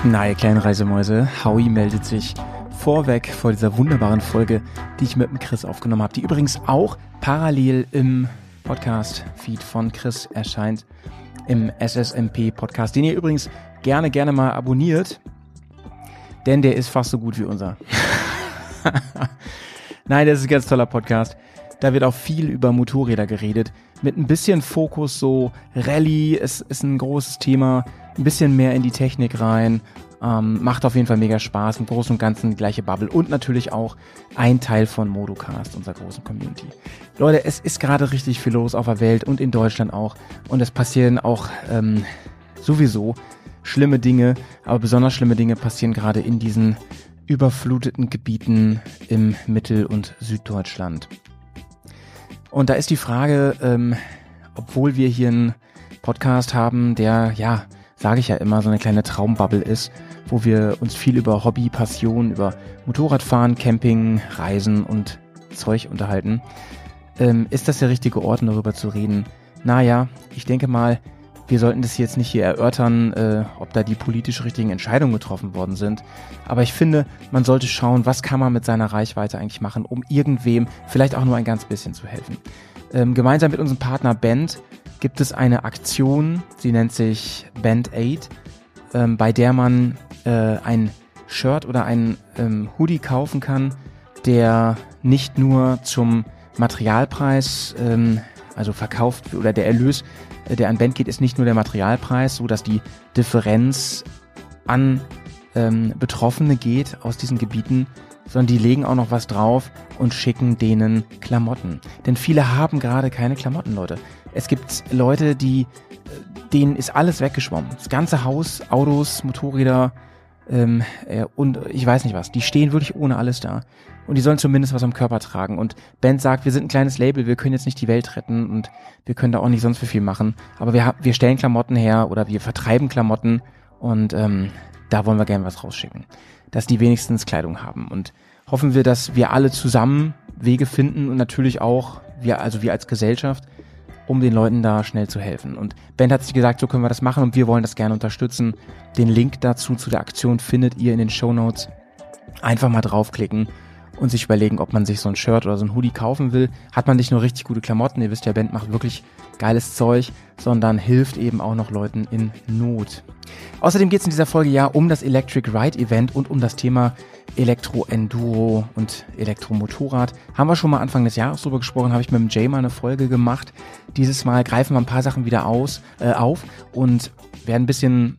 Na, ihr kleinen Reisemäuse, Howie meldet sich vorweg vor dieser wunderbaren Folge, die ich mit dem Chris aufgenommen habe, die übrigens auch parallel im Podcast-Feed von Chris erscheint, im SSMP-Podcast, den ihr übrigens gerne mal abonniert, denn der ist fast so gut wie unser. Nein, das ist ein ganz toller Podcast. Da wird auch viel über Motorräder geredet, mit ein bisschen Fokus so Rallye, es ist ein großes Thema, ein bisschen mehr in die Technik rein, macht auf jeden Fall mega Spaß, im Großen und Ganzen die gleiche Bubble und natürlich auch ein Teil von Modocast, unserer großen Community. Leute, es ist gerade richtig viel los auf der Welt und in Deutschland auch und es passieren auch sowieso schlimme Dinge, aber besonders schlimme Dinge passieren gerade in diesen überfluteten Gebieten im Mittel- und Süddeutschland. Und da ist die Frage, obwohl wir hier einen Podcast haben, der, ja, sage ich ja immer, so eine kleine Traumbubble ist, wo wir uns viel über Hobby, Passion, über Motorradfahren, Camping, Reisen und Zeug unterhalten, ist das der richtige Ort, um darüber zu reden? Naja, ich denke mal, wir sollten das jetzt nicht hier erörtern, ob da die politisch richtigen Entscheidungen getroffen worden sind. Aber ich finde, man sollte schauen, was kann man mit seiner Reichweite eigentlich machen, um irgendwem vielleicht auch nur ein ganz bisschen zu helfen. Gemeinsam mit unserem Partner Bend gibt es eine Aktion, sie nennt sich Bend Aid, bei der man ein Shirt oder ein Hoodie kaufen kann, der nicht nur zum Materialpreis, also verkauft oder der Erlös, der an Bend geht, ist nicht nur der Materialpreis, so dass die Differenz an Betroffene geht aus diesen Gebieten, sondern die legen auch noch was drauf und schicken denen Klamotten. Denn viele haben gerade keine Klamotten, Leute. Es gibt Leute, denen ist alles weggeschwommen. Das ganze Haus, Autos, Motorräder und ich weiß nicht was. Die stehen wirklich ohne alles da. Und die sollen zumindest was am Körper tragen. Und Bend sagt, wir sind ein kleines Label, wir können jetzt nicht die Welt retten und wir können da auch nicht sonst viel machen. Aber wir stellen Klamotten her oder wir vertreiben Klamotten und da wollen wir gerne was rausschicken. Dass die wenigstens Kleidung haben. Und hoffen wir, dass wir alle zusammen Wege finden und natürlich auch wir als Gesellschaft, um den Leuten da schnell zu helfen. Und Bend hat sich gesagt, so können wir das machen und wir wollen das gerne unterstützen. Den Link dazu zu der Aktion findet ihr in den Shownotes. Einfach mal draufklicken und sich überlegen, ob man sich so ein Shirt oder so ein Hoodie kaufen will. Hat man nicht nur richtig gute Klamotten, ihr wisst ja, Bend macht wirklich geiles Zeug, sondern hilft eben auch noch Leuten in Not. Außerdem geht es in dieser Folge ja um das Electric Ride Event und um das Thema Elektro-Enduro und Elektromotorrad. Haben wir schon mal Anfang des Jahres drüber gesprochen, habe ich mit dem Jay mal eine Folge gemacht. Dieses Mal greifen wir ein paar Sachen wieder auf und werden ein bisschen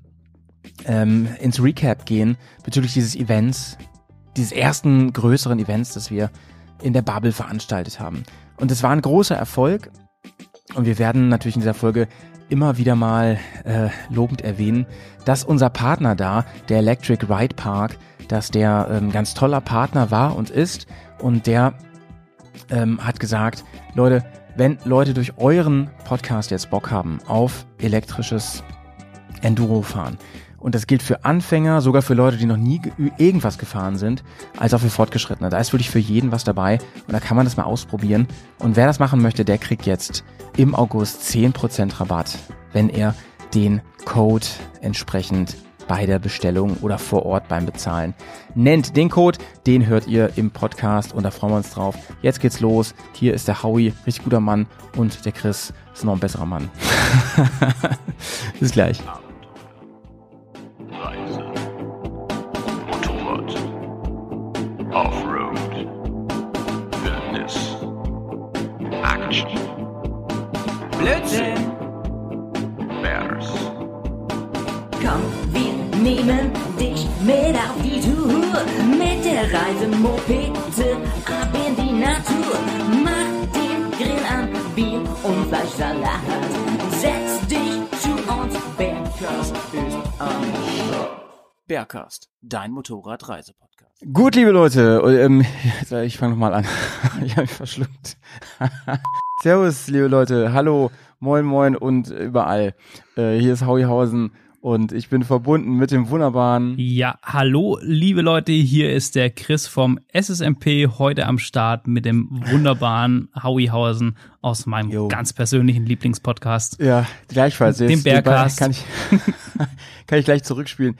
ins Recap gehen bezüglich dieses Events, dieses ersten größeren Events, das wir in der Bubble veranstaltet haben. Und es war ein großer Erfolg und wir werden natürlich in dieser Folge immer wieder mal lobend erwähnen, dass unser Partner da, der Electric Ride Park, dass der ein ganz toller Partner war und ist und der hat gesagt, Leute, wenn Leute durch euren Podcast jetzt Bock haben auf elektrisches Enduro-Fahren, und das gilt für Anfänger, sogar für Leute, die noch nie irgendwas gefahren sind, als auch für Fortgeschrittene. Da ist wirklich für jeden was dabei und da kann man das mal ausprobieren. Und wer das machen möchte, der kriegt jetzt im August 10% Rabatt, wenn er den Code entsprechend bei der Bestellung oder vor Ort beim Bezahlen nennt. Den Code, den hört ihr im Podcast und da freuen wir uns drauf. Jetzt geht's los. Hier ist der Howie, richtig guter Mann, und der Chris ist noch ein besserer Mann. Bis gleich. Reise, Motorrad, Offroad, Wildnis, Action, Blödsinn! Bears, Komm, wir nehmen dich mit auf die Tour. Mit der Reisemopete ab in die Natur. Mach den Grill an, Bier und Fleischsalat. Setz dich zu uns, Bergkast ist am Start. Bergkast, dein Motorradreisepodcast. Gut, liebe Leute, ich fange nochmal an. Ich habe mich verschluckt. Servus, liebe Leute, hallo, moin und überall. Hier ist Hauihausen und ich bin verbunden mit dem wunderbaren... Ja, hallo, liebe Leute, hier ist der Chris vom SSMP, heute am Start mit dem wunderbaren Hauihausen aus meinem ganz persönlichen Lieblingspodcast. Ja, gleichfalls. Dem Bergkast. Kann ich gleich zurückspielen.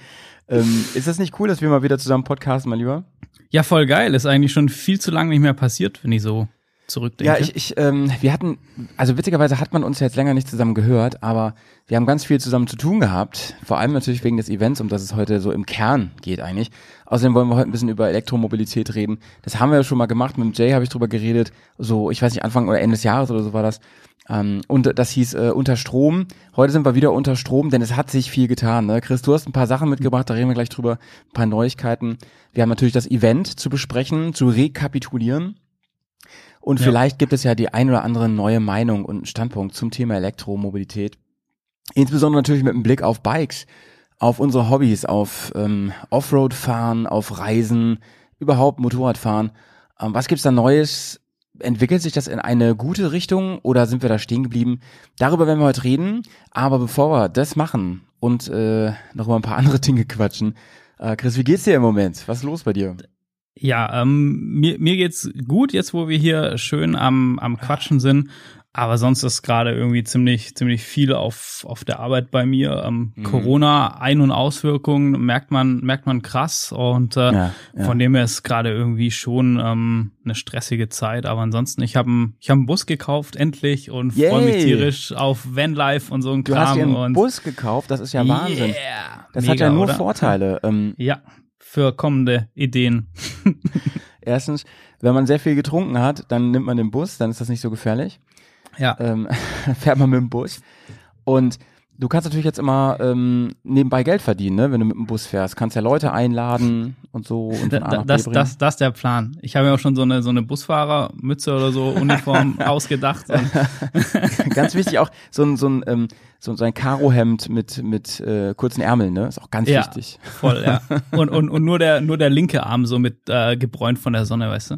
Ist das nicht cool, dass wir mal wieder zusammen podcasten, mein Lieber? Ja, voll geil. Ist eigentlich schon viel zu lange nicht mehr passiert, wenn ich so zurückdenke. Ja, wir hatten, also witzigerweise hat man uns ja jetzt länger nicht zusammen gehört, aber wir haben ganz viel zusammen zu tun gehabt. Vor allem natürlich wegen des Events, um das es heute so im Kern geht eigentlich. Außerdem wollen wir heute ein bisschen über Elektromobilität reden. Das haben wir ja schon mal gemacht. Mit dem Jay habe ich drüber geredet. So, ich weiß nicht, Anfang oder Ende des Jahres oder so war das. Und das hieß unter Strom. Heute sind wir wieder unter Strom, denn es hat sich viel getan. Ne? Chris, du hast ein paar Sachen mitgebracht, da reden wir gleich drüber. Ein paar Neuigkeiten. Wir haben natürlich das Event zu besprechen, zu rekapitulieren. Und vielleicht gibt es ja die ein oder andere neue Meinung und einen Standpunkt zum Thema Elektromobilität. Insbesondere natürlich mit einem Blick auf Bikes, auf unsere Hobbys, auf Offroad-Fahren, auf Reisen, überhaupt Motorradfahren. Was gibt's da Neues? Entwickelt sich das in eine gute Richtung oder sind wir da stehen geblieben? Darüber werden wir heute reden. Aber bevor wir das machen und noch über ein paar andere Dinge quatschen, Chris, wie geht's dir im Moment? Was ist los bei dir? Ja, mir geht's gut, jetzt wo wir hier schön am Quatschen sind, aber sonst ist gerade irgendwie ziemlich viel auf der Arbeit bei mir. Corona, Ein- und Auswirkungen merkt man krass und von dem her ist gerade irgendwie schon eine stressige Zeit, aber ansonsten, ich hab einen Bus gekauft, endlich, und freue mich tierisch auf Vanlife und so ein Kram. Du hast dir einen Bus gekauft, das ist ja Wahnsinn. Yeah, das mega, hat ja nur oder? Vorteile. Ja. Für kommende Ideen. Erstens, wenn man sehr viel getrunken hat, dann nimmt man den Bus, dann ist das nicht so gefährlich. Ja. Fährt man mit dem Bus. Und du kannst natürlich jetzt immer nebenbei Geld verdienen, ne, wenn du mit dem Bus fährst. Kannst ja Leute einladen und so und von A nach B bringen. Das ist der Plan. Ich habe mir auch schon so eine Busfahrermütze oder so Uniform ausgedacht. Ganz wichtig auch so ein Karohemd mit kurzen Ärmeln, ne? Ist auch ganz wichtig. Voll, ja. Und nur der linke Arm so mit gebräunt von der Sonne, weißt du?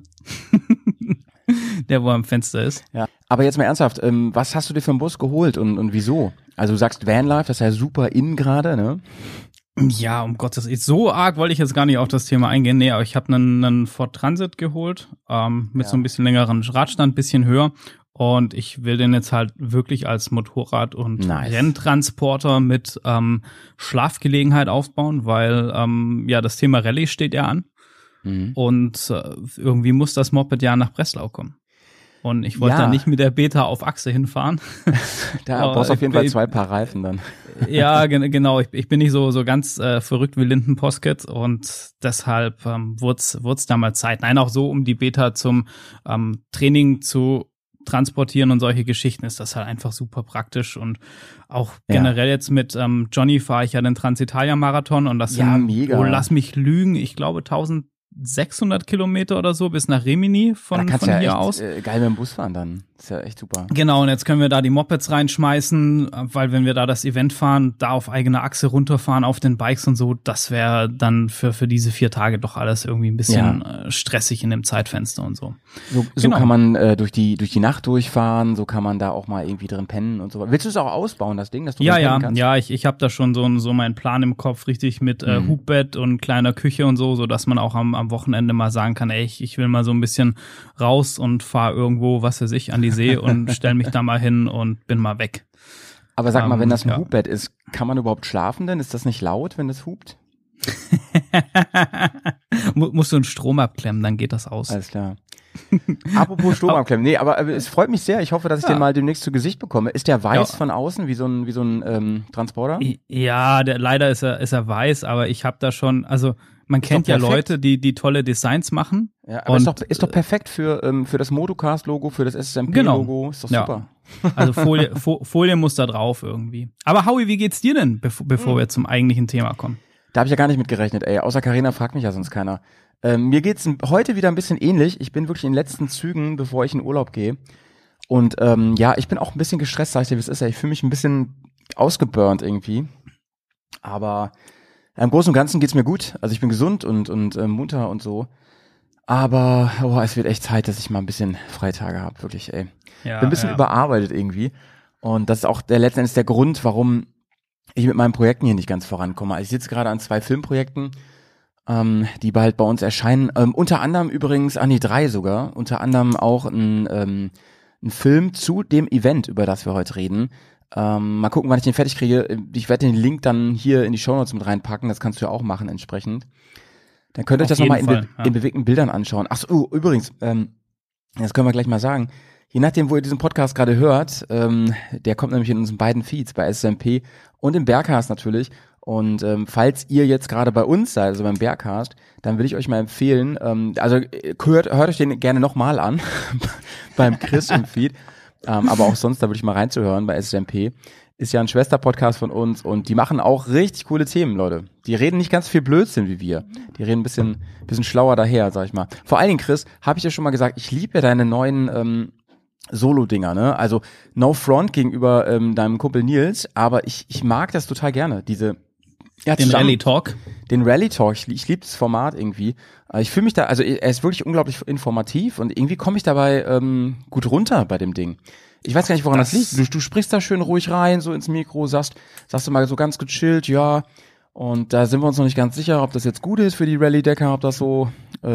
Der, wo am Fenster ist. Ja. Aber jetzt mal ernsthaft, was hast du dir für einen Bus geholt und wieso? Also du sagst Vanlife, das ist ja super in gerade, ne? Ja, um Gottes Willen. So arg wollte ich jetzt gar nicht auf das Thema eingehen. Nee, aber ich habe einen Ford Transit geholt, mit so ein bisschen längeren Radstand, bisschen höher. Und ich will den jetzt halt wirklich als Motorrad- und Renntransporter mit Schlafgelegenheit aufbauen, weil das Thema Rallye steht ja an. Und irgendwie muss das Moped ja nach Breslau kommen. Und ich wollte da nicht mit der Beta auf Achse hinfahren. Da brauchst du auf jeden Fall 2 Paar Reifen dann. Ja, genau. Ich bin nicht so ganz verrückt wie Linden Poskett und deshalb wurd's da mal Zeit. Nein, auch so, um die Beta zum Training zu transportieren und solche Geschichten ist das halt einfach super praktisch. Und auch generell jetzt mit Johnny fahre ich ja den Transitalia-Marathon und das sind, mega. Lass mich lügen, ich glaube 1600 Kilometer oder so bis nach Rimini von hier aus. Geil mit dem Bus fahren dann. Ist ja echt super. Genau, und jetzt können wir da die Mopeds reinschmeißen, weil wenn wir da das Event fahren, da auf eigene Achse runterfahren auf den Bikes und so, das wäre dann für diese 4 Tage doch alles irgendwie ein bisschen stressig in dem Zeitfenster und so. So kann man durch die Nacht durchfahren, so kann man da auch mal irgendwie drin pennen und so. Willst du es auch ausbauen, das Ding, dass du pennen kannst? Ja, ich habe da schon so meinen Plan im Kopf, richtig mit Hubbett und kleiner Küche und so dass man auch am Wochenende mal sagen kann, ey, ich will mal so ein bisschen raus und fahr irgendwo, was weiß ich, an die See und stell mich da mal hin und bin mal weg. Aber sag mal, wenn das ein Hubbett ist, kann man überhaupt schlafen denn? Ist das nicht laut, wenn das hupt? Musst du einen Strom abklemmen, dann geht das aus. Alles klar. Apropos Strom abklemmen. Nee, aber es freut mich sehr. Ich hoffe, dass ich den mal demnächst zu Gesicht bekomme. Ist der weiß von außen, wie so ein Transporter? Ja, leider ist er weiß, aber ich habe da schon, also man kennt ja Leute, die tolle Designs machen. Ja, aber ist doch perfekt für das Motocast-Logo, für das SSMP-Logo. Genau. Ist doch super. Also Folie muss da drauf irgendwie. Aber Howie, wie geht's dir denn, bevor wir zum eigentlichen Thema kommen? Da habe ich ja gar nicht mit gerechnet, ey. Außer Carina fragt mich ja sonst keiner. Mir geht's heute wieder ein bisschen ähnlich. Ich bin wirklich in den letzten Zügen, bevor ich in Urlaub gehe. Und ich bin auch ein bisschen gestresst, sag ich dir, wie es ist. Ich fühle mich ein bisschen ausgeburnt irgendwie. Aber im Großen und Ganzen geht's mir gut. Also ich bin gesund und munter und so. Aber es wird echt Zeit, dass ich mal ein bisschen Freitage habe, wirklich, ey. Ja, bin ein bisschen überarbeitet irgendwie. Und das ist auch letzten Endes der Grund, warum ich mit meinen Projekten hier nicht ganz vorankomme. Also ich sitze gerade an 2 Filmprojekten, die bald bei uns erscheinen. Unter anderem übrigens, 3 sogar. Unter anderem auch ein Film zu dem Event, über das wir heute reden. Mal gucken, wann ich den fertig kriege. Ich werde den Link dann hier in die Shownotes mit reinpacken. Das kannst du ja auch machen entsprechend. Dann könnt ihr euch das nochmal in bewegten Bildern anschauen. Ach so, übrigens, das können wir gleich mal sagen. Je nachdem, wo ihr diesen Podcast gerade hört, der kommt nämlich in unseren beiden Feeds, bei SMP und im Bearcast natürlich. Und falls ihr jetzt gerade bei uns seid, also beim Bearcast, dann will ich euch mal empfehlen, hört euch den gerne nochmal an, beim Chris im Feed, aber auch sonst, da würde ich mal reinzuhören bei SMP. Ist ja ein Schwester-Podcast von uns und die machen auch richtig coole Themen, Leute. Die reden nicht ganz viel Blödsinn wie wir. Die reden ein bisschen schlauer daher, sag ich mal. Vor allen Dingen, Chris, habe ich ja schon mal gesagt, ich liebe ja deine neuen Solo-Dinger, ne? Also no front gegenüber deinem Kumpel Nils, aber ich mag das total gerne, den Rally-Talk. Den Rally-Talk, ich liebe das Format irgendwie. Ich fühle mich da, also er ist wirklich unglaublich informativ und irgendwie komme ich dabei gut runter bei dem Ding. Ich weiß gar nicht, woran das liegt. Du sprichst da schön ruhig rein, so ins Mikro, sagst du mal so ganz gechillt, ja. Und da sind wir uns noch nicht ganz sicher, ob das jetzt gut ist für die Rallye-Decker, ob das so,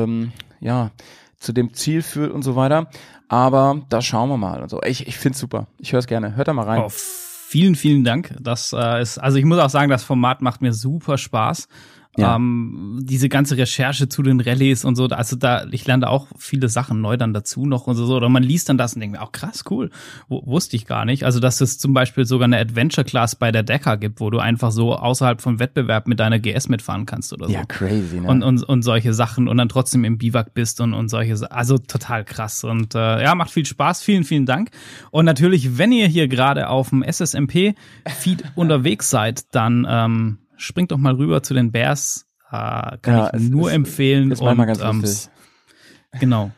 zu dem Ziel führt und so weiter. Aber da schauen wir mal. Also ich find's super. Ich höre es gerne. Hört da mal rein. Oh, vielen, vielen Dank. Das ist, also ich muss auch sagen, das Format macht mir super Spaß. Ja. Diese ganze Recherche zu den Rallyes und so, also ich lerne da auch viele Sachen neu dann dazu noch und so, oder man liest dann das und denkt mir, auch krass, cool, wusste ich gar nicht. Also, dass es zum Beispiel sogar eine Adventure-Class bei der Decker gibt, wo du einfach so außerhalb vom Wettbewerb mit deiner GS mitfahren kannst oder so. Ja, crazy, ne? Und solche Sachen und dann trotzdem im Biwak bist und solche Sachen, also total krass und macht viel Spaß, vielen, vielen Dank. Und natürlich, wenn ihr hier gerade auf dem SSMP-Feed unterwegs seid, dann springt doch mal rüber zu den Bears. Kann ich nur empfehlen. Ist manchmal ganz lustig. Genau.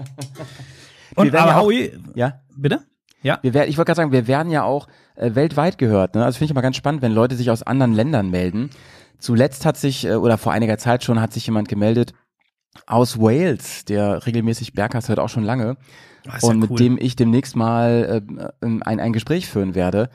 Und aber Howie, ja? Bitte? Ja. Ich wollte gerade sagen, wir werden ja auch weltweit gehört. Ne? Also finde ich immer ganz spannend, wenn Leute sich aus anderen Ländern melden. Zuletzt oder vor einiger Zeit schon, hat sich jemand gemeldet aus Wales, der regelmäßig Bearcast hört, auch schon lange. Und mit dem ich demnächst mal ein Gespräch führen werde.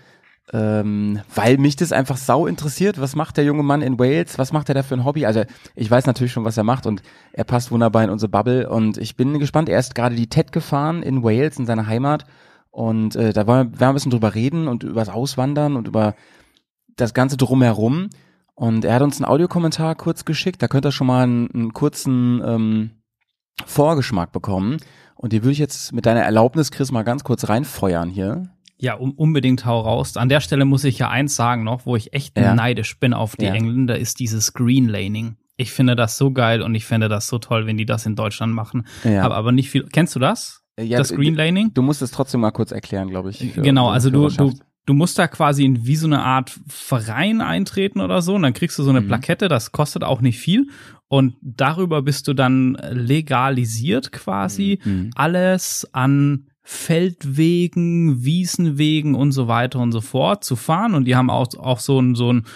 Weil mich das einfach sau interessiert. Was macht der junge Mann in Wales? Was macht er da für ein Hobby? Also ich weiß natürlich schon, was er macht und er passt wunderbar in unsere Bubble und ich bin gespannt. Er ist gerade die TED gefahren in Wales, in seiner Heimat und da werden wir ein bisschen drüber reden und über das Auswandern und über das Ganze drumherum und er hat uns einen Audiokommentar kurz geschickt. Da könnt ihr schon mal einen kurzen Vorgeschmack bekommen und die würde ich jetzt mit deiner Erlaubnis, Chris, mal ganz kurz reinfeuern hier. Ja, unbedingt hau raus. An der Stelle muss ich ja eins sagen noch, wo ich echt neidisch bin auf die Engländer, ist dieses Green Laning. Ich finde das so geil und ich finde das so toll, wenn die das in Deutschland machen. Ja. Aber nicht viel. Kennst du das? Ja, das Green Laning? Du musst es trotzdem mal kurz erklären, glaube ich. Genau, also du musst da quasi in wie so eine Art Verein eintreten oder so und dann kriegst du so eine Plakette, das kostet auch nicht viel und darüber bist du dann legalisiert quasi alles an Feldwegen, Wiesenwegen und so weiter und so fort zu fahren und die haben auch so ein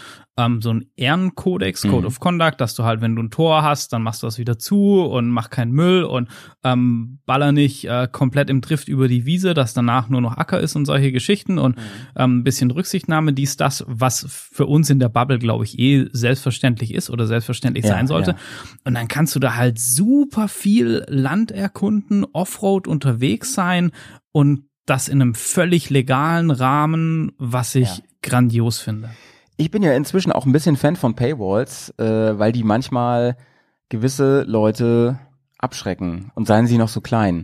Ehrenkodex, Code of Conduct, dass du halt, wenn du ein Tor hast, dann machst du das wieder zu und mach keinen Müll und baller nicht komplett im Drift über die Wiese, dass danach nur noch Acker ist und solche Geschichten und ein bisschen Rücksichtnahme, das, was für uns in der Bubble, glaube ich, selbstverständlich ist oder selbstverständlich sein sollte. Ja. Und dann kannst du da halt super viel Land erkunden, Offroad unterwegs sein und das in einem völlig legalen Rahmen, was ich grandios finde. Ich bin ja inzwischen auch ein bisschen Fan von Paywalls, weil die manchmal gewisse Leute abschrecken und seien sie noch so klein.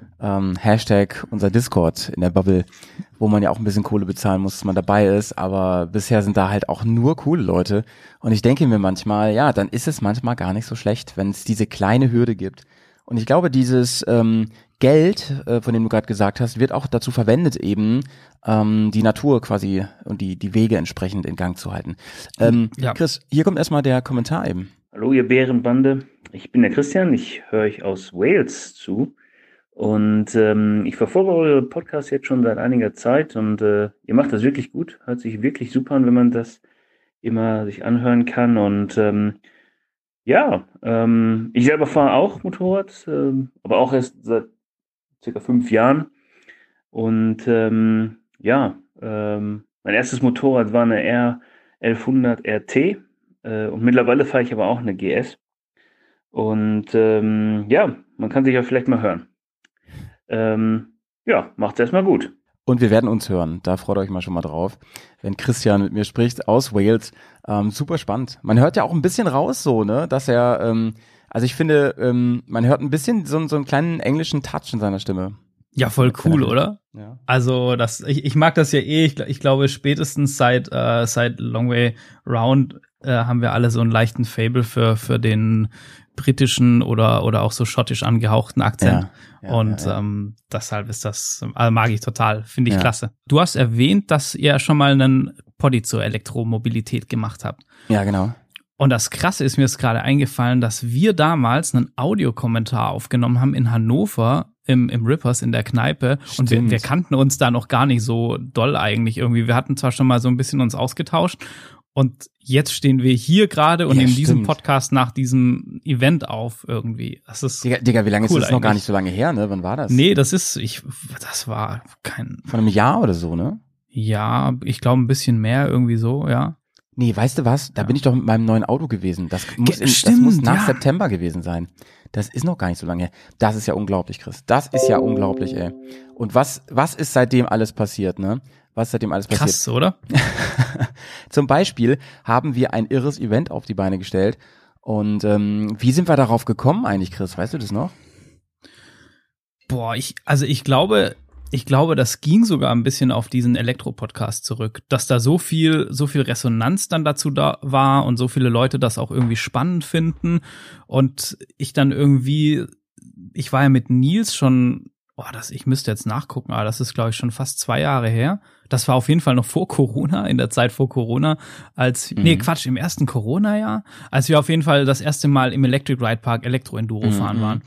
Hashtag unser Discord in der Bubble, wo man ja auch ein bisschen Kohle bezahlen muss, dass man dabei ist, aber bisher sind da halt auch nur coole Leute und ich denke mir manchmal, ja, dann ist es manchmal gar nicht so schlecht, wenn es diese kleine Hürde gibt. Und ich glaube, dieses Geld, von dem du gerade gesagt hast, wird auch dazu verwendet, eben die Natur quasi und die Wege entsprechend in Gang zu halten. Chris, hier kommt erstmal der Kommentar eben. Hallo ihr Bärenbande, ich bin der Christian, ich höre euch aus Wales zu und ich verfolge eure Podcasts jetzt schon seit einiger Zeit und ihr macht das wirklich gut, hört sich wirklich super an, wenn man das immer sich anhören kann und ich selber fahre auch Motorrad, aber auch erst seit circa 5 Jahren. Und mein erstes Motorrad war eine R1100 RT und mittlerweile fahre ich aber auch eine GS. Und man kann sich ja vielleicht mal hören. Macht's erstmal gut. Und wir werden uns hören. Da freut euch mal schon mal drauf, wenn Christian mit mir spricht aus Wales. Super spannend. Man hört ja auch ein bisschen raus so, ne, dass er, also ich finde, man hört ein bisschen so einen kleinen englischen Touch in seiner Stimme. Ja, voll cool, oder? Ja. Also ich mag das ja eh. Ich glaube, spätestens seit Long Way Round haben wir alle so einen leichten Fable für den britischen oder auch so schottisch angehauchten Akzent. Und deshalb ist das, also mag ich total, finde ich klasse. Du hast erwähnt, dass ihr schon mal einen Poddy zur Elektromobilität gemacht habt. Ja, genau. Und das Krasse ist, mir ist gerade eingefallen, dass wir damals einen Audiokommentar aufgenommen haben in Hannover im Rippers in der Kneipe. Stimmt. Und wir kannten uns da noch gar nicht so doll eigentlich irgendwie. Wir hatten zwar schon mal so ein bisschen uns ausgetauscht und jetzt stehen wir hier gerade und nehmen diesen Podcast nach diesem Event auf irgendwie. Das ist Digga, wie lange cool ist das noch eigentlich. gar nicht so lange her, ne? Wann war das? Nee, das war kein, Von einem Jahr oder so, ne? ja, ich glaube ein bisschen mehr irgendwie so, ja. Nee, weißt du was? Da bin ich doch mit meinem neuen Auto gewesen. Das muss Stimmt, nach ja. September gewesen sein. Das ist noch gar nicht so lange her. Das ist ja unglaublich, Chris. Das ist ja unglaublich, ey. Und was ist seitdem alles passiert, ne? Was ist seitdem alles passiert? Krass, oder? Zum Beispiel haben wir ein irres Event auf die Beine gestellt. Und wie sind wir darauf gekommen eigentlich, Chris? Weißt du das noch? Boah, ich glaube, das ging sogar ein bisschen auf diesen Elektro-Podcast zurück, dass da so viel Resonanz dann dazu da war und so viele Leute das auch irgendwie spannend finden und ich dann irgendwie, ich war ja mit Nils schon, ich müsste jetzt nachgucken, aber das ist, glaube ich, schon fast 2 Jahre her. Das war auf jeden Fall noch vor Corona, in der Zeit vor Corona, im ersten Corona-Jahr, als wir auf jeden Fall das erste Mal im Electric Ride Park Elektro-Enduro fahren waren.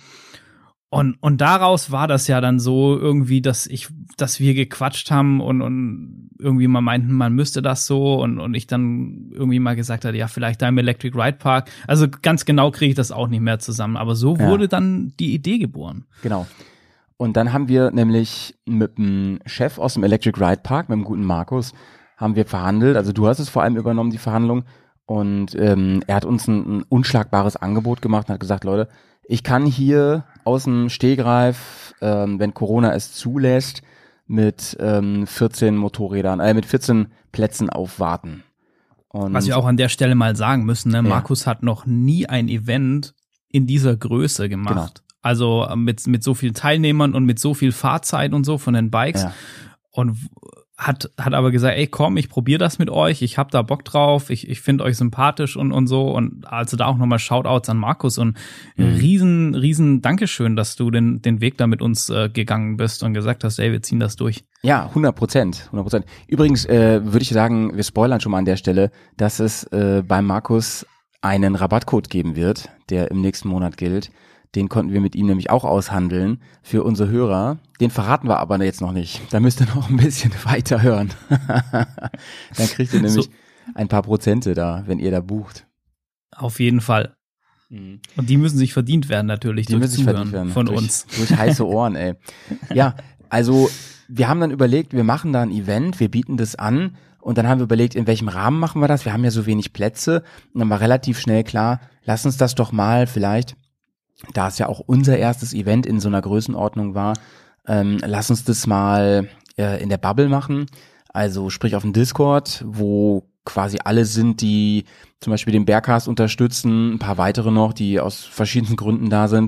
Und daraus war das ja dann so irgendwie, dass wir gequatscht haben und irgendwie mal meinten, man müsste das so und ich dann irgendwie mal gesagt hatte, ja, vielleicht da im Electric Ride Park. Also ganz genau kriege ich das auch nicht mehr zusammen. Aber so wurde dann die Idee geboren. Genau. Und dann haben wir nämlich mit dem Chef aus dem Electric Ride Park, mit dem guten Markus, haben wir verhandelt. Also du hast es vor allem übernommen, die Verhandlung. Und er hat uns ein unschlagbares Angebot gemacht und hat gesagt, Leute, ich kann hier aus dem Stegreif, wenn Corona es zulässt, mit 14 Motorrädern, mit 14 Plätzen aufwarten. Und was wir auch an der Stelle mal sagen müssen, ne? Markus hat noch nie ein Event in dieser Größe gemacht. Genau. Also mit so vielen Teilnehmern und mit so viel Fahrzeit und so von den Bikes. Ja. Und hat aber gesagt, ey, komm, ich probiere das mit euch, ich hab da Bock drauf, ich finde euch sympathisch und so. Und also da auch nochmal Shoutouts an Markus und riesen Dankeschön, dass du den Weg da mit uns gegangen bist und gesagt hast, ey, wir ziehen das durch. Ja, 100%. Übrigens würde ich sagen, wir spoilern schon mal an der Stelle, dass es beim Markus einen Rabattcode geben wird, der im nächsten Monat gilt. Den konnten wir mit ihm nämlich auch aushandeln für unsere Hörer. Den verraten wir aber jetzt noch nicht. Da müsst ihr noch ein bisschen weiter hören. Dann kriegt ihr nämlich ein paar Prozente da, wenn ihr da bucht. Auf jeden Fall. Und die müssen sich verdient werden natürlich. Die müssen sich verdient werden. Von uns. Durch heiße Ohren, ey. Ja, also wir haben dann überlegt, wir machen da ein Event, wir bieten das an. Und dann haben wir überlegt, in welchem Rahmen machen wir das? Wir haben ja so wenig Plätze. Und dann war relativ schnell klar, lass uns das doch mal vielleicht, da es ja auch unser erstes Event in so einer Größenordnung war, lass uns das mal in der Bubble machen, also sprich auf dem Discord, wo quasi alle sind, die zum Beispiel den Bearcast unterstützen, ein paar weitere noch, die aus verschiedensten Gründen da sind,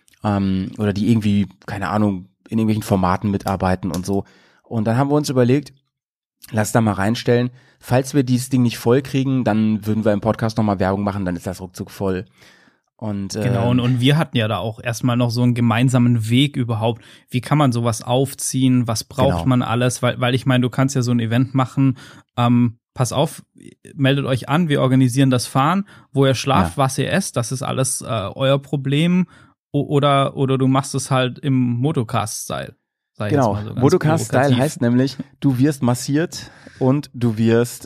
oder die irgendwie, keine Ahnung, in irgendwelchen Formaten mitarbeiten und so. Und dann haben wir uns überlegt, lass da mal reinstellen, falls wir dieses Ding nicht voll kriegen, dann würden wir im Podcast nochmal Werbung machen, dann ist das ruckzuck voll. Und, genau, und wir hatten ja da auch erstmal noch so einen gemeinsamen Weg überhaupt. Wie kann man sowas aufziehen? Was braucht man alles? Weil ich meine, du kannst ja so ein Event machen. Pass auf, meldet euch an, wir organisieren das Fahren. Wo ihr schlaft, was ihr esst, das ist alles euer Problem. Oder du machst es halt im Motocast-Style. Genau, so Motocast-Style heißt nämlich, du wirst massiert und du wirst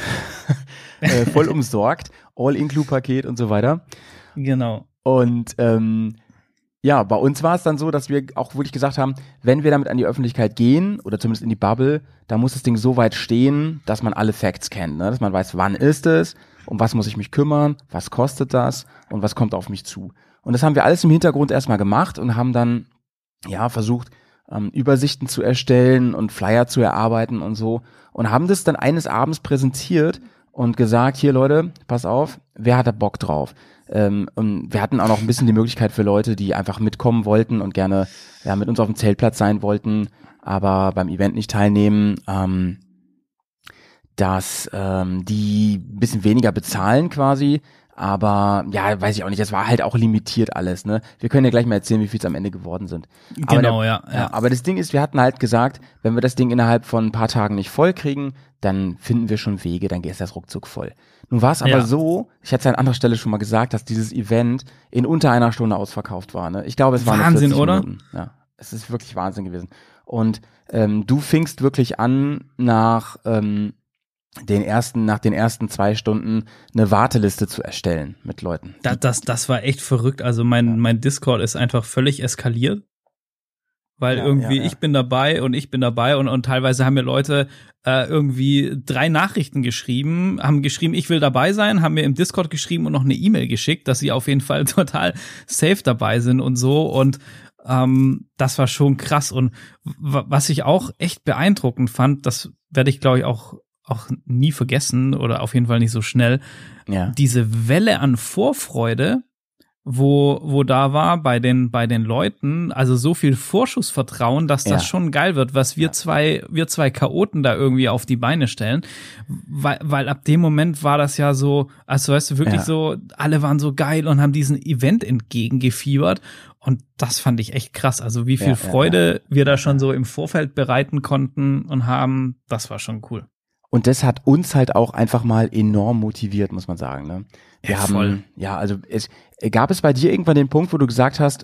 voll umsorgt, All-Include-Paket und so weiter. Genau. Und ja, bei uns war es dann so, dass wir auch wirklich gesagt haben, wenn wir damit an die Öffentlichkeit gehen oder zumindest in die Bubble, da muss das Ding so weit stehen, dass man alle Facts kennt, ne? Dass man weiß, wann ist es, um was muss ich mich kümmern, was kostet das und was kommt auf mich zu. Und das haben wir alles im Hintergrund erstmal gemacht und haben dann versucht, Übersichten zu erstellen und Flyer zu erarbeiten und so und haben das dann eines Abends präsentiert und gesagt, hier Leute, pass auf, wer hat da Bock drauf? Und wir hatten auch noch ein bisschen die Möglichkeit für Leute, die einfach mitkommen wollten und gerne mit uns auf dem Zeltplatz sein wollten, aber beim Event nicht teilnehmen, dass die ein bisschen weniger bezahlen quasi, aber ja, weiß ich auch nicht, das war halt auch limitiert alles, ne? Wir können ja gleich mal erzählen, wie viel es am Ende geworden sind. Genau, ja. Aber das Ding ist, wir hatten halt gesagt, wenn wir das Ding innerhalb von ein paar Tagen nicht voll kriegen, dann finden wir schon Wege, dann geht das ruckzuck voll. Nun war es aber so, ich hatte es an anderer Stelle schon mal gesagt, dass dieses Event in unter einer Stunde ausverkauft war, ne? Ich glaube, es waren Wahnsinn, 40 oder? Minuten. Ja, es ist wirklich Wahnsinn gewesen. Und du fingst wirklich an, nach den ersten 2 Stunden eine Warteliste zu erstellen mit Leuten. Das war echt verrückt. Also mein Discord ist einfach völlig eskaliert, weil ich bin dabei und teilweise haben mir Leute irgendwie 3 Nachrichten geschrieben, haben geschrieben, ich will dabei sein, haben mir im Discord geschrieben und noch eine E-Mail geschickt, dass sie auf jeden Fall total safe dabei sind und so und das war schon krass und was ich auch echt beeindruckend fand, das werde ich glaube ich auch nie vergessen oder auf jeden Fall nicht so schnell. Ja. Diese Welle an Vorfreude, wo da war bei den Leuten, also so viel Vorschussvertrauen, dass das schon geil wird, was wir zwei Chaoten da irgendwie auf die Beine stellen, weil ab dem Moment war das ja so, also weißt du, wirklich so, alle waren so geil und haben diesem Event entgegengefiebert und das fand ich echt krass, also wie viel Freude wir da schon so im Vorfeld bereiten konnten und haben, das war schon cool. Und das hat uns halt auch einfach mal enorm motiviert, muss man sagen. Ne? Wir haben, voll. Gab es bei dir irgendwann den Punkt, wo du gesagt hast,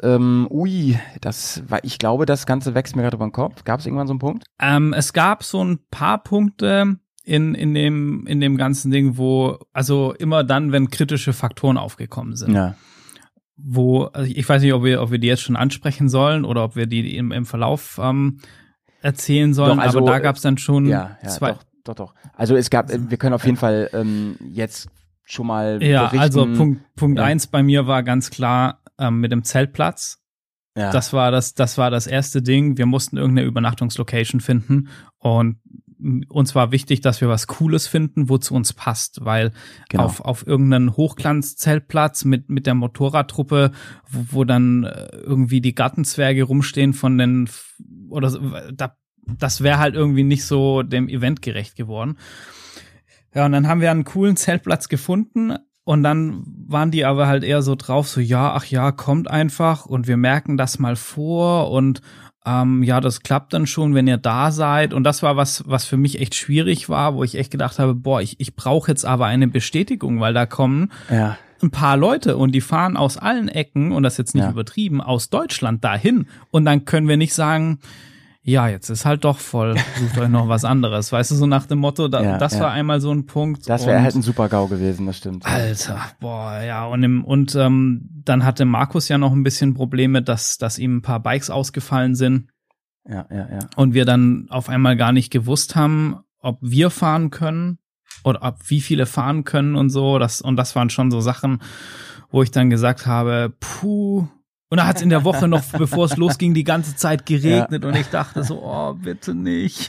ich glaube, das Ganze wächst mir gerade über den Kopf. Gab es irgendwann so einen Punkt? Es gab so ein paar Punkte in dem ganzen Ding, wo, also immer dann, wenn kritische Faktoren aufgekommen sind. Ja. Wo, also ich weiß nicht, ob wir die jetzt schon ansprechen sollen oder ob wir die im Verlauf erzählen sollen, doch, also, aber da gab es dann schon 2. Doch. Also wir können auf jeden Fall jetzt schon mal berichten. Also Punkt 1 bei mir war ganz klar mit dem Zeltplatz. Ja. Das war das erste Ding. Wir mussten irgendeine Übernachtungslocation finden und uns war wichtig, dass wir was Cooles finden, wo zu uns passt, weil auf irgendeinen Hochglanz-Zeltplatz mit der Motorradtruppe, wo dann irgendwie die Gartenzwerge rumstehen von den oder so, das wäre halt irgendwie nicht so dem Event gerecht geworden. Ja, und dann haben wir einen coolen Zeltplatz gefunden und dann waren die aber halt eher so drauf, so kommt einfach und wir merken das mal vor und das klappt dann schon, wenn ihr da seid. Und das war was für mich echt schwierig war, wo ich echt gedacht habe, ich brauche jetzt aber eine Bestätigung, weil da kommen ein paar Leute und die fahren aus allen Ecken, und das jetzt nicht übertrieben, aus Deutschland dahin. Und dann können wir nicht sagen, ja, jetzt ist halt doch voll, sucht euch noch was anderes. Weißt du, so nach dem Motto, das war einmal so ein Punkt. Das wäre halt ein Super-GAU gewesen, das stimmt. Alter, und dann hatte Markus ja noch ein bisschen Probleme, dass ihm ein paar Bikes ausgefallen sind. Ja. Und wir dann auf einmal gar nicht gewusst haben, ob wir fahren können oder ob wie viele fahren können und so. Das waren schon so Sachen, wo ich dann gesagt habe, Und da hat es in der Woche noch, bevor es losging, die ganze Zeit geregnet und ich dachte so, oh, bitte nicht.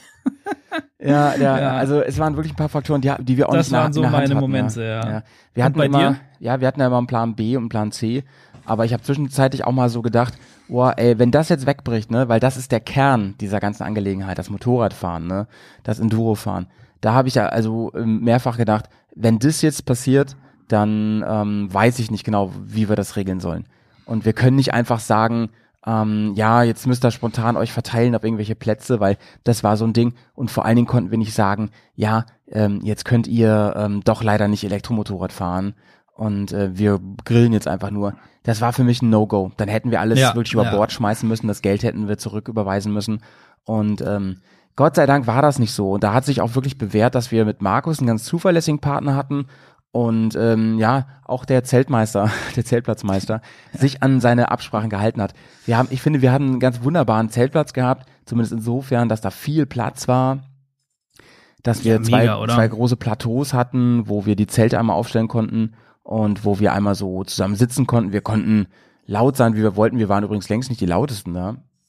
Also es waren wirklich ein paar Faktoren, die wir auch das nicht in der Hand hatten. Das waren so meine Momente, ja. Wir hatten ja immer einen Plan B und einen Plan C, aber ich habe zwischenzeitlich auch mal so gedacht, wenn das jetzt wegbricht, ne, weil das ist der Kern dieser ganzen Angelegenheit, das Motorradfahren, ne, das Endurofahren. Da habe ich ja also mehrfach gedacht, wenn das jetzt passiert, dann weiß ich nicht genau, wie wir das regeln sollen. Und wir können nicht einfach sagen, jetzt müsst ihr spontan euch verteilen auf irgendwelche Plätze, weil das war so ein Ding. Und vor allen Dingen konnten wir nicht sagen, jetzt könnt ihr doch leider nicht Elektromotorrad fahren und wir grillen jetzt einfach nur. Das war für mich ein No-Go. Dann hätten wir alles wirklich über Bord schmeißen müssen, das Geld hätten wir zurücküberweisen müssen. Und Gott sei Dank war das nicht so. Und da hat sich auch wirklich bewährt, dass wir mit Markus einen ganz zuverlässigen Partner hatten. Und auch der Zeltplatzmeister, sich an seine Absprachen gehalten hat. Ich finde, wir haben einen ganz wunderbaren Zeltplatz gehabt, zumindest insofern, dass da viel Platz war, dass wir zwei große Plateaus hatten, wo wir die Zelte einmal aufstellen konnten und wo wir einmal so zusammen sitzen konnten. Wir konnten laut sein, wie wir wollten. Wir waren übrigens längst nicht die lautesten da.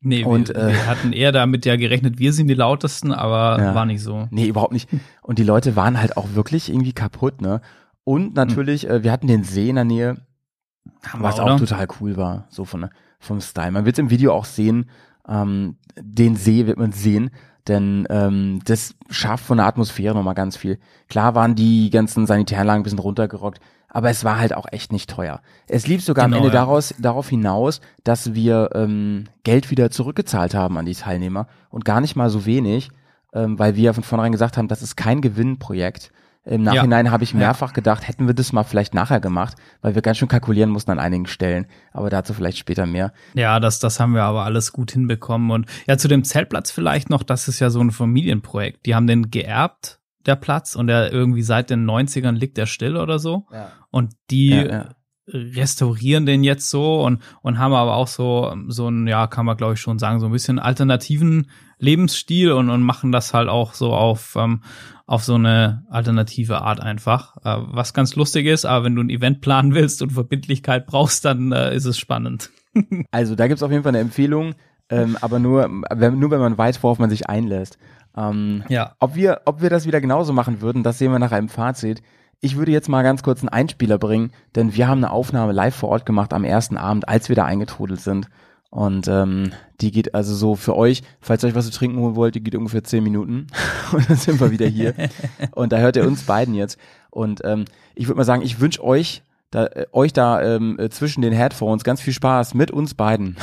Nee, Und, wir hatten eher damit ja gerechnet, wir sind die lautesten, aber Ja. war nicht so. Nee, überhaupt nicht. Und die Leute waren halt auch wirklich irgendwie kaputt, ne? Und natürlich, wir hatten den See in der Nähe, was auch oder? total cool war, so vom Style. Man wird es im Video auch sehen, den See wird man sehen, denn das schafft von der Atmosphäre nochmal ganz viel. Klar waren die ganzen Sanitäranlagen ein bisschen runtergerockt, aber es war halt auch echt nicht teuer. Es lief sogar Genau, am Ende ja. darauf hinaus, dass wir Geld wieder zurückgezahlt haben an die Teilnehmer und gar nicht mal so wenig, weil wir von vornherein gesagt haben, das ist kein Gewinnprojekt. Im Nachhinein habe ich mehrfach gedacht, hätten wir das mal vielleicht nachher gemacht, weil wir ganz schön kalkulieren mussten an einigen Stellen. Aber dazu vielleicht später mehr. Ja, das haben wir aber alles gut hinbekommen. Und ja, zu dem Zeltplatz vielleicht noch, das ist ja so ein Familienprojekt. Die haben den geerbt, der Platz, und der irgendwie seit den 90ern liegt der still oder so. Ja. Und die Ja. restaurieren den jetzt so und haben aber auch so ein, ja, kann man glaube ich schon sagen, so ein bisschen alternativen Lebensstil und machen das halt auch so auf so eine alternative Art einfach. Was ganz lustig ist, aber wenn du ein Event planen willst und Verbindlichkeit brauchst, dann ist es spannend. Also da gibt's auf jeden Fall eine Empfehlung, aber nur wenn man weiß, worauf man sich einlässt. Ja. Ob wir das wieder genauso machen würden, das sehen wir nach einem Fazit. Ich würde jetzt mal ganz kurz einen Einspieler bringen, denn wir haben eine Aufnahme live vor Ort gemacht am ersten Abend, als wir da eingetrudelt sind. Und die geht also so für euch, falls ihr euch was zu trinken holen wollt, die geht ungefähr 10 Minuten. Und dann sind wir wieder hier. Und da hört ihr uns beiden jetzt. Und ich würde mal sagen, ich wünsche euch da zwischen den Headphones ganz viel Spaß mit uns beiden.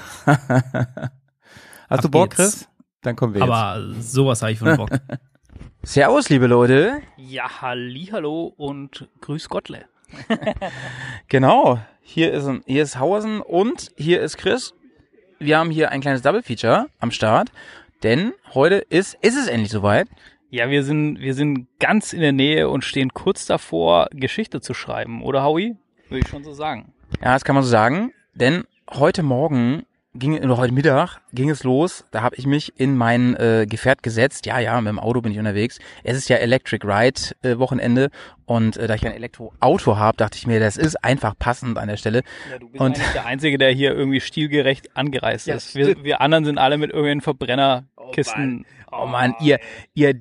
Hast du Bock, geht's. Chris? Dann kommen wir jetzt. Aber sowas habe ich von Bock. Servus, liebe Leute. Ja, hallihallo und grüß Gottle. Genau, hier ist Hauersen und hier ist Chris. Wir haben hier ein kleines Double-Feature am Start, denn heute ist es endlich soweit. Ja, wir sind ganz in der Nähe und stehen kurz davor, Geschichte zu schreiben, oder Howie? Würde ich schon so sagen. Ja, das kann man so sagen, denn heute Mittag ging es los, da habe ich mich in mein Gefährt gesetzt. Ja, mit dem Auto bin ich unterwegs. Es ist ja Electric Ride Wochenende und da ich ein Elektroauto habe, dachte ich mir, das ist einfach passend an der Stelle. Ja, du bist Und eigentlich der Einzige, der hier irgendwie stilgerecht angereist Ja, ist. Wir anderen sind alle mit irgendwelchen Verbrennerkisten. Oh Mann, ihr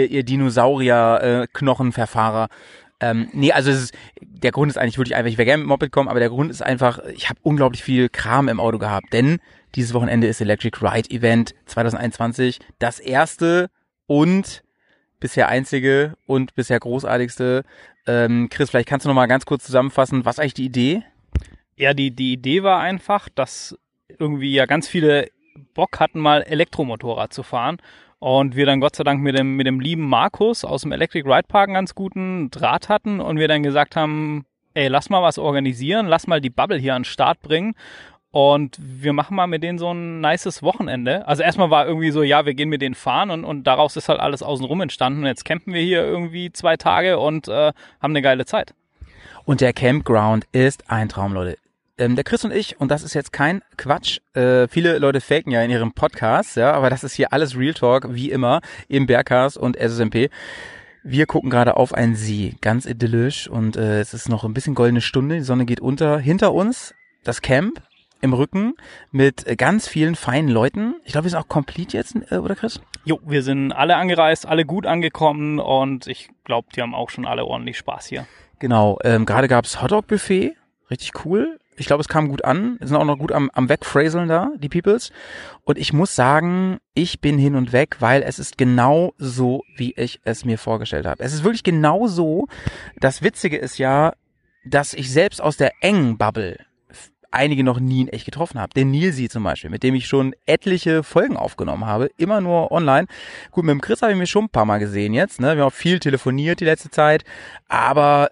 Dinosaurier-Knochenverfahrer. Nee, also der Grund ist eigentlich wirklich einfach, ich wäre gerne mit dem Moped kommen, aber der Grund ist einfach, ich habe unglaublich viel Kram im Auto gehabt, denn dieses Wochenende ist Electric Ride Event 2021, das erste und bisher einzige und bisher großartigste. Chris, vielleicht kannst du noch mal ganz kurz zusammenfassen, was ist eigentlich die Idee? Ja, die Idee war einfach, dass irgendwie ja ganz viele Bock hatten, mal Elektromotorrad zu fahren. Und wir dann Gott sei Dank mit dem lieben Markus aus dem Electric Ride Park einen ganz guten Draht hatten und wir dann gesagt haben, ey, lass mal was organisieren, lass mal die Bubble hier an den Start bringen und wir machen mal mit denen so ein nices Wochenende. Also erstmal war irgendwie so, ja, wir gehen mit denen fahren und daraus ist halt alles außenrum entstanden und jetzt campen wir hier irgendwie 2 Tage und haben eine geile Zeit. Und der Campground ist ein Traum, Leute. Der Chris und ich, und das ist jetzt kein Quatsch, viele Leute faken ja in ihrem Podcast, ja, aber das ist hier alles Real Talk, wie immer, im Bergcast und SSMP. Wir gucken gerade auf einen See, ganz idyllisch und es ist noch ein bisschen goldene Stunde, die Sonne geht unter. Hinter uns das Camp im Rücken mit ganz vielen feinen Leuten. Ich glaube, wir sind auch complete jetzt, oder Chris? Jo, wir sind alle angereist, alle gut angekommen und ich glaube, die haben auch schon alle ordentlich Spaß hier. Genau, gerade gab's Hotdog-Buffet, richtig cool. Ich glaube, es kam gut an. Es sind auch noch gut am Wegphraseln da, die Peoples. Und ich muss sagen, ich bin hin und weg, weil es ist genau so, wie ich es mir vorgestellt habe. Es ist wirklich genau so. Das Witzige ist ja, dass ich selbst aus der engen Bubble einige noch nie in echt getroffen habe. Den Nilsi zum Beispiel, mit dem ich schon etliche Folgen aufgenommen habe, immer nur online. Gut, mit dem Chris habe ich mich schon ein paar Mal gesehen jetzt. Ne? Wir haben auch viel telefoniert die letzte Zeit. Aber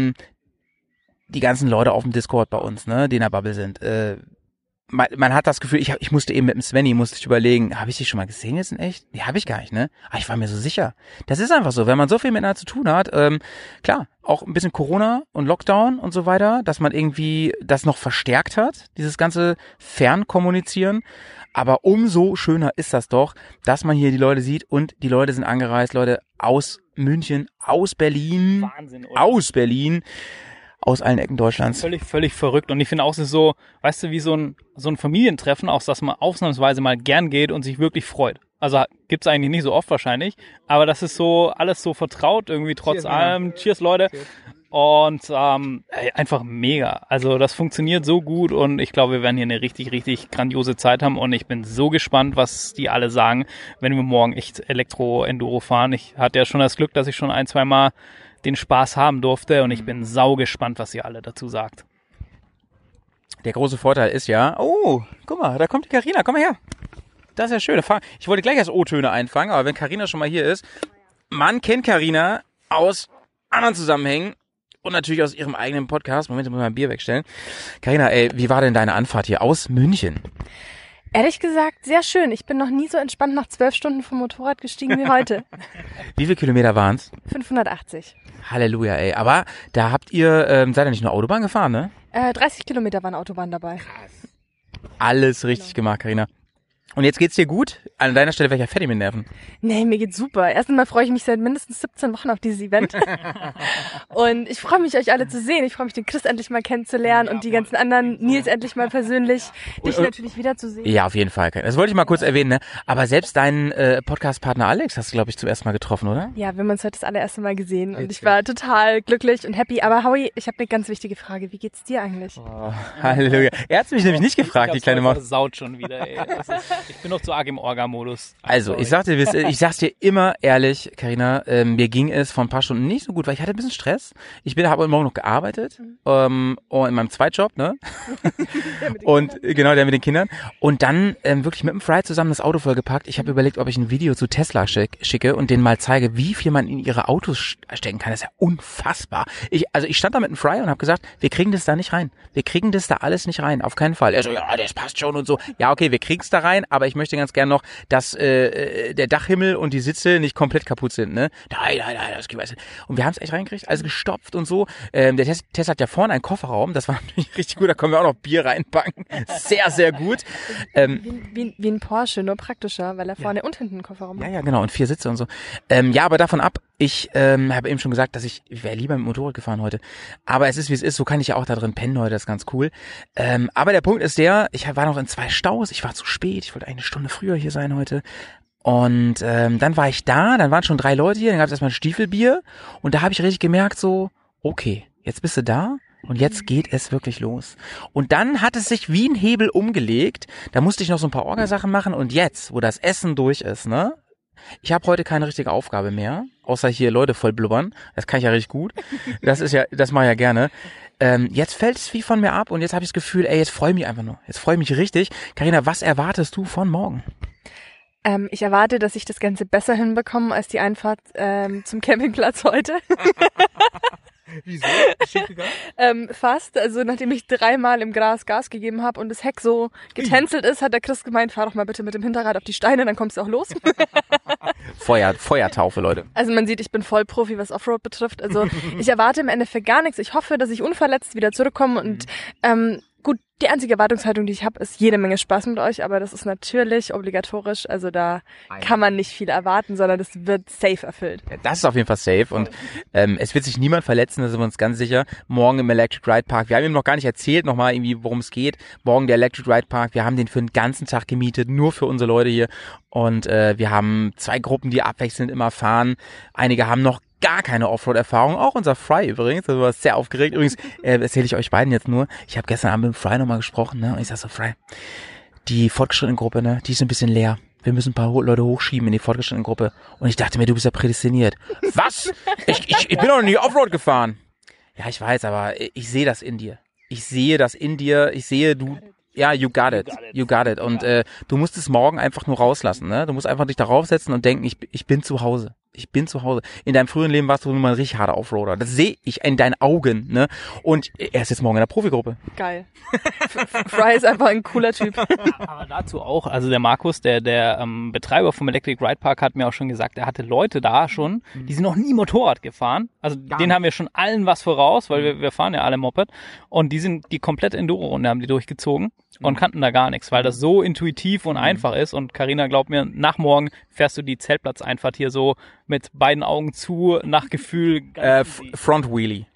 die ganzen Leute auf dem Discord bei uns, ne, die in der Bubble sind, man hat das Gefühl, ich musste eben mit dem Svenny, überlegen, habe ich dich schon mal gesehen jetzt in echt? Nee, habe ich gar nicht, ne? Aber ich war mir so sicher. Das ist einfach so, wenn man so viel miteinander zu tun hat, klar, auch ein bisschen Corona und Lockdown und so weiter, dass man irgendwie das noch verstärkt hat, dieses ganze Fernkommunizieren. Aber umso schöner ist das doch, dass man hier die Leute sieht und die Leute sind angereist, Leute aus München, aus Berlin, Wahnsinn, oder? aus Berlin, aus allen Ecken Deutschlands. Völlig verrückt. Und ich finde auch, es ist so, weißt du, wie so ein Familientreffen, auch dass man ausnahmsweise mal gern geht und sich wirklich freut. Also gibt's eigentlich nicht so oft wahrscheinlich, aber das ist so alles so vertraut irgendwie trotz allem. Cheers, Leute. Cheers. Und einfach mega. Also das funktioniert so gut und ich glaube, wir werden hier eine richtig, richtig grandiose Zeit haben und ich bin so gespannt, was die alle sagen, wenn wir morgen echt Elektro-Enduro fahren. Ich hatte ja schon das Glück, dass ich schon 1-2 Mal den Spaß haben durfte und ich bin sau gespannt, was ihr alle dazu sagt. Der große Vorteil ist ja, oh, guck mal, da kommt die Carina, komm mal her. Das ist ja schön. Ich wollte gleich erst O-Töne einfangen, aber wenn Carina schon mal hier ist, man kennt Carina aus anderen Zusammenhängen und natürlich aus ihrem eigenen Podcast. Moment, ich muss mal ein Bier wegstellen. Carina, wie war denn deine Anfahrt hier aus München? Ehrlich gesagt, sehr schön. Ich bin noch nie so entspannt nach 12 Stunden vom Motorrad gestiegen wie heute. Wie viele Kilometer waren's? 580. Halleluja, aber da habt ihr, seid ihr nicht nur Autobahn gefahren, ne? 30 Kilometer waren Autobahn dabei. Krass. Alles richtig gemacht, Carina. Und jetzt geht's dir gut? An deiner Stelle wäre ich ja fertig mit Nerven. Nee, mir geht's super. Erst einmal freue ich mich seit mindestens 17 Wochen auf dieses Event. Und ich freue mich, euch alle zu sehen. Ich freue mich, den Chris endlich mal kennenzulernen und die ganzen anderen, Nils endlich mal persönlich, dich natürlich wiederzusehen. Ja, auf jeden Fall. Das wollte ich mal kurz erwähnen, ne? Aber selbst deinen Podcast-Partner Alex hast du, glaube ich, zum ersten Mal getroffen, oder? Ja, wir haben uns heute das allererste Mal gesehen und ich war total glücklich und happy. Aber Howie, ich habe eine ganz wichtige Frage. Wie geht's dir eigentlich? Oh, Halleluja. Er hat mich nämlich nicht gefragt, die kleine Maus. Das saut schon wieder, ey. Ich bin noch zu arg im Orga-Modus. Also, ich sag's dir immer ehrlich, Carina, mir ging es vor ein paar Stunden nicht so gut, weil ich hatte ein bisschen Stress. Ich habe heute Morgen noch gearbeitet, und in meinem Zweitjob, ne? Und genau, der mit den Kindern. Und dann wirklich mit dem Fry zusammen das Auto vollgepackt. Ich habe überlegt, ob ich ein Video zu Tesla schicke und denen mal zeige, wie viel man in ihre Autos stecken kann. Das ist ja unfassbar. Ich stand da mit dem Fry und habe gesagt, wir kriegen das da nicht rein. Wir kriegen das da alles nicht rein, auf keinen Fall. Er so, ja, das passt schon und so. Ja, okay, wir kriegen's da rein, aber ich möchte ganz gern noch, dass der Dachhimmel und die Sitze nicht komplett kaputt sind, ne? Nein, das geht nicht. Und wir haben es echt reingekriegt, alles gestopft und so. Der Test hat ja vorne einen Kofferraum, das war natürlich richtig gut, da können wir auch noch Bier reinpacken. Sehr, sehr gut. Wie ein Porsche, nur praktischer, weil er vorne und hinten einen Kofferraum hat. Ja, genau, und 4 Sitze und so. Ja, aber davon ab, ich habe eben schon gesagt, ich wäre lieber mit dem Motorrad gefahren heute. Aber es ist, wie es ist, so kann ich ja auch da drin pennen heute, das ist ganz cool. Aber der Punkt ist ich war noch in 2 Staus, ich war zu spät, ich wollte eine Stunde früher hier sein heute. Und dann war ich da, dann waren schon 3 Leute hier, dann gab es erstmal ein Stiefelbier und da habe ich richtig gemerkt so, okay, jetzt bist du da und jetzt geht es wirklich los. Und dann hat es sich wie ein Hebel umgelegt, da musste ich noch so ein paar Orgasachen machen und jetzt, wo das Essen durch ist, ne? Ich habe heute keine richtige Aufgabe mehr, außer hier Leute voll blubbern, das kann ich ja richtig gut, das mache ich ja gerne. Jetzt fällt es wie von mir ab und jetzt habe ich das Gefühl, jetzt freue ich mich einfach nur, jetzt freue ich mich richtig. Carina, was erwartest du von morgen? Ich erwarte, dass ich das Ganze besser hinbekomme als die Einfahrt zum Campingplatz heute. Wieso? Fast. Also nachdem ich 3-mal im Gras Gas gegeben habe und das Heck so getänzelt ist, hat der Chris gemeint, fahr doch mal bitte mit dem Hinterrad auf die Steine, dann kommst du auch los. Feuertaufe, Leute. Also man sieht, ich bin Vollprofi, was Offroad betrifft. Also ich erwarte im Endeffekt gar nichts. Ich hoffe, dass ich unverletzt wieder zurückkomme und gut, die einzige Erwartungshaltung, die ich habe, ist jede Menge Spaß mit euch, aber das ist natürlich obligatorisch, also da kann man nicht viel erwarten, sondern das wird safe erfüllt. Ja, das ist auf jeden Fall safe und es wird sich niemand verletzen, da sind wir uns ganz sicher. Morgen im Electric Ride Park, wir haben ihm noch gar nicht erzählt, nochmal irgendwie, worum es geht. Morgen der Electric Ride Park, wir haben den für den ganzen Tag gemietet, nur für unsere Leute hier und wir haben 2 Gruppen, die abwechselnd immer fahren. Einige haben noch gar keine Offroad-Erfahrung, auch unser Fry übrigens, also war sehr aufgeregt. Übrigens erzähle ich euch beiden jetzt nur, ich habe gestern Abend mit Fry nochmal gesprochen, ne? Und ich sag so, Fry, die fortgeschrittene Gruppe, ne, die ist ein bisschen leer. Wir müssen ein paar Leute hochschieben in die fortgeschrittene Gruppe. Und ich dachte mir, du bist ja prädestiniert. Was? Ich bin doch noch nie Offroad gefahren. Ja, ich weiß, aber ich sehe das in dir. Ich sehe, du... Ja, you got it. Und du musst es morgen einfach nur rauslassen, ne? Du musst einfach dich darauf setzen und denken, ich bin zu Hause. Ich bin zu Hause. In deinem früheren Leben warst du nun mal ein richtig harter Offroader. Das sehe ich in deinen Augen, ne? Und er ist jetzt morgen in der Profigruppe. Geil. Fry ist einfach ein cooler Typ. Aber dazu auch, also der Markus, der Betreiber vom Electric Ride Park, hat mir auch schon gesagt, er hatte Leute da schon, die sind noch nie Motorrad gefahren. Also denen haben wir schon allen was voraus, weil wir fahren ja alle Moped. Und die komplette Enduro-Runde haben die durchgezogen und kannten da gar nichts, weil das so intuitiv und einfach ist. Und Carina, glaub mir, nach morgen fährst du die Zeltplatzeinfahrt hier so mit beiden Augen zu, nach Gefühl. Front Wheelie.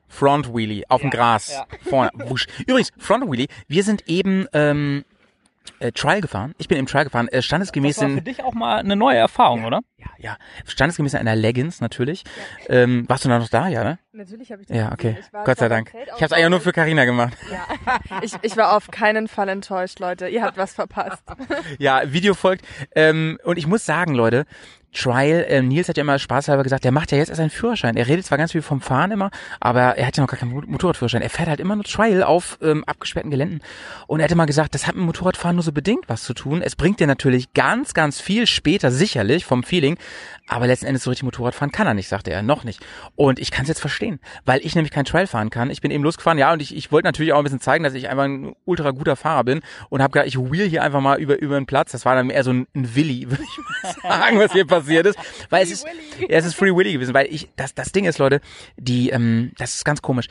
Front Wheelie auf dem Gras. Vorne. Wusch. Übrigens, Front Wheelie, wir sind eben Trial gefahren. Ich bin im Trial gefahren. Standesgemäß Das war für dich auch mal eine neue Erfahrung, oder? Ja. Standesgemäß in einer Leggings natürlich. Warst du da noch da, ja, ne? Natürlich habe ich das Ja, okay. gesehen. Ich war Gott sei zwar beim Dank. Zeltaufbau- Ich hab's eigentlich nur für Carina gemacht. Ja. Ich war auf keinen Fall enttäuscht, Leute. Ihr habt was verpasst. Ja, Video folgt. Und ich muss sagen, Leute, Trial, Nils hat ja immer spaßhalber gesagt, der macht ja jetzt erst einen Führerschein. Er redet zwar ganz viel vom Fahren immer, aber er hat ja noch gar keinen Motorradführerschein. Er fährt halt immer nur Trial auf abgesperrten Geländen. Und er hätte mal gesagt, das hat mit Motorradfahren nur so bedingt was zu tun. Es bringt dir natürlich ganz, ganz viel später sicherlich vom Feeling, aber letzten Endes so richtig Motorradfahren kann er nicht, sagte er, noch nicht. Und ich kann es jetzt verstehen, weil ich nämlich kein Trial fahren kann. Ich bin eben losgefahren, ja, und ich wollte natürlich auch ein bisschen zeigen, dass ich einfach ein ultra guter Fahrer bin und habe gesagt, ich wheel hier einfach mal über den Platz. Das war dann eher so ein Willi, würde ich mal sagen, was hier passiert ist. Weil es ist Free Willy gewesen, weil das Ding ist, Leute, das ist ganz komisch.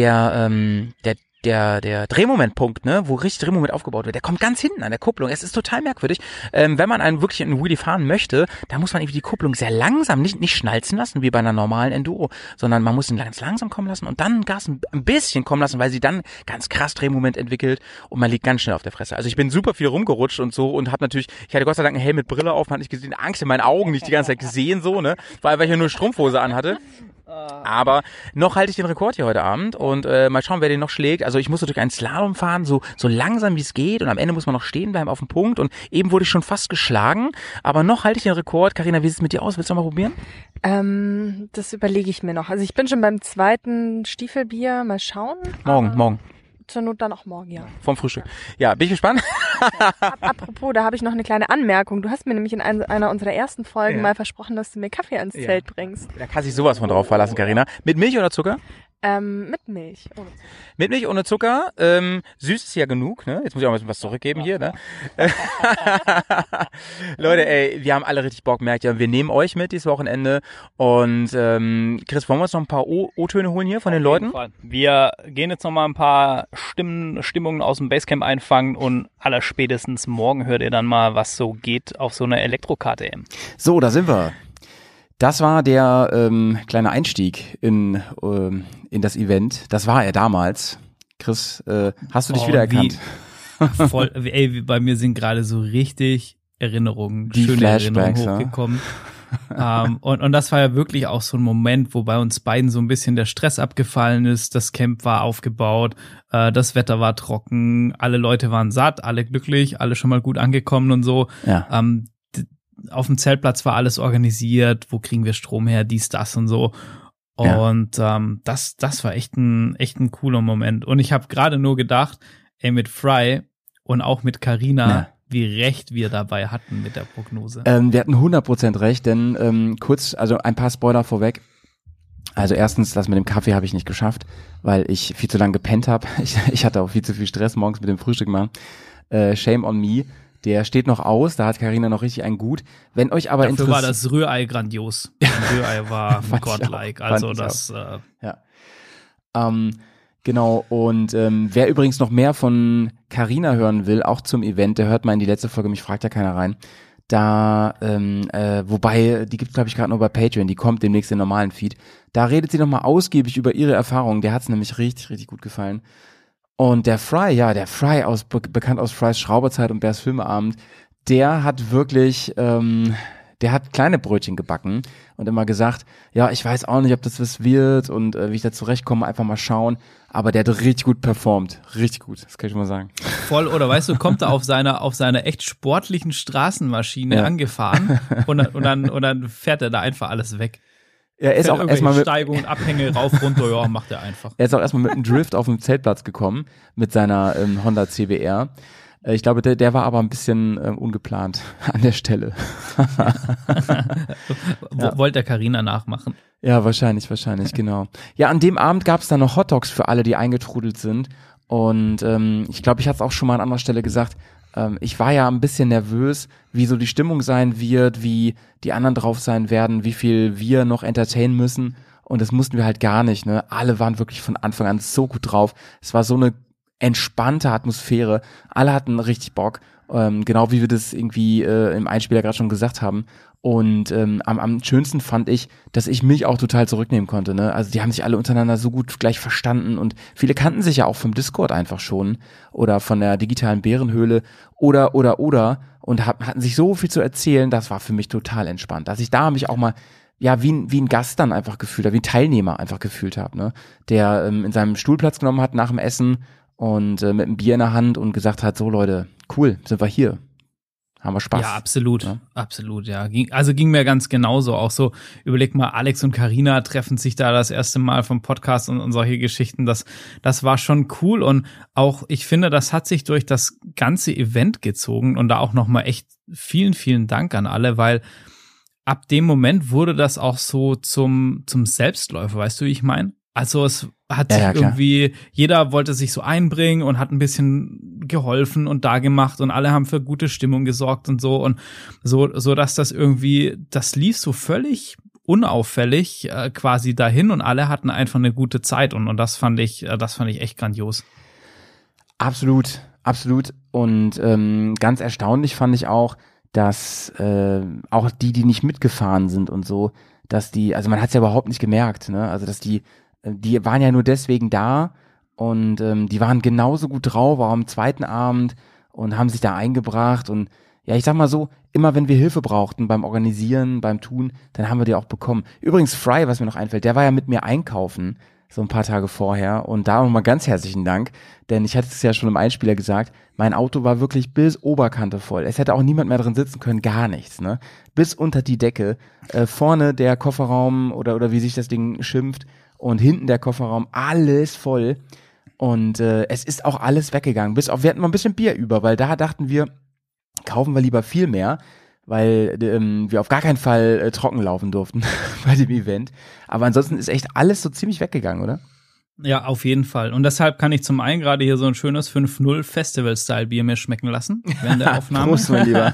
Der Drehmomentpunkt, ne, wo richtig Drehmoment aufgebaut wird, der kommt ganz hinten an der Kupplung. Es ist total merkwürdig. Wenn man wirklich einen Wheelie fahren möchte, da muss man irgendwie die Kupplung sehr langsam, nicht schnalzen lassen, wie bei einer normalen Enduro, sondern man muss ihn ganz langsam kommen lassen und dann Gas ein bisschen kommen lassen, weil sie dann ganz krass Drehmoment entwickelt und man liegt ganz schnell auf der Fresse. Also ich bin super viel rumgerutscht und so und habe natürlich, ich hatte Gott sei Dank einen Helm mit Brille auf, man hat nicht gesehen, Angst in meinen Augen nicht die ganze Zeit gesehen, so, ne, weil ich ja nur Strumpfhose anhatte. Aber noch halte ich den Rekord hier heute Abend und mal schauen, wer den noch schlägt. Also ich musste durch einen Slalom fahren, so langsam wie es geht und am Ende muss man noch stehen bleiben auf dem Punkt und eben wurde ich schon fast geschlagen, aber noch halte ich den Rekord. Carina, wie sieht es mit dir aus? Willst du noch mal probieren? Das überlege ich mir noch. Also ich bin schon beim zweiten Stiefelbier. Mal schauen. Morgen. Zur Not dann auch morgen, ja. Vom Frühstück. Ja, bin ich gespannt. Apropos, da habe ich noch eine kleine Anmerkung. Du hast mir nämlich in einer unserer ersten Folgen mal versprochen, dass du mir Kaffee ans Zelt bringst. Da kann sich sowas von drauf verlassen, Carina. Mit Milch oder Zucker? Mit Milch. Ohne Zucker. Mit Milch ohne Zucker. Süß ist ja genug, ne? Jetzt muss ich auch mal was zurückgeben hier, ne? Leute, ey, wir haben alle richtig Bock, merkt ihr. Wir nehmen euch mit dieses Wochenende. Und Chris, wollen wir uns noch ein paar O-Töne holen hier von den Leuten? Wir gehen jetzt noch mal ein paar Stimmungen aus dem Basecamp einfangen und allerspätestens morgen hört ihr dann mal, was so geht auf so einer Elektro-KTM. So, da sind wir. Das war der kleine Einstieg in das Event. Das war er damals. Chris, hast du dich wiedererkannt? Voll, ey, bei mir sind gerade so richtig Erinnerungen, die schöne Flashbacks, Erinnerungen hochgekommen. Und das war ja wirklich auch so ein Moment, wo bei uns beiden so ein bisschen der Stress abgefallen ist. Das Camp war aufgebaut, das Wetter war trocken, alle Leute waren satt, alle glücklich, alle schon mal gut angekommen und so. Ja. Auf dem Zeltplatz war alles organisiert, wo kriegen wir Strom her, dies, das und so. Und das war echt ein cooler Moment. Und ich habe gerade nur gedacht, ey, mit Fry und auch mit Carina, wie recht wir dabei hatten mit der Prognose. Wir hatten 100% recht, denn also ein paar Spoiler vorweg. Also erstens, das mit dem Kaffee habe ich nicht geschafft, weil ich viel zu lange gepennt habe. Ich hatte auch viel zu viel Stress morgens mit dem Frühstück machen. Shame on me. Der steht noch aus, da hat Carina noch richtig einen gut. Wenn euch aber Dafür war das Rührei grandios. Das Rührei war godlike. Also das. Genau, und wer übrigens noch mehr von Carina hören will, auch zum Event, der hört mal in die letzte Folge, mich fragt ja keiner rein. Da, wobei, die gibt's glaube ich gerade nur bei Patreon, die kommt demnächst im normalen Feed. Da redet sie nochmal ausgiebig über ihre Erfahrungen, der hat's nämlich richtig, richtig gut gefallen. Und der Fry, bekannt aus Frys Schrauberzeit und Bärs Filmeabend, der hat wirklich, der hat kleine Brötchen gebacken und immer gesagt, ja, ich weiß auch nicht, ob das was wird und wie ich da zurechtkomme, einfach mal schauen. Aber der hat richtig gut performt. Richtig gut, das kann ich schon mal sagen. Voll, oder weißt du, kommt er auf seiner echt sportlichen Straßenmaschine angefahren und dann fährt er da einfach alles weg. Ja, er ist auch erstmal mit Steigungen, Abhänge rauf, runter, ja, macht er einfach. Er ist auch erstmal mit einem Drift auf dem Zeltplatz gekommen, mit seiner Honda CBR. Ich glaube, der war aber ein bisschen ungeplant an der Stelle. Wollte der Carina nachmachen? Ja, wahrscheinlich, genau. Ja, an dem Abend gab es dann noch Hotdogs für alle, die eingetrudelt sind. Und ich glaube, ich hatte es auch schon mal an anderer Stelle gesagt, ich war ja ein bisschen nervös, wie so die Stimmung sein wird, wie die anderen drauf sein werden, wie viel wir noch entertainen müssen. Und das mussten wir halt gar nicht, ne? Alle waren wirklich von Anfang an so gut drauf. Es war so eine entspannte Atmosphäre. Alle hatten richtig Bock. Genau wie wir das irgendwie im Einspieler gerade schon gesagt haben. Und am schönsten fand ich, dass ich mich auch total zurücknehmen konnte. Ne? Also die haben sich alle untereinander so gut gleich verstanden und viele kannten sich ja auch vom Discord einfach schon oder von der digitalen Bärenhöhle oder und hatten sich so viel zu erzählen. Das war für mich total entspannt, dass ich da mich auch mal wie ein Gast dann einfach gefühlt habe, wie ein Teilnehmer einfach gefühlt habe, ne? Der in seinem Stuhl Platz genommen hat nach dem Essen und mit einem Bier in der Hand und gesagt hat, so Leute, cool, sind wir hier. Haben wir Spaß. Ja, absolut, ja. Ging mir ganz genauso. Auch so, überleg mal, Alex und Carina treffen sich da das erste Mal vom Podcast und solche Geschichten. Das war schon cool und auch, ich finde, das hat sich durch das ganze Event gezogen und da auch nochmal echt vielen, vielen Dank an alle, weil ab dem Moment wurde das auch so zum Selbstläufer, weißt du, wie ich meine? Also es hat sich irgendwie, jeder wollte sich so einbringen und hat ein bisschen geholfen und da gemacht und alle haben für gute Stimmung gesorgt und so dass das irgendwie, das lief so völlig unauffällig quasi dahin und alle hatten einfach eine gute Zeit und das fand ich echt grandios. Absolut und ganz erstaunlich fand ich auch, dass auch die nicht mitgefahren sind und so, dass also man hat es ja überhaupt nicht gemerkt, ne? Also dass die waren ja nur deswegen da und die waren genauso gut drauf, auch am zweiten Abend und haben sich da eingebracht und ja, ich sag mal so, immer wenn wir Hilfe brauchten beim Organisieren, beim Tun, dann haben wir die auch bekommen. Übrigens Fry, was mir noch einfällt, der war ja mit mir einkaufen, so ein paar Tage vorher und da nochmal ganz herzlichen Dank, denn ich hatte es ja schon im Einspieler gesagt, mein Auto war wirklich bis Oberkante voll. Es hätte auch niemand mehr drin sitzen können, gar nichts, ne? Bis unter die Decke, vorne der Kofferraum oder wie sich das Ding schimpft und hinten der Kofferraum, alles voll und es ist auch alles weggegangen, bis auf, wir hatten mal ein bisschen Bier über, weil da dachten wir, kaufen wir lieber viel mehr, weil wir auf gar keinen Fall trocken laufen durften bei dem Event. Aber ansonsten ist echt alles so ziemlich weggegangen, oder? Ja, auf jeden Fall. Und deshalb kann ich zum einen gerade hier so ein schönes 5-0 Festival-Style-Bier mir schmecken lassen während der Aufnahme. Prost, mein Lieber.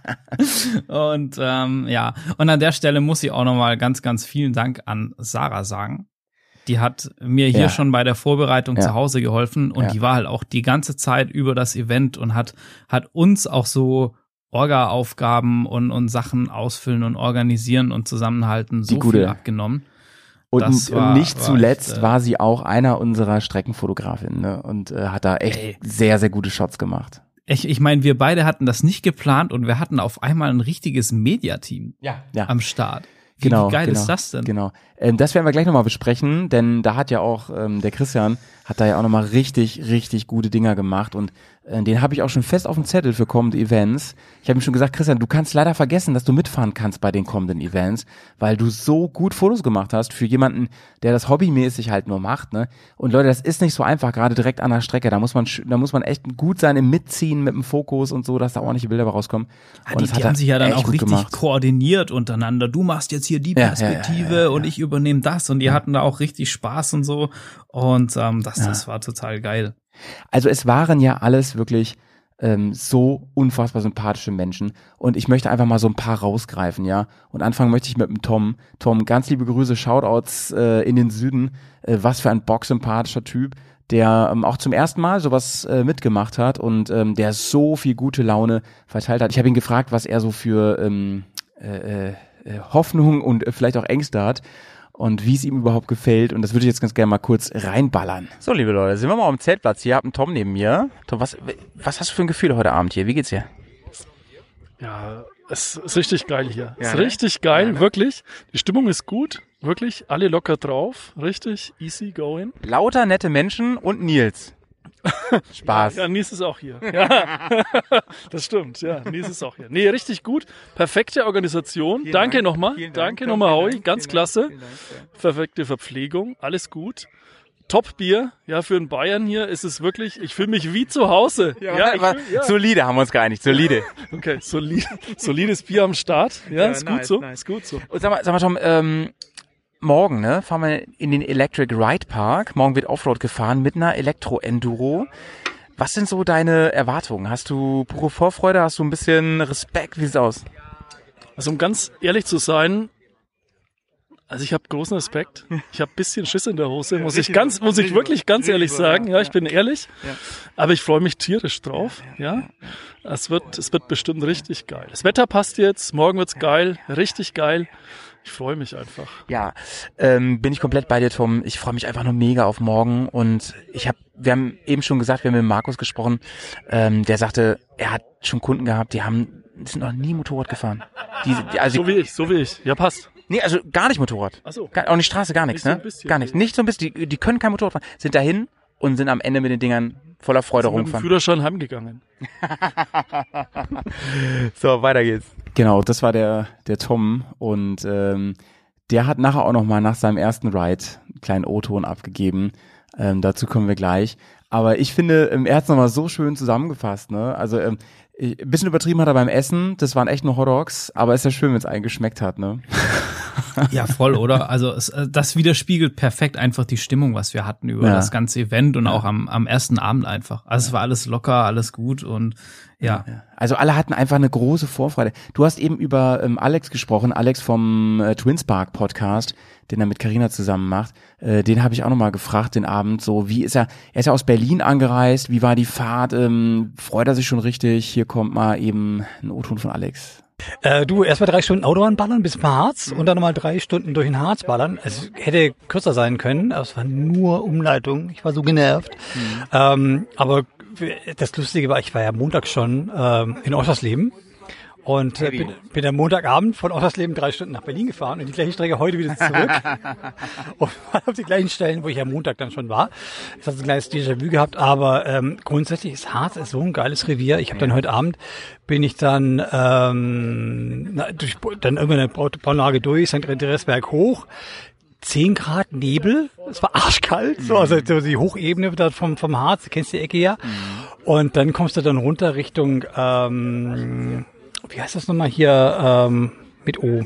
Und und an der Stelle muss ich auch nochmal ganz, ganz vielen Dank an Sarah sagen. Die hat mir hier schon bei der Vorbereitung zu Hause geholfen und die war halt auch die ganze Zeit über das Event und hat uns auch so Orga-Aufgaben und Sachen ausfüllen und organisieren und zusammenhalten so viel abgenommen. Und nicht zuletzt war sie auch einer unserer Streckenfotografinnen, ne? Und hat da echt sehr, sehr gute Shots gemacht. Ich meine, wir beide hatten das nicht geplant und wir hatten auf einmal ein richtiges Mediateam am Start. Wie geil ist das denn? Genau. Das werden wir gleich nochmal besprechen, denn da hat ja auch der Christian hat da ja auch nochmal richtig, richtig gute Dinger gemacht und den habe ich auch schon fest auf dem Zettel für kommende Events. Ich habe ihm schon gesagt, Christian, du kannst leider vergessen, dass du mitfahren kannst bei den kommenden Events, weil du so gut Fotos gemacht hast für jemanden, der das hobbymäßig halt nur macht, ne? Und Leute, das ist nicht so einfach, gerade direkt an der Strecke. Da muss man echt gut sein im Mitziehen mit dem Fokus und so, dass da ordentliche Bilder rauskommen. Ja, die haben sich ja dann auch richtig koordiniert untereinander. Du machst jetzt hier die Perspektive und ich übernehme das und die hatten da auch richtig Spaß und so und das war total geil. Also es waren ja alles wirklich so unfassbar sympathische Menschen und ich möchte einfach mal so ein paar rausgreifen, ja. Und anfangen möchte ich mit dem Tom. Tom, ganz liebe Grüße, Shoutouts in den Süden. Was für ein bocksympathischer Typ, der auch zum ersten Mal sowas mitgemacht hat und der so viel gute Laune verteilt hat. Ich habe ihn gefragt, was er so für Hoffnung und vielleicht auch Ängste hat. Und wie es ihm überhaupt gefällt. Und das würde ich jetzt ganz gerne mal kurz reinballern. So, liebe Leute, sind wir mal am Zeltplatz. Hier habt einen Tom neben mir. Tom, was hast du für ein Gefühl heute Abend hier? Wie geht's dir? Ja, es ist richtig geil hier. Es ist richtig geil, wirklich. Die Stimmung ist gut, wirklich. Alle locker drauf, richtig easy going. Lauter nette Menschen und Nils. Spaß. Ja, Nils ist auch hier. Ja, das stimmt. Ja, Nils ist auch hier. Nee, richtig gut. Perfekte Organisation. Danke nochmal. Danke nochmal, Howie. Ganz klasse. Perfekte Verpflegung. Alles gut. Top-Bier. Ja, für einen Bayern hier ist es wirklich, ich fühle mich wie zu Hause. Solide haben wir uns geeinigt. Solide. Okay, solides Bier am Start. Ja, ist gut so. Ist gut so. Und sag mal Tom, morgen, ne, fahren wir in den Electric Ride Park. Morgen wird Offroad gefahren mit einer Elektro-Enduro. Was sind so deine Erwartungen? Hast du pure Vorfreude? Hast du ein bisschen Respekt? Wie sieht's aus? Also um ganz ehrlich zu sein, Also ich habe großen Respekt. Ich habe ein bisschen Schiss in der Hose, muss ich wirklich ganz ehrlich sagen. Ja, ich bin ehrlich. Aber ich freue mich tierisch drauf. Ja, es wird bestimmt richtig geil. Das Wetter passt jetzt. Morgen wird's geil, richtig geil. Ich freue mich einfach. Ja, bin ich komplett bei dir, Tom. Ich freue mich einfach nur mega auf morgen. Und wir haben eben schon gesagt, wir haben mit Markus gesprochen. Der sagte, er hat schon Kunden gehabt, die sind noch nie Motorrad gefahren. Also So wie ich. Ja, passt. Nee, also gar nicht Motorrad. Ach so. Auch nicht Straße, gar nichts, ne? Gar nichts. Nicht so ein bisschen. Die können kein Motorrad fahren. Sind dahin und sind am Ende mit den Dingern voller Freude rumgefahren. Mit dem Führerschein heimgegangen. So, weiter geht's. Genau, das war der Tom und der hat nachher auch nochmal nach seinem ersten Ride einen kleinen O-Ton abgegeben. Dazu kommen wir gleich. Aber ich finde, er hat es nochmal so schön zusammengefasst, ne? Also ein bisschen übertrieben hat er beim Essen, das waren echt nur Hotdogs, aber ist ja schön, wenn es einen geschmeckt hat, ne? Ja, voll, oder? Also das widerspiegelt perfekt einfach die Stimmung, was wir hatten über das ganze Event und auch am ersten Abend einfach. Also es war alles locker, alles gut und ja. Also alle hatten einfach eine große Vorfreude. Du hast eben über Alex gesprochen, Alex vom Twinspark Podcast, den er mit Carina zusammen macht. Den habe ich auch nochmal gefragt den Abend, so wie ist er ist ja aus Berlin angereist, wie war die Fahrt, freut er sich schon richtig? Hier kommt mal eben ein O-Ton von Alex. Du, erstmal 3 Stunden Autobahn ballern bis zum Harz und dann nochmal 3 Stunden durch den Harz ballern. Es hätte kürzer sein können, aber es war nur Umleitung. Ich war so genervt. Aber das Lustige war, ich war ja Montag schon in Oschersleben und bin am Montagabend von Oschersleben 3 Stunden nach Berlin gefahren und die gleiche Strecke heute wieder zurück. Und auf die gleichen Stellen, wo ich am Montag dann schon war. Das hat ein kleines Déjà-vu gehabt, aber grundsätzlich ist Harz so ein geiles Revier. Ich habe dann heute Abend bin ich dann dann irgendeine Bauanlage durch, St. Andreasberg hoch. 10 Grad Nebel, es war arschkalt, so, also die Hochebene da vom Harz, du kennst die Ecke ja. Und dann kommst du dann runter Richtung, wie heißt das nochmal hier, mit O?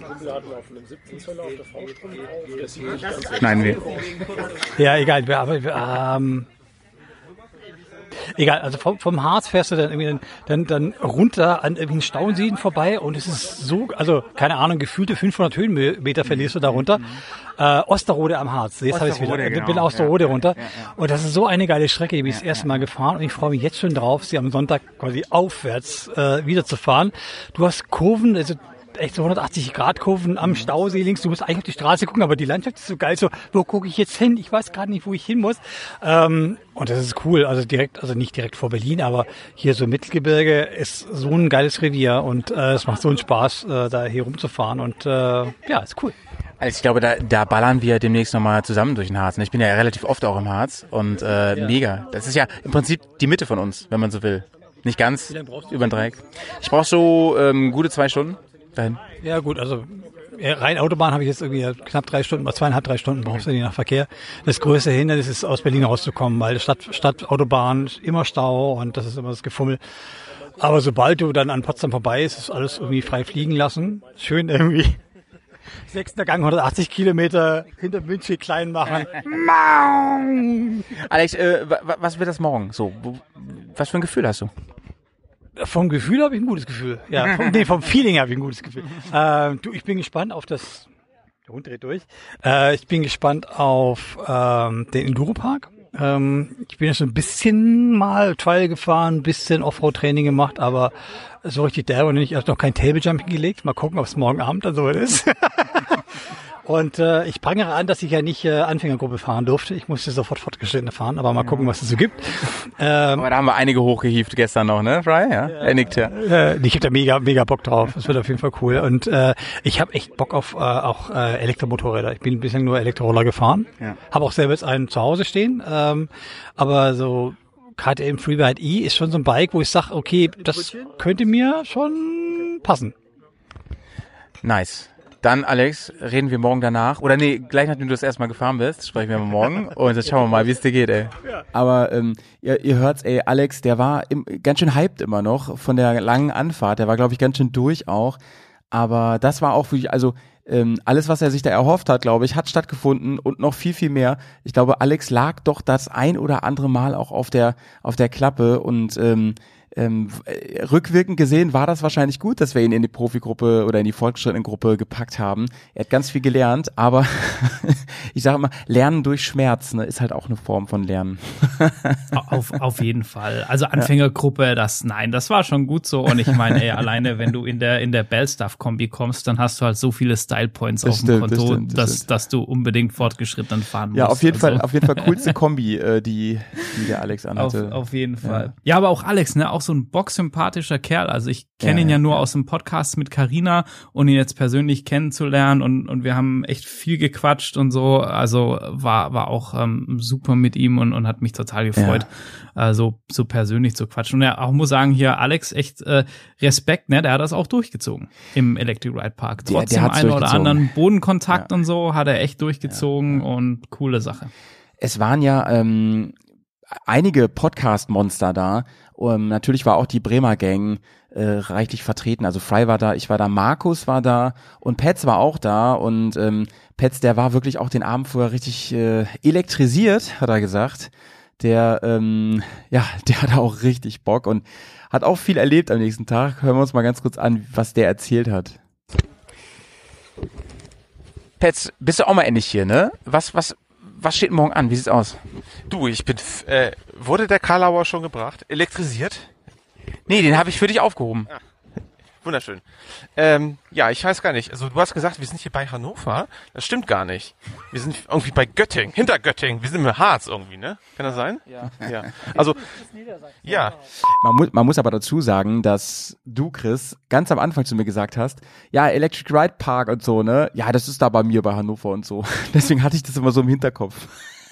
Schneiden wir. Ja, egal, egal, also vom Harz fährst du dann irgendwie dann runter an irgendwelchen Stauseen vorbei und es ist so, also keine Ahnung, gefühlte 500 Höhenmeter verlierst du da runter. Osterode am Harz, jetzt habe ich es wieder. Ich bin Osterode runter. Und das ist so eine geile Strecke, die bin ich das erste Mal gefahren und ich freue mich jetzt schon drauf, sie am Sonntag quasi aufwärts wieder zu fahren. Du hast Kurven, also echt so 180-Grad-Kurven am Stausee links. Du musst eigentlich auf die Straße gucken, aber die Landschaft ist so geil. So, wo gucke ich jetzt hin? Ich weiß gerade nicht, wo ich hin muss. Und das ist cool. Also nicht direkt vor Berlin, aber hier so Mittelgebirge ist so ein geiles Revier und es macht so einen Spaß, da hier rumzufahren und ist cool. Also ich glaube, da ballern wir demnächst nochmal zusammen durch den Harz. Ich bin ja relativ oft auch im Harz und mega. Das ist ja im Prinzip die Mitte von uns, wenn man so will. Nicht ganz, über den Dreieck. Ich brauche so gute 2 Stunden dahin. Ja gut, also rein Autobahn habe ich jetzt irgendwie knapp 3 Stunden, 2,5, 3 Stunden brauchst du je nach Verkehr. Das größte Hindernis ist, aus Berlin rauszukommen, weil Stadtautobahn ist immer Stau und das ist immer das Gefummel. Aber sobald du dann an Potsdam vorbei ist alles irgendwie frei fliegen lassen. Schön irgendwie 6. Gang 180 Kilometer hinter München klein machen. Alex, was wird das morgen? So, was für ein Gefühl hast du? Vom Gefühl habe ich ein gutes Gefühl. Ja, vom Feeling habe ich ein gutes Gefühl. Ich bin gespannt auf das. Der Hund dreht durch. Ich bin gespannt auf den Enduropark. Ich bin jetzt ein bisschen mal Trial gefahren, ein bisschen Offroad-Training gemacht, aber so richtig derbe nicht. Ich habe noch kein Table-Jumping gelegt. Mal gucken, ob es morgen Abend dann soweit ist. Und ich prangere an, dass ich ja nicht Anfängergruppe fahren durfte. Ich musste sofort Fortgeschrittene fahren, aber mal gucken, was es so gibt. Aber da haben wir einige hochgehievt gestern noch, ne, Fry? Ja? Er nickt ja. Ich habe da mega Bock drauf. Das wird auf jeden Fall cool. Und ich habe echt Bock auf auch Elektromotorräder. Ich bin bislang nur Elektroroller gefahren. Ja. Habe auch selber jetzt einen zu Hause stehen. Aber so KTM Freeride E ist schon so ein Bike, wo ich sage, okay, das könnte mir schon passen. Nice. Dann, Alex, reden wir morgen danach. Oder nee, gleich nachdem du das erstmal gefahren bist, sprechen wir morgen. Und jetzt schauen wir mal, wie es dir geht, ey. Aber ihr hört's, ey, Alex, der war ganz schön hyped immer noch von der langen Anfahrt. Der war, glaube ich, ganz schön durch auch. Aber das war auch wirklich, also alles, was er sich da erhofft hat, glaube ich, hat stattgefunden und noch viel, viel mehr. Ich glaube, Alex lag doch das ein oder andere Mal auch auf der Klappe und rückwirkend gesehen war das wahrscheinlich gut, dass wir ihn in die Profigruppe oder in die fortgeschrittene Gruppe gepackt haben. Er hat ganz viel gelernt, aber ich sage immer, Lernen durch Schmerz, ne, ist halt auch eine Form von Lernen. Auf jeden Fall. Also Anfängergruppe, das war schon gut so. Und ich meine, ey, alleine wenn du in der Bell-Stuff-Kombi kommst, dann hast du halt so viele Style-Points auf dem Konto, dass du unbedingt fortgeschritten fahren musst. Ja, auf jeden Fall coolste Kombi, die der Alex anhatte. Auf jeden Fall. Ja, aber auch Alex, ne, auch so ein bocksympathischer Kerl. Also ich kenne ihn ja nur aus dem Podcast mit Carina und ihn jetzt persönlich kennenzulernen und wir haben echt viel gequatscht und so. Also war auch super mit ihm und hat mich total gefreut, so persönlich zu quatschen. Und ja, auch muss sagen, hier Alex, echt Respekt, ne, der hat das auch durchgezogen im Electric Ride Park. Trotz dem einen oder anderen Bodenkontakt und so hat er echt durchgezogen und coole Sache. Es waren ja einige Podcast-Monster da. Natürlich war auch die Bremer Gang reichlich vertreten. Also Fry war da, ich war da, Markus war da und Petz war auch da. Und Petz, der war wirklich auch den Abend vorher richtig elektrisiert, hat er gesagt. Der hat auch richtig Bock und hat auch viel erlebt am nächsten Tag. Hören wir uns mal ganz kurz an, was der erzählt hat. Petz, bist du auch mal endlich hier, ne? Was steht morgen an? Wie sieht's aus? Du, ich bin, wurde der Karlauer schon gebracht? Elektrisiert? Nee, den habe ich für dich aufgehoben. Ah, wunderschön. Ja, ich weiß gar nicht. Also du hast gesagt, wir sind hier bei Hannover. Das stimmt gar nicht. Wir sind irgendwie bei Göttingen, hinter Göttingen. Wir sind im Harz irgendwie, ne? Kann das sein? Ja. Also, ja. Man muss aber dazu sagen, dass du, Chris, ganz am Anfang zu mir gesagt hast, ja, Electric Ride Park und so, ne? Ja, das ist da bei mir bei Hannover und so. Deswegen hatte ich das immer so im Hinterkopf.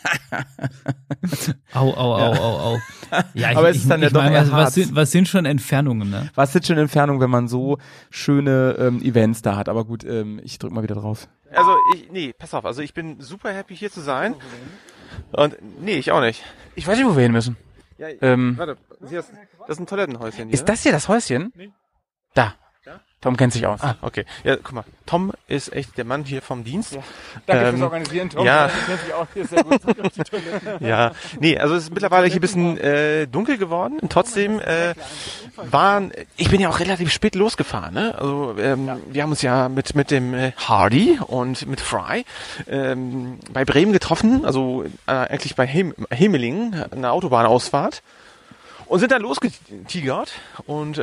Au. Ja, aber es ist dann ja doch eher hart. Was sind schon Entfernungen, ne? Was sind schon Entfernungen, wenn man so schöne Events da hat? Aber gut, ich drück mal wieder drauf. Also, pass auf. Also, ich bin super happy hier zu sein. Und, ich auch nicht. Ich weiß nicht, wo wir hin müssen. Ja, warte, das ist ein Toilettenhäuschen hier. Ist das hier das Häuschen? Nee. Da. Tom kennt sich aus. Ah, okay. Ja, guck mal. Tom ist echt der Mann hier vom Dienst. Ja. Danke fürs Organisieren, Tom. Ja. Kennt sich auch hier sehr gut auf die Toilette. Ja. Also es ist mittlerweile hier ein bisschen dunkel geworden. Und trotzdem ich bin ja auch relativ spät losgefahren. Ne? Also wir haben uns ja mit dem Hardy und mit Fry bei Bremen getroffen. Also eigentlich bei Hemelingen, eine Autobahnausfahrt. Und sind dann losgetigert. Und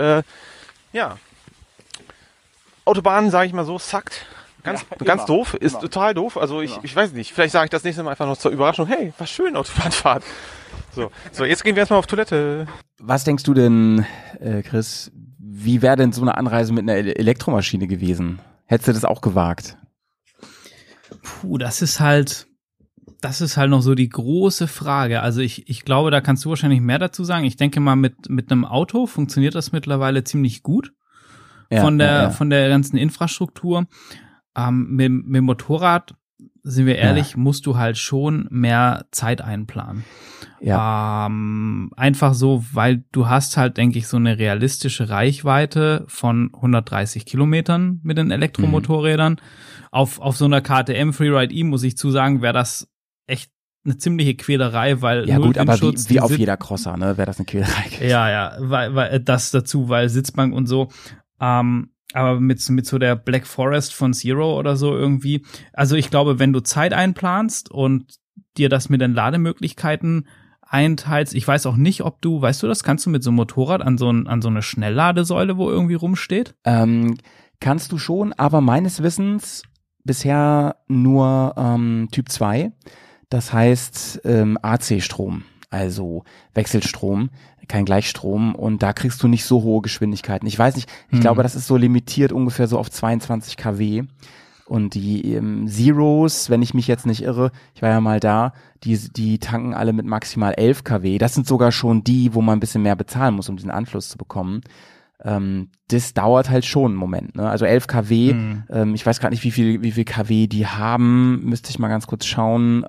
Autobahn, sage ich mal so, sackt. Ganz doof, ist total doof. Also ich weiß nicht, vielleicht sage ich das nächste Mal einfach noch zur Überraschung, hey, was schön, Autobahnfahrt. So, jetzt gehen wir erstmal auf Toilette. Was denkst du denn, Chris, wie wäre denn so eine Anreise mit einer Elektromaschine gewesen? Hättest du das auch gewagt? Puh, das ist halt noch so die große Frage. Also ich glaube, da kannst du wahrscheinlich mehr dazu sagen. Ich denke mal, mit einem Auto funktioniert das mittlerweile ziemlich gut. Von der ganzen Infrastruktur. Mit dem Motorrad, sind wir ehrlich, musst du halt schon mehr Zeit einplanen. Ja. Einfach so, weil du hast halt, denke ich, so eine realistische Reichweite von 130 Kilometern mit den Elektromotorrädern. Auf so einer KTM Freeride E, muss ich zusagen, wäre das echt eine ziemliche Quälerei, weil ja gut, aber wie auf jeder Crosser, ne, wäre das eine Quälerei gewesen. Ja, weil das dazu, weil Sitzbank und so. Aber mit so der Black Forest von Zero oder so irgendwie. Also ich glaube, wenn du Zeit einplanst und dir das mit den Lademöglichkeiten einteilst, ich weiß auch nicht, weißt du das, kannst du mit so einem Motorrad an so eine Schnellladesäule, wo irgendwie rumsteht? Kannst du schon, aber meines Wissens bisher nur Typ 2. Das heißt AC-Strom, also Wechselstrom, kein Gleichstrom, und da kriegst du nicht so hohe Geschwindigkeiten. Ich weiß nicht, ich glaube, das ist so limitiert ungefähr so auf 22 kW. Und die Zeros, wenn ich mich jetzt nicht irre, ich war ja mal da, die tanken alle mit maximal 11 kW. Das sind sogar schon die, wo man ein bisschen mehr bezahlen muss, um diesen Anschluss zu bekommen. Das dauert halt schon einen Moment, ne? Also 11 kW, ich weiß gerade nicht, wie viel kW die haben, müsste ich mal ganz kurz schauen.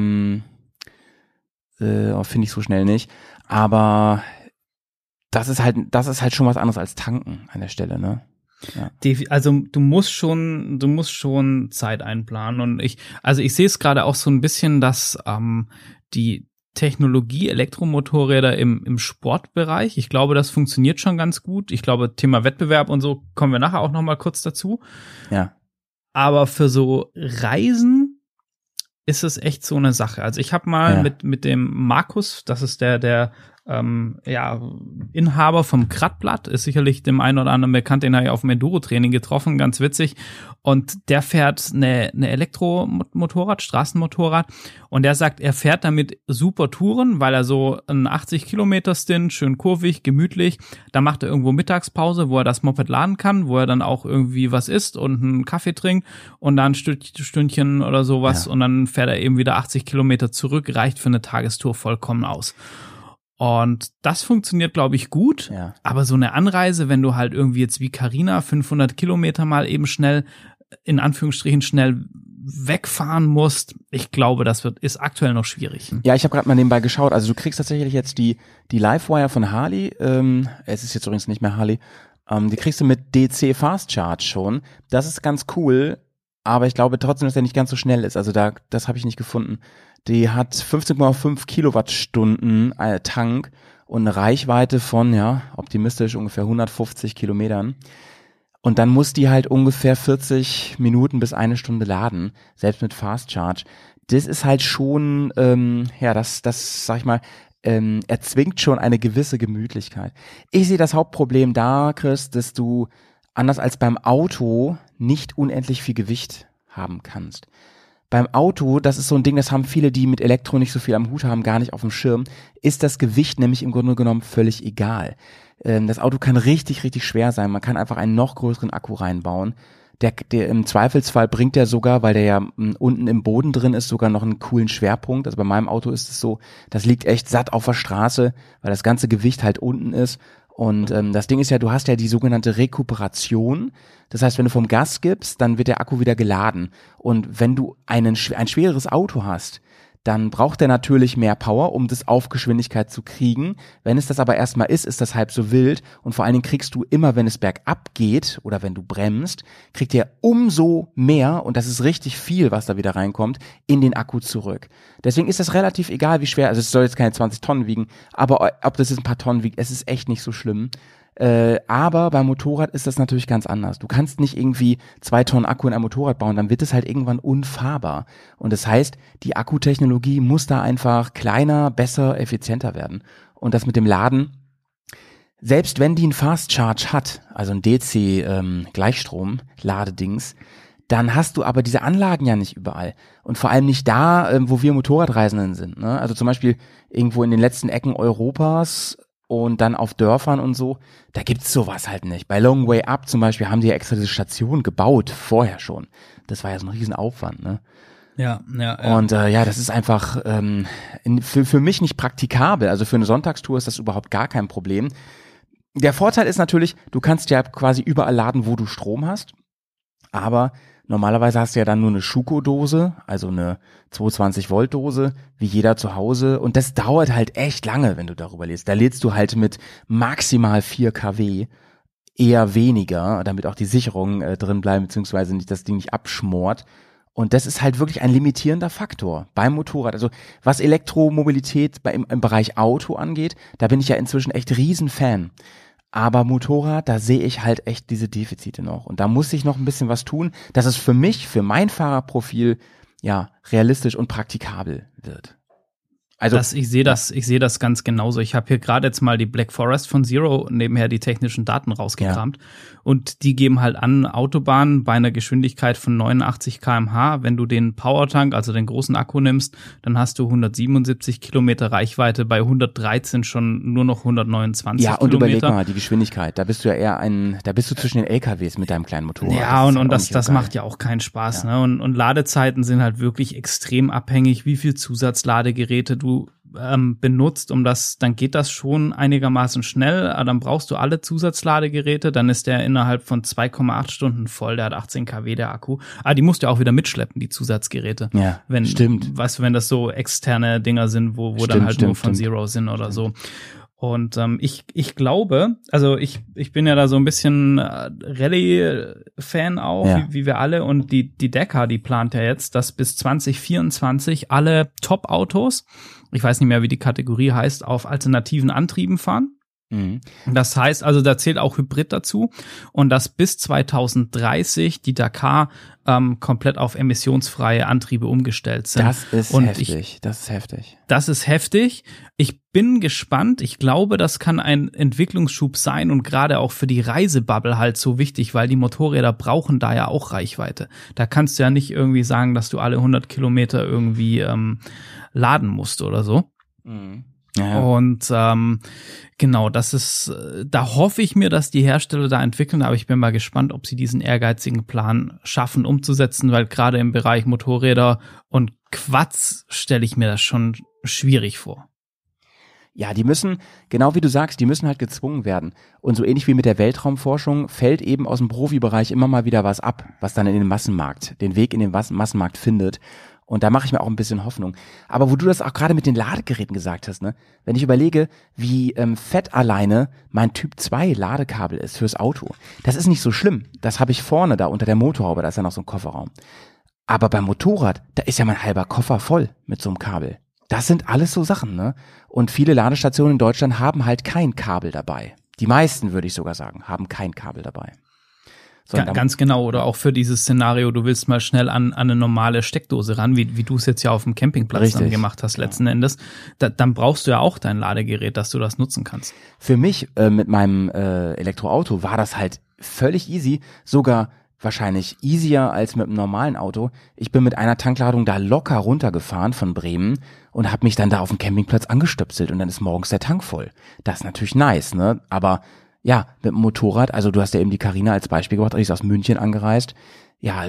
Finde ich so schnell nicht. Aber das ist halt schon was anderes als tanken an der Stelle, ne? Ja. Also du musst schon Zeit einplanen, und ich sehe es gerade auch so ein bisschen, dass die Technologie, Elektromotorräder im Sportbereich. Ich glaube, das funktioniert schon ganz gut. Ich glaube, Thema Wettbewerb und so kommen wir nachher auch noch mal kurz dazu. Ja. Aber für so Reisen ist es echt so eine Sache. Also ich habe mal mit dem Markus, das ist der Inhaber vom Krattblatt, ist sicherlich dem einen oder anderen bekannt, den habe ich auf dem Enduro-Training getroffen, ganz witzig. Und der fährt eine Elektromotorrad, Straßenmotorrad. Und der sagt, er fährt damit super Touren, weil er so einen 80-Kilometer-Stint, schön kurvig, gemütlich, da macht er irgendwo Mittagspause, wo er das Moped laden kann, wo er dann auch irgendwie was isst und einen Kaffee trinkt und dann ein Stündchen oder sowas und dann fährt er eben wieder 80 Kilometer zurück, reicht für eine Tagestour vollkommen aus. Und das funktioniert, glaube ich, gut. Ja. Aber so eine Anreise, wenn du halt irgendwie jetzt wie Carina 500 Kilometer mal eben schnell, in Anführungsstrichen schnell wegfahren musst, ich glaube, ist aktuell noch schwierig. Ja, ich habe gerade mal nebenbei geschaut. Also du kriegst tatsächlich jetzt die Livewire von Harley. Es ist jetzt übrigens nicht mehr Harley. Die kriegst du mit DC Fast Charge schon. Das ist ganz cool. Aber ich glaube trotzdem, dass der nicht ganz so schnell ist. Also das habe ich nicht gefunden. Die hat 15,5 Kilowattstunden Tank und eine Reichweite von, optimistisch ungefähr 150 Kilometern. Und dann muss die halt ungefähr 40 Minuten bis 1 Stunde laden, selbst mit Fast Charge. Das ist halt schon, das sag ich mal, erzwingt schon eine gewisse Gemütlichkeit. Ich sehe das Hauptproblem da, Chris, dass du anders als beim Auto nicht unendlich viel Gewicht haben kannst. Beim Auto, das ist so ein Ding, das haben viele, die mit Elektro nicht so viel am Hut haben, gar nicht auf dem Schirm, ist das Gewicht nämlich im Grunde genommen völlig egal. Das Auto kann richtig, richtig schwer sein. Man kann einfach einen noch größeren Akku reinbauen. Der im Zweifelsfall bringt der sogar, weil der ja unten im Boden drin ist, sogar noch einen coolen Schwerpunkt. Also bei meinem Auto ist es so, das liegt echt satt auf der Straße, weil das ganze Gewicht halt unten ist. Und das Ding ist ja, du hast ja die sogenannte Rekuperation. Das heißt, wenn du vom Gas gibst, dann wird der Akku wieder geladen. Und wenn du ein schwereres Auto hast, dann braucht der natürlich mehr Power, um das auf Geschwindigkeit zu kriegen. Wenn es das aber erstmal ist das halb so wild. Und vor allen Dingen kriegst du immer, wenn es bergab geht oder wenn du bremst, kriegt der umso mehr, und das ist richtig viel, was da wieder reinkommt, in den Akku zurück. Deswegen ist das relativ egal, wie schwer, also es soll jetzt keine 20 Tonnen wiegen, aber ob das jetzt ein paar Tonnen wiegt, es ist echt nicht so schlimm. Aber beim Motorrad ist das natürlich ganz anders. Du kannst nicht irgendwie 2 Tonnen Akku in ein Motorrad bauen, dann wird es halt irgendwann unfahrbar. Und das heißt, die Akkutechnologie muss da einfach kleiner, besser, effizienter werden. Und das mit dem Laden, selbst wenn die einen Fast Charge hat, also ein DC Gleichstrom-Ladedings, dann hast du aber diese Anlagen ja nicht überall. Und vor allem nicht da, wo wir Motorradreisenden sind. Ne? Also zum Beispiel irgendwo in den letzten Ecken Europas und dann auf Dörfern und so, da gibt's sowas halt nicht. Bei Long Way Up zum Beispiel haben die ja extra diese Station gebaut, vorher schon. Das war ja so ein Riesenaufwand, ne? Ja. Und das ist einfach für mich nicht praktikabel. Also für eine Sonntagstour ist das überhaupt gar kein Problem. Der Vorteil ist natürlich, du kannst ja quasi überall laden, wo du Strom hast. Aber normalerweise hast du ja dann nur eine Schuko-Dose, also eine 220-Volt-Dose, wie jeder zu Hause. Und das dauert halt echt lange, wenn du darüber lädst. Da lädst du halt mit maximal 4 kW, eher weniger, damit auch die Sicherungen drin bleiben, beziehungsweise nicht, das Ding nicht abschmort. Und das ist halt wirklich ein limitierender Faktor beim Motorrad. Also was Elektromobilität im Bereich Auto angeht, da bin ich ja inzwischen echt Riesenfan. Aber Motorrad, da sehe ich halt echt diese Defizite noch. Und da muss ich noch ein bisschen was tun, dass es für mich, für mein Fahrerprofil, realistisch und praktikabel wird. Also ich sehe das ganz genauso. Ich habe hier gerade jetzt mal die Black Forest von Zero nebenher die technischen Daten rausgekramt. Und die geben halt an, Autobahnen bei einer Geschwindigkeit von 89 km/h, wenn du den Powertank, also den großen Akku nimmst, dann hast du 177 Kilometer Reichweite, bei 113 schon nur noch 129 Kilometer. Ja, und überleg mal, die Geschwindigkeit, da bist du ja da bist du zwischen den LKWs mit deinem kleinen Motorrad. Ja, und das macht ja auch keinen Spaß, ne? Und Ladezeiten sind halt wirklich extrem abhängig, wie viel Zusatzladegeräte du benutzt, dann geht das schon einigermaßen schnell, aber dann brauchst du alle Zusatzladegeräte, dann ist der innerhalb von 2,8 Stunden voll, der hat 18 kW der Akku. Die musst du auch wieder mitschleppen, die Zusatzgeräte. Ja, stimmt. Weißt du, wenn das so externe Dinger sind, wo dann halt nur von Zero sind oder so. Und ich glaube, also ich bin ja da so ein bisschen Rallye-Fan auch, wie wir alle. Und die Dakar, die plant ja jetzt, dass bis 2024 alle Top-Autos, ich weiß nicht mehr, wie die Kategorie heißt, auf alternativen Antrieben fahren. Das heißt, also da zählt auch Hybrid dazu und dass bis 2030 die Dakar komplett auf emissionsfreie Antriebe umgestellt sind. Das ist heftig. Das ist heftig. Ich bin gespannt. Ich glaube, das kann ein Entwicklungsschub sein und gerade auch für die Reisebubble halt so wichtig, weil die Motorräder brauchen da ja auch Reichweite. Da kannst du ja nicht irgendwie sagen, dass du alle 100 Kilometer irgendwie laden musst oder so. Ja. Und genau, das ist, da hoffe ich mir, dass die Hersteller da entwickeln, aber ich bin mal gespannt, ob sie diesen ehrgeizigen Plan schaffen umzusetzen, weil gerade im Bereich Motorräder und Quads stelle ich mir das schon schwierig vor. Ja, die müssen, genau wie du sagst, die müssen halt gezwungen werden. Und so ähnlich wie mit der Weltraumforschung fällt eben aus dem Profibereich immer mal wieder was ab, was dann in den Massenmarkt, den Weg in den Massenmarkt findet. Und da mache ich mir auch ein bisschen Hoffnung. Aber wo du das auch gerade mit den Ladegeräten gesagt hast, ne, wenn ich überlege, wie fett alleine mein Typ 2 Ladekabel ist fürs Auto, das ist nicht so schlimm. Das habe ich vorne da unter der Motorhaube, da ist ja noch so ein Kofferraum. Aber beim Motorrad, da ist ja mein halber Koffer voll mit so einem Kabel. Das sind alles so Sachen, ne? Und viele Ladestationen in Deutschland haben halt kein Kabel dabei. Die meisten, würde ich sogar sagen, haben kein Kabel dabei. Ganz genau, oder auch für dieses Szenario, du willst mal schnell an eine normale Steckdose ran, wie du es jetzt ja auf dem Campingplatz dann gemacht hast letzten Endes, dann brauchst du ja auch dein Ladegerät, dass du das nutzen kannst. Für mich mit meinem Elektroauto war das halt völlig easy, sogar wahrscheinlich easier als mit einem normalen Auto. Ich bin mit einer Tankladung da locker runtergefahren von Bremen und habe mich dann da auf dem Campingplatz angestöpselt und dann ist morgens der Tank voll. Das ist natürlich nice, ne? Aber ja, mit dem Motorrad, also du hast ja eben die Carina als Beispiel gebracht, die ist aus München angereist. Ja,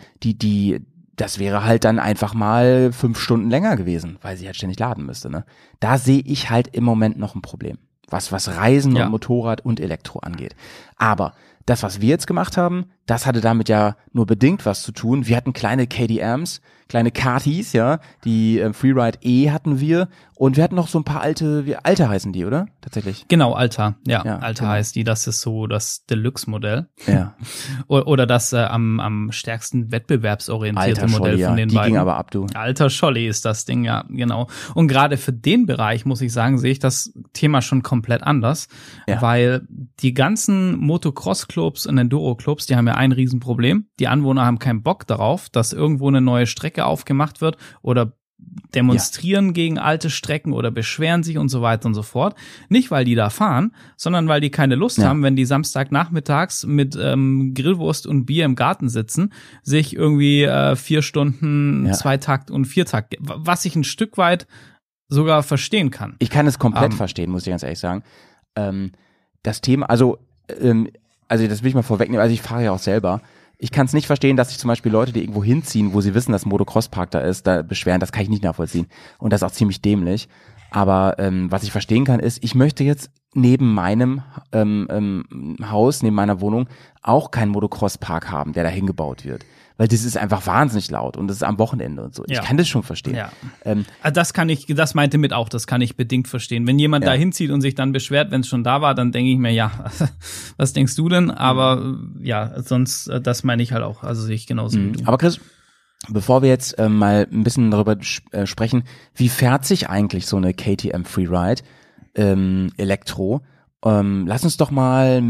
das wäre halt dann einfach mal 5 Stunden länger gewesen, weil sie halt ständig laden müsste, ne? Da sehe ich halt im Moment noch ein Problem, was Reisen und Motorrad und Elektro angeht. Aber das, was wir jetzt gemacht haben, das hatte damit ja nur bedingt was zu tun. Wir hatten kleine KTMs, kleine Kartis, ja, die Freeride E hatten wir und wir hatten noch so ein paar Alter heißen die, oder? Tatsächlich. Genau, Alter, Alter heißt die, das ist so das Deluxe-Modell. Ja. Oder das am stärksten wettbewerbsorientierte Alter Modell Scholli, von den die beiden. ging aber ab, du. Alter Scholli ist das Ding, ja, genau. Und gerade für den Bereich, muss ich sagen, sehe ich das Thema schon komplett anders, weil die ganzen Motocross-Clubs und Enduro-Clubs, die haben ja ein Riesenproblem. Die Anwohner haben keinen Bock darauf, dass irgendwo eine neue Strecke aufgemacht wird oder demonstrieren gegen alte Strecken oder beschweren sich und so weiter und so fort. Nicht, weil die da fahren, sondern weil die keine Lust haben, wenn die Samstagnachmittags mit Grillwurst und Bier im Garten sitzen, sich irgendwie 4 Stunden Zweitakt und Viertakt, was ich ein Stück weit sogar verstehen kann. Ich kann es komplett verstehen, muss ich ganz ehrlich sagen. Das Thema, also das will ich mal vorwegnehmen, also ich fahre ja auch selber. Ich kann es nicht verstehen, dass sich zum Beispiel Leute, die irgendwo hinziehen, wo sie wissen, dass ein Motocross-Park da ist, da beschweren. Das kann ich nicht nachvollziehen. Und das ist auch ziemlich dämlich. Aber was ich verstehen kann, ist, ich möchte jetzt neben meinem Haus, neben meiner Wohnung auch keinen Motocross-Park haben, der da hingebaut wird. Weil das ist einfach wahnsinnig laut und das ist am Wochenende und so. Ich kann das schon verstehen. Ja. Das meinte mit auch, das kann ich bedingt verstehen. Wenn jemand da hinzieht und sich dann beschwert, wenn es schon da war, dann denke ich mir, ja, was denkst du denn? Aber sonst, das meine ich halt auch, also sehe ich genauso wie du. Aber Chris, bevor wir jetzt mal ein bisschen darüber sprechen, wie fährt sich eigentlich so eine KTM Freeride Elektro? Lass uns doch mal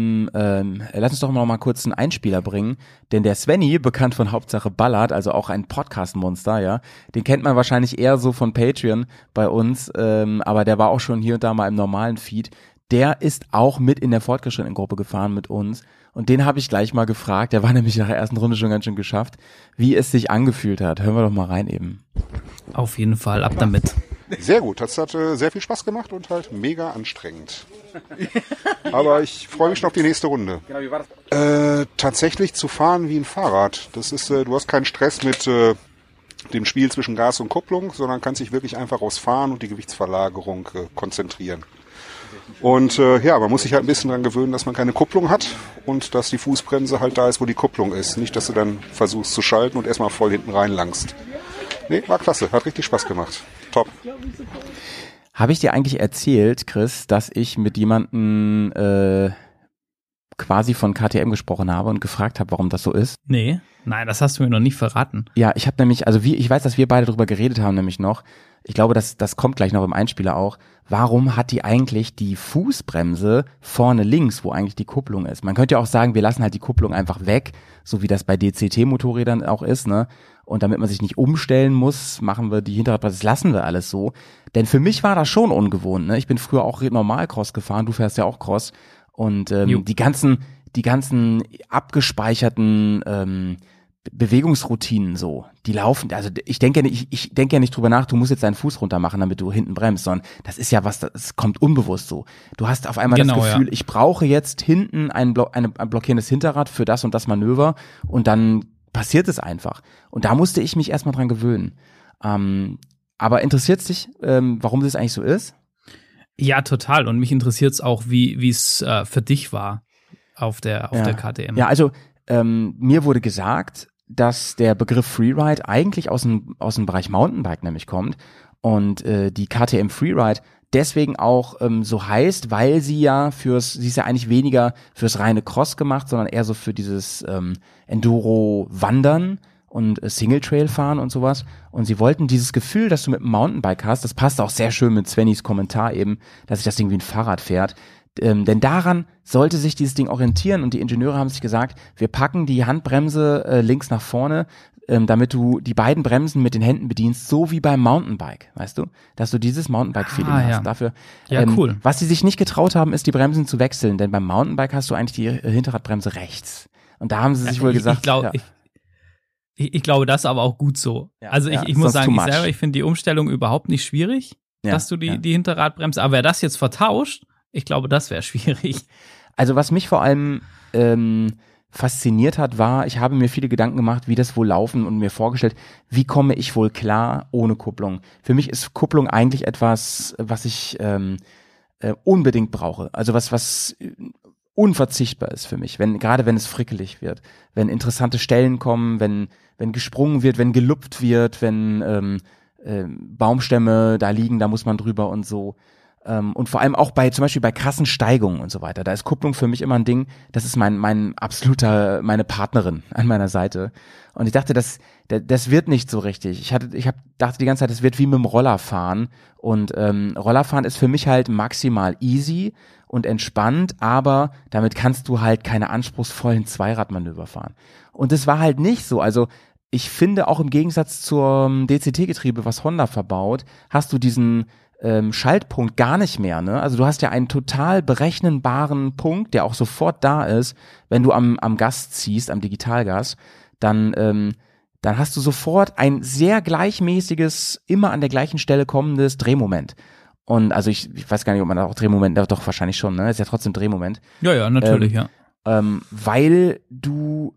kurz einen Einspieler bringen, denn der Svenny, bekannt von Hauptsache Ballard, also auch ein Podcast-Monster, ja, den kennt man wahrscheinlich eher so von Patreon bei uns, aber der war auch schon hier und da mal im normalen Feed. Der ist auch mit in der fortgeschrittenen Gruppe gefahren mit uns und den habe ich gleich mal gefragt, der war nämlich nach der ersten Runde schon ganz schön geschafft, wie es sich angefühlt hat. Hören wir doch mal rein eben. Auf jeden Fall, ab damit. Sehr gut, das hat sehr viel Spaß gemacht und halt mega anstrengend. Aber ich freue mich schon auf die nächste Runde. Genau, wie war das? Tatsächlich zu fahren wie ein Fahrrad. Das ist, du hast keinen Stress mit dem Spiel zwischen Gas und Kupplung, sondern kannst dich wirklich einfach aufs Fahren und die Gewichtsverlagerung konzentrieren. Und man muss sich halt ein bisschen daran gewöhnen, dass man keine Kupplung hat und dass die Fußbremse halt da ist, wo die Kupplung ist. Nicht, dass du dann versuchst zu schalten und erstmal voll hinten reinlangst. Nee, war klasse, hat richtig Spaß gemacht. Top. Habe ich dir eigentlich erzählt, Chris, dass ich mit jemandem quasi von KTM gesprochen habe und gefragt habe, warum das so ist? Nee, nein, das hast du mir noch nicht verraten. Ja, ich habe nämlich, also ich weiß, dass wir beide drüber geredet haben, nämlich noch. Ich glaube, das kommt gleich noch im Einspieler auch. Warum hat die eigentlich die Fußbremse vorne links, wo eigentlich die Kupplung ist? Man könnte ja auch sagen, wir lassen halt die Kupplung einfach weg, so wie das bei DCT-Motorrädern auch ist, ne? Und damit man sich nicht umstellen muss, machen wir die Hinterradbremse, das lassen wir alles so. Denn für mich war das schon ungewohnt, ne? Ich bin früher auch normal Cross gefahren, du fährst ja auch Cross. Und die ganzen abgespeicherten Bewegungsroutinen so, die laufen, also ich denke ja nicht drüber nach, du musst jetzt deinen Fuß runter machen, damit du hinten bremst, sondern das ist ja was, das kommt unbewusst so. Du hast auf einmal das Gefühl, ich brauche jetzt hinten ein blockierendes Hinterrad für das und das Manöver und dann passiert es einfach. Und da musste ich mich erstmal dran gewöhnen. Aber interessiert es dich, warum das eigentlich so ist? Ja, total. Und mich interessiert es auch, wie es für dich war auf der KTM. Ja, also mir wurde gesagt, dass der Begriff Freeride eigentlich aus dem Bereich Mountainbike nämlich kommt und die KTM Freeride deswegen auch so heißt, weil sie ist ja eigentlich weniger fürs reine Cross gemacht, sondern eher so für dieses Enduro-Wandern und Single-Trail fahren und sowas. Und sie wollten dieses Gefühl, das du mit dem Mountainbike hast, das passt auch sehr schön mit Svennys Kommentar eben, dass sich das Ding wie ein Fahrrad fährt. Denn daran sollte sich dieses Ding orientieren und die Ingenieure haben sich gesagt, wir packen die Handbremse links nach vorne, damit du die beiden Bremsen mit den Händen bedienst, so wie beim Mountainbike, weißt du? Dass du dieses Mountainbike-Feeling hast. Dafür, cool. Was sie sich nicht getraut haben, ist die Bremsen zu wechseln, denn beim Mountainbike hast du eigentlich die Hinterradbremse rechts. Und da haben sie sich wohl gesagt, ich glaube, das ist aber auch gut so. Ja, also ich muss sagen, ich finde die Umstellung überhaupt nicht schwierig, dass du die Hinterradbremse, aber wer das jetzt vertauscht, ich glaube, das wäre schwierig. Also was mich vor allem fasziniert hat, war, ich habe mir viele Gedanken gemacht, wie das wohl laufen und mir vorgestellt, wie komme ich wohl klar ohne Kupplung. Für mich ist Kupplung eigentlich etwas, was ich unbedingt brauche. Also was unverzichtbar ist für mich, gerade wenn es frickelig wird, wenn interessante Stellen kommen, wenn gesprungen wird, wenn gelupft wird, wenn Baumstämme da liegen, da muss man drüber und so. Und vor allem auch zum Beispiel bei krassen Steigungen und so weiter. Da ist Kupplung für mich immer ein Ding, das ist meine Partnerin an meiner Seite. Und ich dachte, das wird nicht so richtig. Ich dachte die ganze Zeit, das wird wie mit dem Rollerfahren. Und Rollerfahren ist für mich halt maximal easy und entspannt, aber damit kannst du halt keine anspruchsvollen Zweiradmanöver fahren. Und das war halt nicht so. Also ich finde auch im Gegensatz zum DCT-Getriebe, was Honda verbaut, hast du diesen Schaltpunkt gar nicht mehr, ne? Also du hast ja einen total berechenbaren Punkt, der auch sofort da ist, wenn du am Gas ziehst, am Digitalgas, dann hast du sofort ein sehr gleichmäßiges, immer an der gleichen Stelle kommendes Drehmoment. Und also ich weiß gar nicht, ob man da auch Drehmoment, doch wahrscheinlich schon, ne? Ist ja trotzdem Drehmoment. Ja, natürlich, ja. Weil du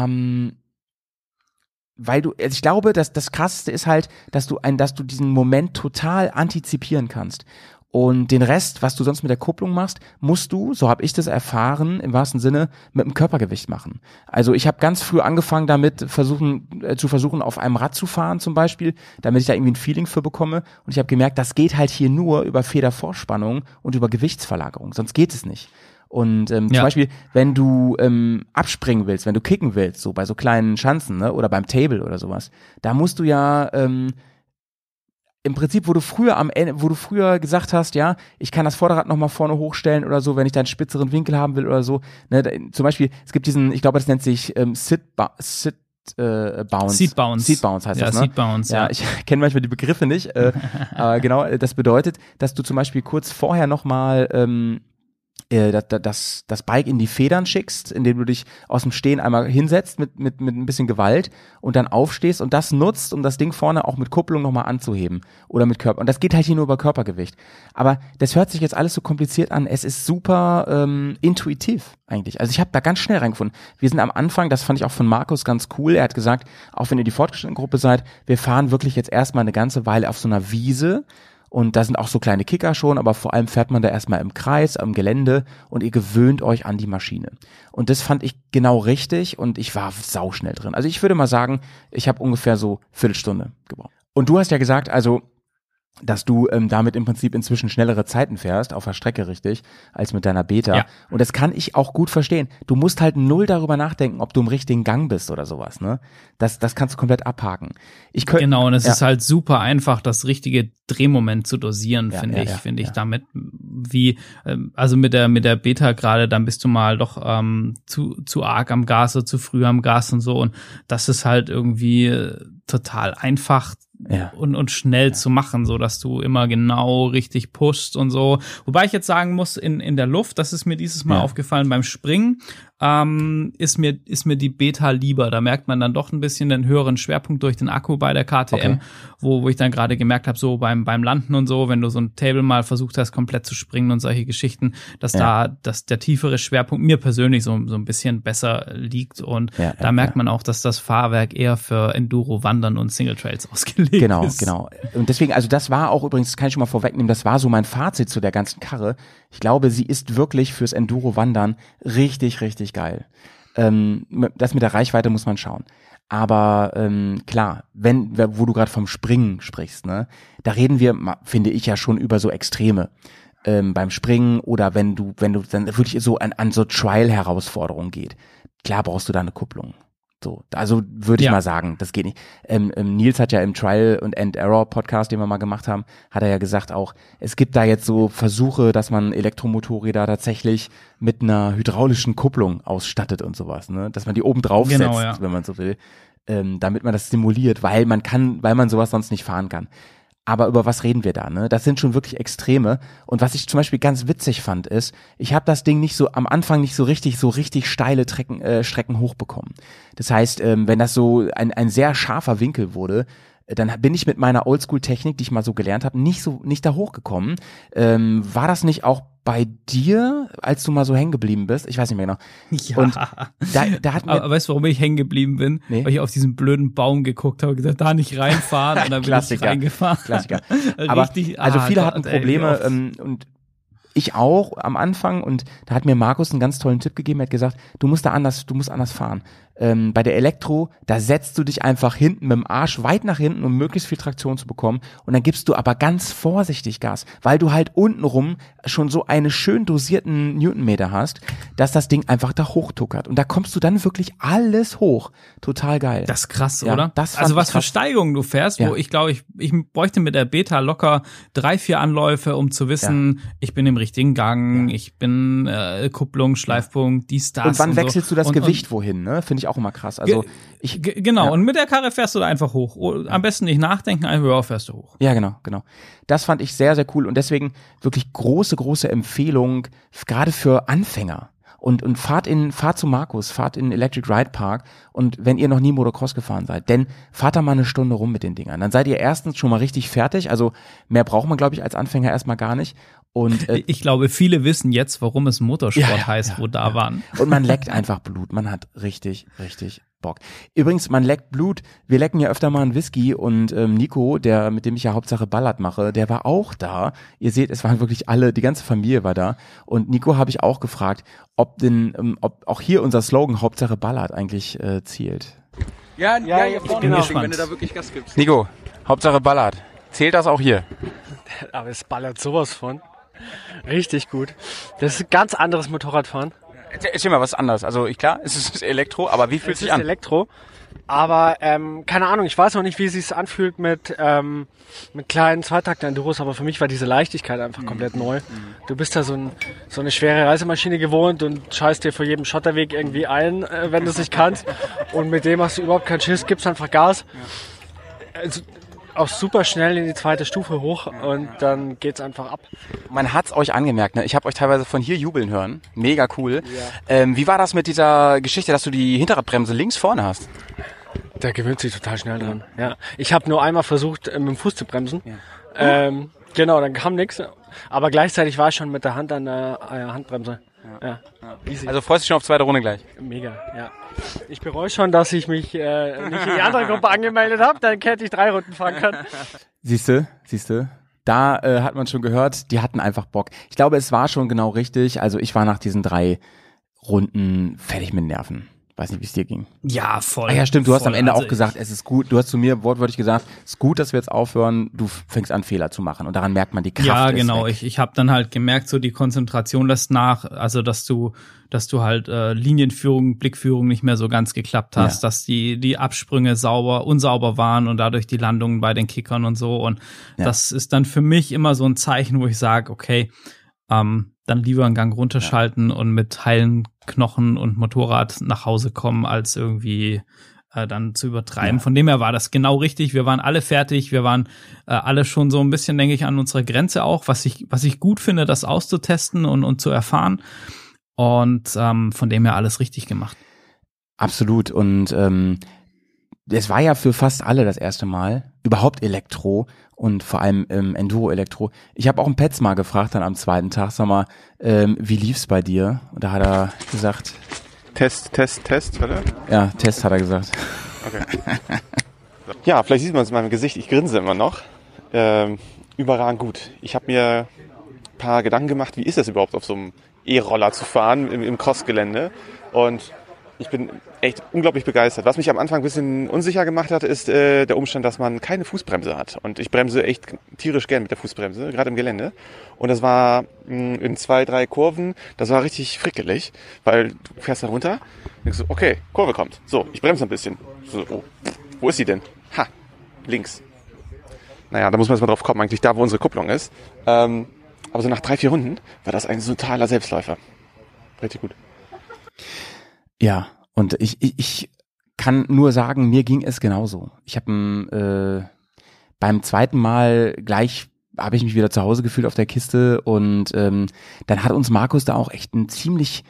also ich glaube, dass das Krasseste ist halt, dass du diesen Moment total antizipieren kannst. Und den Rest, was du sonst mit der Kupplung machst, musst du, so habe ich das erfahren, im wahrsten Sinne, mit dem Körpergewicht machen. Also ich habe ganz früh angefangen damit, zu versuchen, auf einem Rad zu fahren zum Beispiel, damit ich da irgendwie ein Feeling für bekomme. Und ich habe gemerkt, das geht halt hier nur über Federvorspannung und über Gewichtsverlagerung, sonst geht es nicht. Und zum Beispiel, wenn du abspringen willst, wenn du kicken willst, so bei so kleinen Schanzen, ne, oder beim Table oder sowas, da musst du ja im Prinzip, wo du früher gesagt hast, ja, ich kann das Vorderrad nochmal vorne hochstellen oder so, wenn ich da einen spitzeren Winkel haben will oder so. Ne, zum Beispiel, es gibt ich glaube, das nennt sich Seat Bounce. Seat Bounce heißt das, ne? Seat Bounce, ja. Ich kenne manchmal die Begriffe nicht, aber genau, das bedeutet, dass du zum Beispiel kurz vorher nochmal das Bike in die Federn schickst, indem du dich aus dem Stehen einmal hinsetzt mit ein bisschen Gewalt und dann aufstehst und das nutzt, um das Ding vorne auch mit Kupplung nochmal anzuheben oder mit Körper. Und das geht halt hier nur über Körpergewicht. Aber das hört sich jetzt alles so kompliziert an. Es ist super intuitiv eigentlich. Also ich habe da ganz schnell reingefunden. Wir sind am Anfang, das fand ich auch von Markus ganz cool, er hat gesagt, auch wenn ihr die fortgeschrittene Gruppe seid, wir fahren wirklich jetzt erstmal eine ganze Weile auf so einer Wiese. Und da sind auch so kleine Kicker schon, aber vor allem fährt man da erstmal im Kreis, am Gelände und ihr gewöhnt euch an die Maschine. Und das fand ich genau richtig und ich war sauschnell drin. Also ich würde mal sagen, ich habe ungefähr so Viertelstunde gebraucht. Und du hast ja gesagt, also dass du damit im Prinzip inzwischen schnellere Zeiten fährst, auf der Strecke richtig, als mit deiner Beta. Ja. Und das kann ich auch gut verstehen. Du musst halt null darüber nachdenken, ob du im richtigen Gang bist oder sowas, ne? Das kannst du komplett abhaken. Genau, und es ist halt super einfach, das richtige Drehmoment zu dosieren, finde ich damit, wie, also mit der Beta gerade, dann bist du mal doch zu arg am Gas oder zu früh am Gas und so, und das ist halt irgendwie total einfach und schnell zu machen, so dass du immer genau richtig pushst und so. Wobei ich jetzt sagen muss, in der Luft, das ist mir dieses Mal aufgefallen beim Springen, ist mir die Beta lieber. Da merkt man dann doch ein bisschen den höheren Schwerpunkt durch den Akku bei der KTM, wo ich dann gerade gemerkt habe, so beim Landen und so, wenn du so ein Table mal versucht hast, komplett zu springen und solche Geschichten, dass dass der tiefere Schwerpunkt mir persönlich so ein bisschen besser liegt, und da merkt man auch, dass das Fahrwerk eher für Enduro, Wandern und Single Trails ausgelegt ist. Genau. Und deswegen, also das war auch übrigens, das kann ich schon mal vorwegnehmen, das war so mein Fazit zu der ganzen Karre. Ich glaube, sie ist wirklich fürs Enduro-Wandern richtig, richtig geil. Das mit der Reichweite muss man schauen. Aber klar, wo du gerade vom Springen sprichst, ne, da reden wir, finde ich, ja schon über so Extreme beim Springen, oder wenn du dann wirklich so an so Trial-Herausforderungen geht. Klar brauchst du da eine Kupplung. So, also würde ich mal sagen, das geht nicht. Nils hat ja im Trial and Error Podcast, den wir mal gemacht haben, hat er ja gesagt auch, es gibt da jetzt so Versuche, dass man Elektromotorräder tatsächlich mit einer hydraulischen Kupplung ausstattet und sowas, ne, dass man die oben drauf setzt, wenn man so will, damit man das stimuliert, weil man sowas sonst nicht fahren kann. Aber über was reden wir da, ne? Das sind schon wirklich Extreme. Und was ich zum Beispiel ganz witzig fand, ist, ich habe das Ding am Anfang nicht so richtig steile Strecken hochbekommen. Das heißt, wenn das so ein sehr scharfer Winkel wurde, dann bin ich mit meiner Oldschool-Technik, die ich mal so gelernt habe, nicht da hochgekommen. War das nicht auch bei dir, als du mal so hängen geblieben bist? Ich weiß nicht mehr genau. Ja. Und da hat mir, aber weißt du, warum ich hängen geblieben bin? Nee. Weil ich auf diesen blöden Baum geguckt habe und gesagt, da nicht reinfahren, und dann bin ich reingefahren. Klassiker. Aber also viele hatten Probleme, und ich auch am Anfang, und da hat mir Markus einen ganz tollen Tipp gegeben, er hat gesagt, du musst anders fahren. Bei der Elektro, da setzt du dich einfach hinten mit dem Arsch weit nach hinten, um möglichst viel Traktion zu bekommen, und dann gibst du aber ganz vorsichtig Gas, weil du halt untenrum schon so eine schön dosierten Newtonmeter hast, dass das Ding einfach da hochtuckert, und da kommst du dann wirklich alles hoch. Total geil. Das ist krass, oder? Also was für Steigungen du fährst, wo ich glaube, ich bräuchte mit der Beta locker 3-4 Anläufe, um zu wissen, ich bin im richtigen Gang, ich bin Kupplung, Schleifpunkt, dies, das. Und wann wechselst du das Gewicht wohin, ne? Finde ich auch immer krass. Also genau, und mit der Karre fährst du da einfach hoch. Am besten nicht nachdenken, einfach fährst du hoch. Ja, genau. Das fand ich sehr, sehr cool, und deswegen wirklich große Empfehlung, gerade für Anfänger. Und fahrt zu Markus, fahrt in Electric Ride Park, und wenn ihr noch nie Motocross gefahren seid, denn fahrt da mal eine Stunde rum mit den Dingern. Dann seid ihr erstens schon mal richtig fertig, also mehr braucht man, glaube ich, als Anfänger erstmal gar nicht. Und ich glaube, viele wissen jetzt, warum es Motorsport heißt, wo da waren. Und man leckt einfach Blut, man hat richtig, richtig Bock. Übrigens, man leckt Blut, wir lecken ja öfter mal einen Whisky, und Nico, mit dem ich ja Hauptsache Ballard mache, der war auch da. Ihr seht, es waren wirklich die ganze Familie war da, und Nico habe ich auch gefragt, ob auch hier unser Slogan Hauptsache Ballard eigentlich zielt. Ja, ich bin gespannt, wenn du da wirklich Gas gibst. Nico, Hauptsache Ballard. Zählt das auch hier? Aber es ballert sowas von. Richtig gut. Das ist ein ganz anderes Motorradfahren. Erzähl mal, was ist anders? Also klar, es ist Elektro, aber wie fühlt es sich an? Es ist Elektro, aber keine Ahnung, ich weiß noch nicht, wie es sich anfühlt mit kleinen Zweitakter-Enduros, aber für mich war diese Leichtigkeit einfach komplett neu. Du bist da so eine schwere Reisemaschine gewohnt und scheißt dir vor jedem Schotterweg irgendwie ein, wenn du es nicht kannst, und mit dem hast du überhaupt keinen Schiss, gibst einfach Gas. Also, auch super schnell in die zweite Stufe hoch, und dann geht's einfach ab. Man hat's euch angemerkt, ne? Ich habe euch teilweise von hier jubeln hören. Mega cool. Ja. Wie war das mit dieser Geschichte, dass du die Hinterradbremse links vorne hast? Der gewöhnt sich total schnell dran. Ja. Ich habe nur einmal versucht, mit dem Fuß zu bremsen. Ja. Genau, dann kam nichts. Aber gleichzeitig war ich schon mit der Hand an der Handbremse. Ja. Also freust du dich schon auf zweite Runde gleich? Mega, ja. Ich bereue schon, dass ich mich nicht in die andere Gruppe angemeldet habe, dann hätte ich 3 Runden fahren können. Siehst du? Da hat man schon gehört, die hatten einfach Bock. Ich glaube, es war schon genau richtig. Also ich war nach diesen 3 Runden fertig mit Nerven. Weiß nicht, wie es dir ging. Ja, voll. Ah ja, stimmt, du hast am Ende also auch gesagt, es ist gut, du hast zu mir wortwörtlich gesagt, es ist gut, dass wir jetzt aufhören, du fängst an, Fehler zu machen und daran merkt man die Kraft. Ja, genau, ist weg. ich habe dann halt gemerkt, so die Konzentration lässt nach, also dass du halt Linienführung, Blickführung nicht mehr so ganz geklappt hast, dass die Absprünge unsauber waren und dadurch die Landungen bei den Kickern und so und das ist dann für mich immer so ein Zeichen, wo ich sage, okay, dann lieber einen Gang runterschalten und mit heilen Knochen und Motorrad nach Hause kommen, als irgendwie dann zu übertreiben. Von dem her war das genau richtig. Wir waren alle fertig. Wir waren alle schon so ein bisschen, denke ich, an unserer Grenze auch, was ich gut finde, das auszutesten und zu erfahren. Und von dem her alles richtig gemacht. Absolut. Und es war ja für fast alle das erste Mal überhaupt Elektro und vor allem Enduro-Elektro. Ich habe auch einen Petz mal gefragt dann am zweiten Tag, sag mal, wie lief's bei dir? Und da hat er gesagt... Test, oder? Ja, Test hat er gesagt. Okay. Ja, vielleicht sieht man es in meinem Gesicht, ich grinse immer noch. Überragend gut. Ich habe mir ein paar Gedanken gemacht, wie ist das überhaupt, auf so einem E-Roller zu fahren im Crossgelände. Und ich bin echt unglaublich begeistert. Was mich am Anfang ein bisschen unsicher gemacht hat, ist der Umstand, dass man keine Fußbremse hat. Und ich bremse echt tierisch gern mit der Fußbremse, gerade im Gelände. Und das war in 2, 3 Kurven, das war richtig frickelig, weil du fährst da runter, denkst du, okay, Kurve kommt. So, ich bremse ein bisschen. So, oh, wo ist sie denn? Ha, links. Naja, da muss man jetzt mal drauf kommen, eigentlich da, wo unsere Kupplung ist. Aber so nach 3, 4 Runden war das ein totaler Selbstläufer. Richtig gut. Ja, und ich kann nur sagen, mir ging es genauso. Ich habe beim zweiten Mal gleich habe ich mich wieder zu Hause gefühlt auf der Kiste und dann hat uns Markus da auch echt ein ziemlich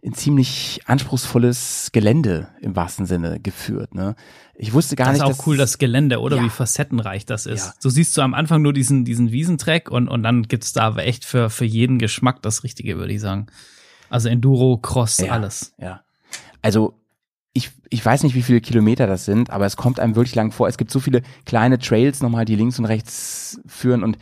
anspruchsvolles Gelände im wahrsten Sinne geführt. Ne? Ich wusste gar nicht, das ist auch cool, das Gelände, oder? Wie facettenreich das ist. Ja. Du siehst am Anfang nur diesen Wiesentrack und dann gibt's da aber echt für jeden Geschmack das Richtige, würde ich sagen. Also Enduro, Cross, alles. Ja. Also ich weiß nicht, wie viele Kilometer das sind, aber es kommt einem wirklich lang vor. Es gibt so viele kleine Trails nochmal, die links und rechts führen und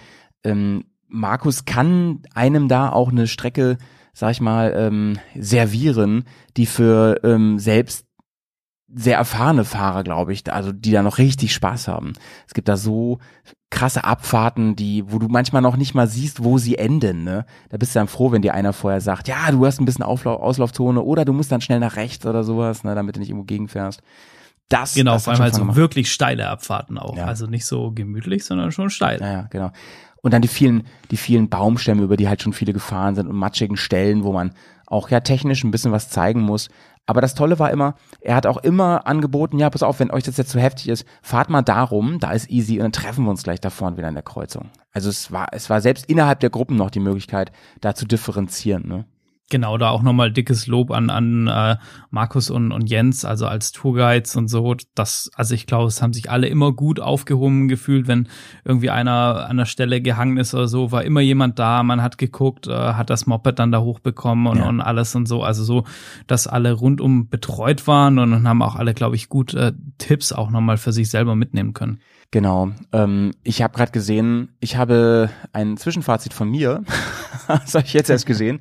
Markus kann einem da auch eine Strecke, sag ich mal, servieren, die für selbst sehr erfahrene Fahrer, glaube ich, also die da noch richtig Spaß haben. Es gibt da so krasse Abfahrten, wo du manchmal noch nicht mal siehst, wo sie enden, ne? Da bist du dann froh, wenn dir einer vorher sagt, ja, du hast ein bisschen Auslaufzone oder du musst dann schnell nach rechts oder sowas, ne, damit du nicht irgendwo gegenfährst. Genau, vor allem halt so wirklich steile Abfahrten auch. Ja. Also nicht so gemütlich, sondern schon steil. Ja, genau. Und dann die vielen Baumstämme, über die halt schon viele gefahren sind und matschigen Stellen, wo man auch ja technisch ein bisschen was zeigen muss. Aber das Tolle war immer, er hat auch immer angeboten, ja, pass auf, wenn euch das jetzt zu heftig ist, fahrt mal darum, da ist easy und dann treffen wir uns gleich da vorne wieder in der Kreuzung. Also es war selbst innerhalb der Gruppen noch die Möglichkeit, da zu differenzieren, ne? Genau, da auch nochmal dickes Lob an Markus und Jens, also als Tourguides und so. Also ich glaube, es haben sich alle immer gut aufgehoben gefühlt, wenn irgendwie einer an der Stelle gehangen ist oder so, war immer jemand da, man hat geguckt, hat das Moped dann da hochbekommen und alles und so. Also so, dass alle rundum betreut waren und haben auch alle, glaube ich, gut Tipps auch nochmal für sich selber mitnehmen können. Genau. Ich habe gerade gesehen, ich habe ein Zwischenfazit von mir, das habe ich jetzt erst gesehen.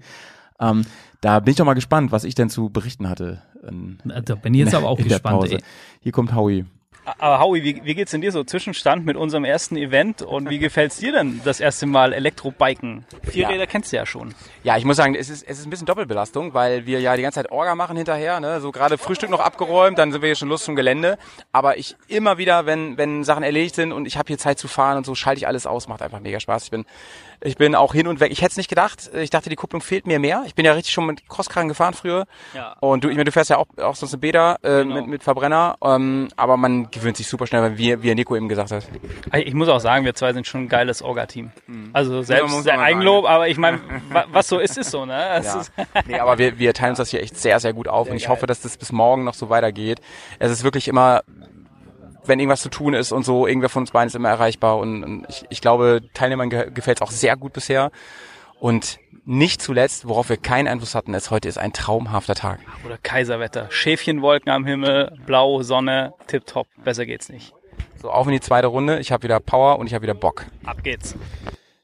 Da bin ich doch mal gespannt, was ich denn zu berichten hatte. Da bin ich jetzt aber auch gespannt. Ey. Hier kommt Howie. Aber Howie, wie geht's denn dir so? Zwischenstand mit unserem ersten Event und wie gefällt's dir denn das erste Mal Elektrobiken? 4 Räder kennst du ja schon. Ja, ich muss sagen, es ist ein bisschen Doppelbelastung, weil wir ja die ganze Zeit Orga machen hinterher, ne? So gerade Frühstück noch abgeräumt, dann sind wir hier schon los zum Gelände. Aber ich immer wieder, wenn Sachen erledigt sind und ich habe hier Zeit zu fahren und so, schalte ich alles aus, macht einfach mega Spaß. Ich bin auch hin und weg. Ich hätte es nicht gedacht. Ich dachte, die Kupplung fehlt mir mehr. Ich bin ja richtig schon mit Crosskarren gefahren früher. Ja. Und du fährst ja auch sonst eine Beta mit Verbrenner. Aber man gewöhnt sich super schnell, wie Nico eben gesagt hat. Ich muss auch sagen, wir zwei sind schon ein geiles Orga-Team. Also selbst der Eigenlob, aber ich meine, was so ist so, ne? Ja. Nee, aber wir teilen uns das hier echt sehr, sehr gut auf. Und ich hoffe, dass das bis morgen noch so weitergeht. Es ist wirklich immer, wenn irgendwas zu tun ist und so, irgendwer von uns beiden ist immer erreichbar und ich glaube, Teilnehmern gefällt es auch sehr gut bisher und nicht zuletzt, worauf wir keinen Einfluss hatten, ist heute ist ein traumhafter Tag. Oder Kaiserwetter, Schäfchenwolken am Himmel, blau, Sonne, tipptopp, besser geht's nicht. So, auf in die zweite Runde, ich habe wieder Power und ich habe wieder Bock. Ab geht's.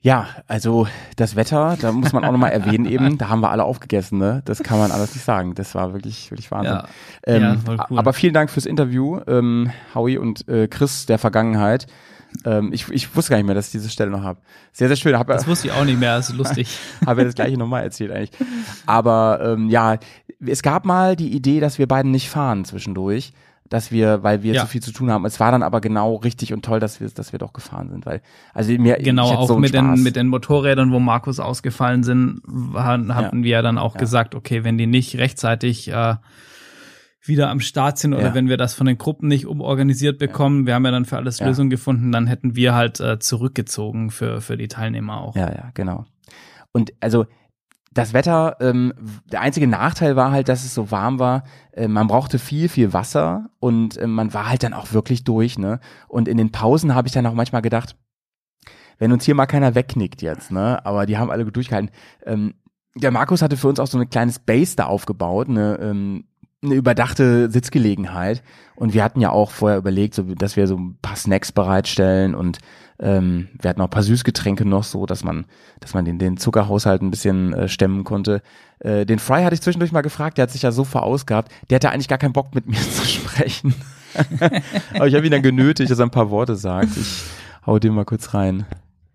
Ja, also das Wetter, da muss man auch nochmal erwähnen eben, da haben wir alle aufgegessen, ne? Das kann man alles nicht sagen. Das war wirklich Wahnsinn. Ja, voll cool. Aber vielen Dank fürs Interview, Howie und Chris der Vergangenheit. Ich wusste gar nicht mehr, dass ich diese Stelle noch habe. Sehr, sehr schön. Das wusste ich auch nicht mehr, das ist lustig. Habe ja das gleiche nochmal erzählt eigentlich. Aber ja, es gab mal die Idee, dass wir beiden nicht fahren zwischendurch, weil wir zu viel zu tun haben. Es war dann aber genau richtig und toll, dass wir doch gefahren sind, weil genau auch so mit den Motorrädern, wo Markus ausgefallen sind, hatten wir ja dann auch gesagt, okay, wenn die nicht rechtzeitig wieder am Start sind oder wenn wir das von den Gruppen nicht umorganisiert bekommen, wir haben ja dann für alles Lösungen gefunden, dann hätten wir halt zurückgezogen für die Teilnehmer auch. Ja, genau. Und also das Wetter, der einzige Nachteil war halt, dass es so warm war. Man brauchte viel, viel Wasser und man war halt dann auch wirklich durch, ne? Und in den Pausen habe ich dann auch manchmal gedacht, wenn uns hier mal keiner wegknickt jetzt, ne? Aber die haben alle gut durchgehalten. Der Markus hatte für uns auch so eine kleine Base da aufgebaut, eine überdachte Sitzgelegenheit. Und wir hatten ja auch vorher überlegt, dass wir so ein paar Snacks bereitstellen und wir hatten auch ein paar Süßgetränke noch so, dass man den Zuckerhaushalt ein bisschen stemmen konnte. Den Fry hatte ich zwischendurch mal gefragt, der hat sich ja so verausgabt, der hatte eigentlich gar keinen Bock mit mir zu sprechen. Aber ich habe ihn dann genötigt, dass er ein paar Worte sagt. Ich hau den mal kurz rein.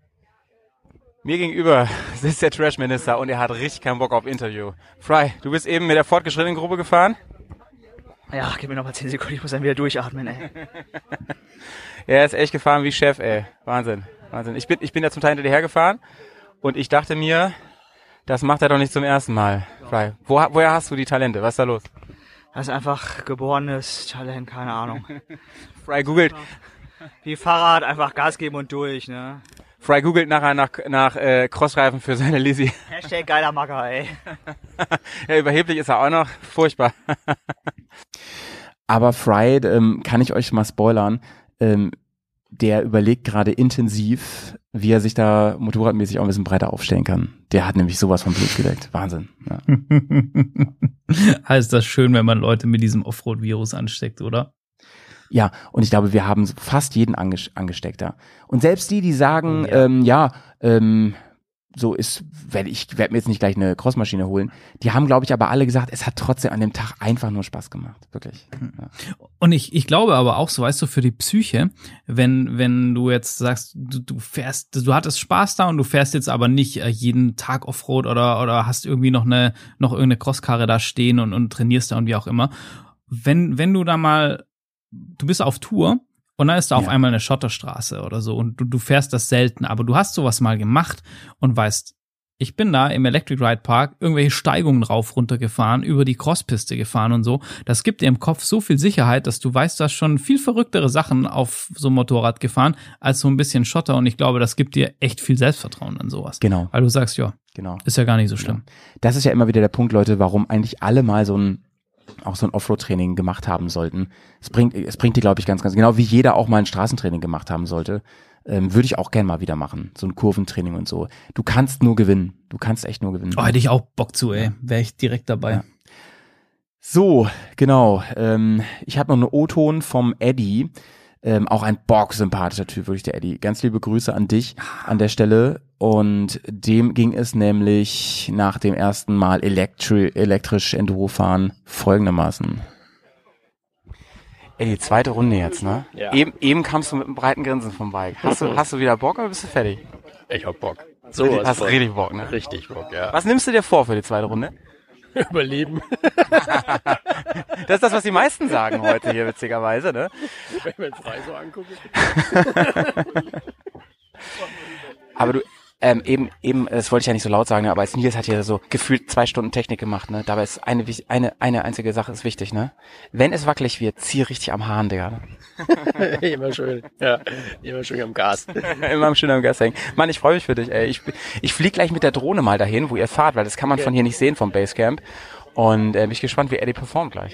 Mir gegenüber sitzt der Trash-Minister und er hat richtig keinen Bock auf Interview. Fry, du bist eben mit der fortgeschrittenen Gruppe gefahren? Ja, gib mir noch mal 10 Sekunden, ich muss dann wieder durchatmen, ey. Er ist echt gefahren wie Chef, ey. Wahnsinn. Ich bin ja zum Teil hinter dir hergefahren und ich dachte mir, das macht er doch nicht zum ersten Mal. Fry, woher hast du die Talente? Was ist da los? Das ist einfach geborenes Talent, keine Ahnung. Fry googelt. Wie Fahrrad, einfach Gas geben und durch, ne? Fry googelt nachher nach Crossreifen für seine Lizzie. Hashtag geiler Macker, ey. Ja, überheblich ist er auch noch. Furchtbar. Aber Fry, kann ich euch mal spoilern, der überlegt gerade intensiv, wie er sich da motorradmäßig auch ein bisschen breiter aufstellen kann. Der hat nämlich sowas von Blut geleckt. Wahnsinn. Ja. Heißt das schön, wenn man Leute mit diesem Offroad-Virus ansteckt, oder? Ja, und ich glaube, wir haben fast jeden angesteckt da. Und selbst die sagen, ich werde mir jetzt nicht gleich eine Crossmaschine holen. Die haben, glaube ich, aber alle gesagt, es hat trotzdem an dem Tag einfach nur Spaß gemacht. Wirklich. Ja. Und ich glaube aber auch so, weißt du, für die Psyche, wenn du jetzt sagst, du hattest Spaß da und du fährst jetzt aber nicht jeden Tag Offroad oder hast irgendwie noch irgendeine Crosskarre da stehen und trainierst da und wie auch immer. Wenn du da mal, du bist auf Tour und dann ist da auf einmal eine Schotterstraße oder so und du fährst das selten, aber du hast sowas mal gemacht und weißt, ich bin da im Electric Ride Park irgendwelche Steigungen rauf, runter gefahren, über die Crosspiste gefahren und so. Das gibt dir im Kopf so viel Sicherheit, dass du weißt, du hast schon viel verrücktere Sachen auf so einem Motorrad gefahren, als so ein bisschen Schotter und ich glaube, das gibt dir echt viel Selbstvertrauen an sowas. Genau. Weil du sagst, ja, ist ja gar nicht so schlimm. Ja. Das ist ja immer wieder der Punkt, Leute, warum eigentlich alle mal so ein Offroad-Training gemacht haben sollten. Es bringt dir, glaube ich, ganz, ganz, genau wie jeder auch mal ein Straßentraining gemacht haben sollte, würde ich auch gern mal wieder machen. So ein Kurventraining und so. Du kannst nur gewinnen. Du kannst echt nur gewinnen. Oh, hätte ich auch Bock zu, ey. Wäre ich direkt dabei. Ja. So, genau. Ich habe noch eine O-Ton vom Eddie. Auch ein bocksympathischer Typ, wirklich der Eddie. Ganz liebe Grüße an dich an der Stelle. Und dem ging es nämlich nach dem ersten Mal elektrisch Enduro fahren folgendermaßen. Ey, die zweite Runde jetzt, ne? Ja. Eben kamst du mit einem breiten Grinsen vom Bike. Hast du wieder Bock oder bist du fertig? Ich hab Bock. Hast richtig Bock, ne? Richtig Bock, ja. Was nimmst du dir vor für die zweite Runde? Überleben. Das ist das, was die meisten sagen heute hier, witzigerweise, ne? Wenn ich mir Frei so angucke. Aber du, eben, das wollte ich ja nicht so laut sagen, aber als Nils hat hier so gefühlt 2 Stunden Technik gemacht, ne? Dabei ist eine einzige Sache ist wichtig, ne? Wenn es wackelig wird, zieh richtig am Hahn, Digga. Ne? Immer schön, ja. Immer schön am Gas. Immer schön am Gas hängen. Mann, ich freue mich für dich, ey. Ich flieg gleich mit der Drohne mal dahin, wo ihr fahrt, weil das kann man von hier nicht sehen vom Basecamp. Und bin ich gespannt, wie Eddie performt gleich.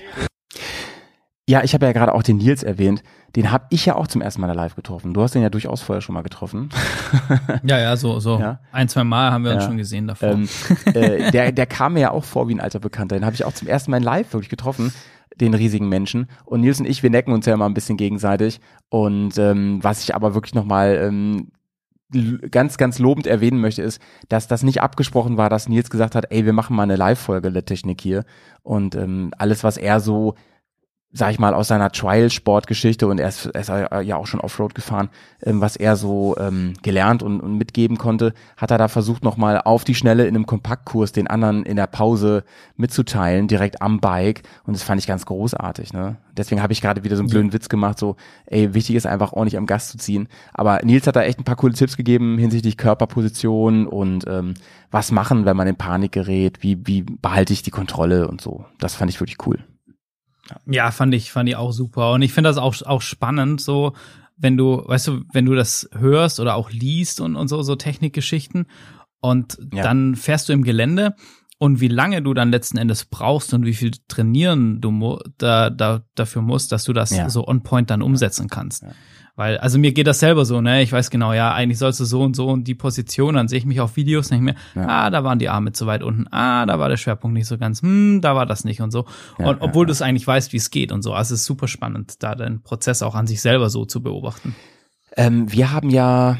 Ja, ich habe ja gerade auch den Nils erwähnt. Den habe ich ja auch zum ersten Mal da live getroffen. Du hast den ja durchaus vorher schon mal getroffen. Ja, so. Ja. 1-2 Mal haben wir uns schon gesehen davor. Der kam mir ja auch vor wie ein alter Bekannter. Den habe ich auch zum ersten Mal live wirklich getroffen, den riesigen Menschen. Und Nils und ich, wir necken uns ja immer ein bisschen gegenseitig. Und was ich aber wirklich nochmal ganz, ganz lobend erwähnen möchte, ist, dass das nicht abgesprochen war, dass Nils gesagt hat, ey, wir machen mal eine Live-Folge der Technik hier und alles, was er so, sag ich mal, aus seiner Trial-Sport-Geschichte, und er ist ja auch schon Offroad gefahren, was er so gelernt und mitgeben konnte, hat er da versucht, nochmal auf die Schnelle in einem Kompaktkurs den anderen in der Pause mitzuteilen, direkt am Bike, und das fand ich ganz großartig, ne? Deswegen habe ich gerade wieder so einen blöden Witz gemacht, so, ey, wichtig ist einfach ordentlich am Gas zu ziehen, aber Nils hat da echt ein paar coole Tipps gegeben hinsichtlich Körperposition und was machen, wenn man in Panik gerät, wie behalte ich die Kontrolle und so. Das fand ich wirklich cool. Ja, fand ich auch super. Und ich finde das auch spannend, so, wenn du das hörst oder auch liest und so Technikgeschichten und dann fährst du im Gelände und wie lange du dann letzten Endes brauchst und wie viel trainieren du dafür musst, dass du das so on point dann umsetzen kannst. Ja. Weil, also mir geht das selber so, ne? Ich weiß genau, ja, eigentlich sollst du so und die Position, dann sehe ich mich auf Videos nicht mehr, da waren die Arme zu weit unten, da war der Schwerpunkt nicht so ganz, da war das nicht und so. Und obwohl du es eigentlich weißt, wie es geht und so. Also es ist super spannend, da den Prozess auch an sich selber so zu beobachten. Wir haben ja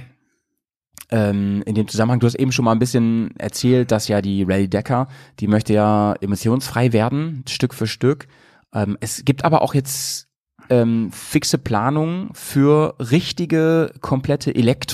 in dem Zusammenhang, du hast eben schon mal ein bisschen erzählt, dass ja die Rallye Dakar, die möchte ja emissionsfrei werden, Stück für Stück. Es gibt aber auch jetzt fixe Planung für richtige, komplette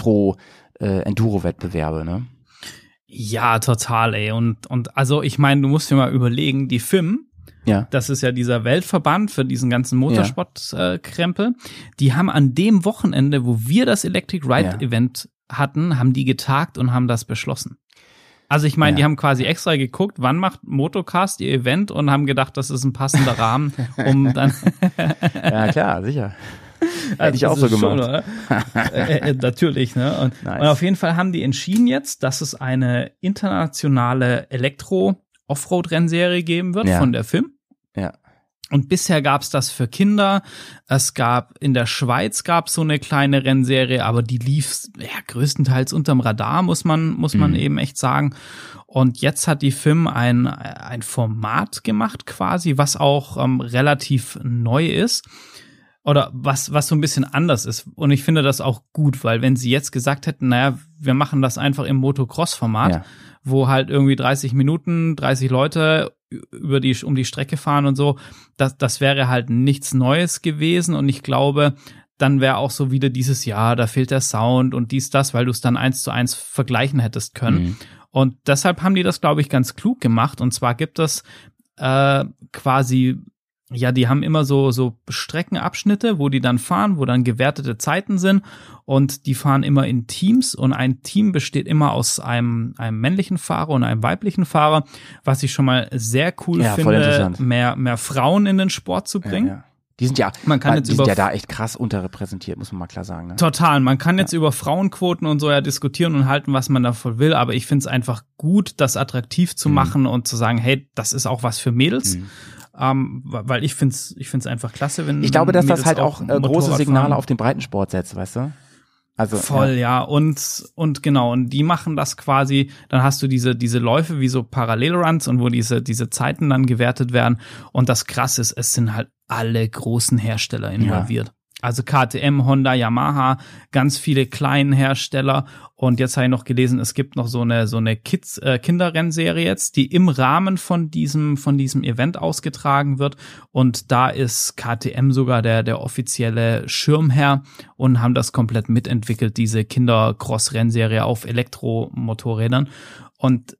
Elektro-Enduro-Wettbewerbe, ne? Ja, total, ey. Und also ich meine, du musst dir mal überlegen, die FIM, das ist ja dieser Weltverband für diesen ganzen Motorsport-Krempel, die haben an dem Wochenende, wo wir das Electric Ride-Event hatten, haben die getagt und haben das beschlossen. Also ich meine, die haben quasi extra geguckt, wann macht Motocast ihr Event und haben gedacht, das ist ein passender Rahmen, um dann ja, klar, sicher. Hätte ich auch so gemacht. Schon, natürlich, ne? Und auf jeden Fall haben die entschieden jetzt, dass es eine internationale Elektro-Offroad-Rennserie geben wird von der FIM. Ja. Und bisher gab's das für Kinder. Es gab in der Schweiz so eine kleine Rennserie, aber die lief größtenteils unterm Radar, muss man eben echt sagen. Und jetzt hat die FIM ein Format gemacht quasi, was auch relativ neu ist. Oder was so ein bisschen anders ist. Und ich finde das auch gut, weil wenn sie jetzt gesagt hätten, naja, wir machen das einfach im Motocross-Format, wo halt irgendwie 30 Minuten, 30 Leute um die Strecke fahren und so, das wäre halt nichts Neues gewesen. Und ich glaube, dann wäre auch so wieder dieses Jahr, da fehlt der Sound und das, weil du es dann 1:1 vergleichen hättest können. Und deshalb haben die das, glaube ich, ganz klug gemacht. Und zwar gibt es quasi, die haben immer so Streckenabschnitte, wo die dann fahren, wo dann gewertete Zeiten sind, und die fahren immer in Teams, und ein Team besteht immer aus einem männlichen Fahrer und einem weiblichen Fahrer, was ich schon mal sehr cool finde, mehr Frauen in den Sport zu bringen. Ja. Die sind ja da echt krass unterrepräsentiert, muss man mal klar sagen. Ne? Total, man kann jetzt über Frauenquoten und so diskutieren und halten, was man davon will, aber ich finde es einfach gut, das attraktiv zu machen und zu sagen, hey, das ist auch was für Mädels. Weil ich find's einfach klasse, wenn ich glaube, dass Mädels das halt auch große Signale auf den Breitensport setzt, weißt du? Also voll, und genau, und die machen das quasi, dann hast du diese Läufe wie so Parallelruns und wo diese Zeiten dann gewertet werden, und das Krasse ist, es sind halt alle großen Hersteller involviert. Also KTM, Honda, Yamaha, ganz viele kleinen Hersteller. Und jetzt habe ich noch gelesen, es gibt noch so eine Kinderrennserie jetzt, die im Rahmen von diesem Event ausgetragen wird. Und da ist KTM sogar der offizielle Schirmherr und haben das komplett mitentwickelt, diese Kinder-Cross-Rennserie auf Elektromotorrädern. Und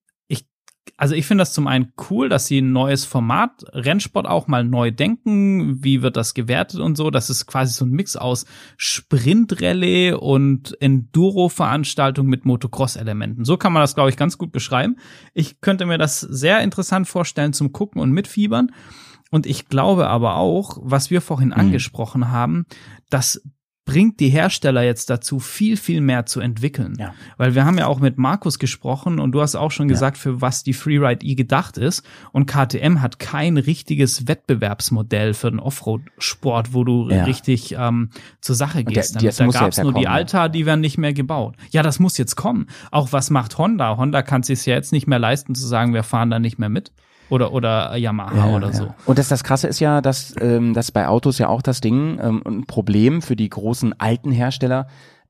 ich finde das zum einen cool, dass sie ein neues Format, Rennsport auch mal neu denken, wie wird das gewertet und so. Das ist quasi so ein Mix aus Sprint-Rallye und Enduro-Veranstaltung mit Motocross-Elementen. So kann man das, glaube ich, ganz gut beschreiben. Ich könnte mir das sehr interessant vorstellen zum Gucken und Mitfiebern. Und ich glaube aber auch, was wir vorhin angesprochen haben, das bringt die Hersteller jetzt dazu, viel, viel mehr zu entwickeln. Ja. Weil wir haben ja auch mit Markus gesprochen und du hast auch schon gesagt, für was die Freeride E gedacht ist. Und KTM hat kein richtiges Wettbewerbsmodell für den Offroad-Sport, wo du richtig zur Sache gehst. Da gab's nur die Alta, die werden nicht mehr gebaut. Ja, das muss jetzt kommen. Auch was macht Honda? Honda kann es sich ja jetzt nicht mehr leisten zu sagen, wir fahren da nicht mehr mit. Oder Yamaha oder so. Und das Krasse ist ja, dass bei Autos ja auch das Ding, ein Problem für die großen alten Hersteller,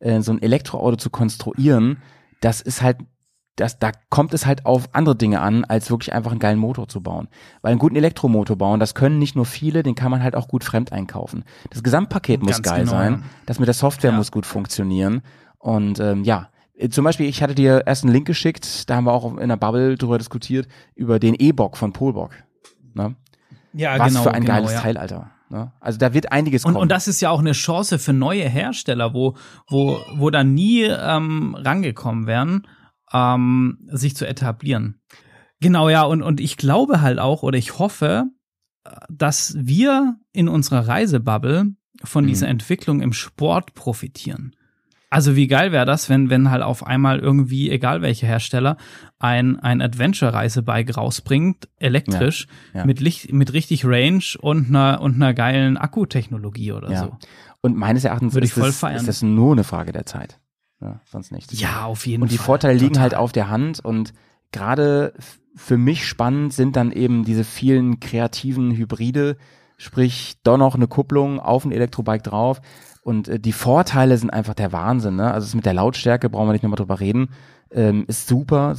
so ein Elektroauto zu konstruieren, das ist halt, da kommt es halt auf andere Dinge an, als wirklich einfach einen geilen Motor zu bauen. Weil einen guten Elektromotor bauen, das können nicht nur viele, den kann man halt auch gut fremd einkaufen. Das Gesamtpaket muss geil sein, das mit der Software muss gut funktionieren und zum Beispiel, ich hatte dir erst einen Link geschickt, da haben wir auch in der Bubble drüber diskutiert, über den E-Bock von Polbock. Ne? Ja, was für ein geiles Teil, Alter. Ne? Also da wird einiges kommen. Und das ist ja auch eine Chance für neue Hersteller, wo da nie rangekommen wären, sich zu etablieren. Genau, ja, und ich glaube halt auch, oder ich hoffe, dass wir in unserer Reisebubble von dieser Entwicklung im Sport profitieren. Also wie geil wäre das, wenn halt auf einmal irgendwie, egal welcher Hersteller, ein Adventure-Reisebike rausbringt, elektrisch, mit richtig Range und einer geilen Akkutechnologie oder so. Und meines Erachtens ist das nur eine Frage der Zeit. Ja, sonst nichts. Ja, auf jeden Fall. Und die Vorteile liegen halt auf der Hand und gerade für mich spannend sind dann eben diese vielen kreativen Hybride, sprich doch noch eine Kupplung auf ein Elektrobike drauf. Und die Vorteile sind einfach der Wahnsinn, ne? Also das mit der Lautstärke brauchen wir nicht nochmal drüber reden. Ist super.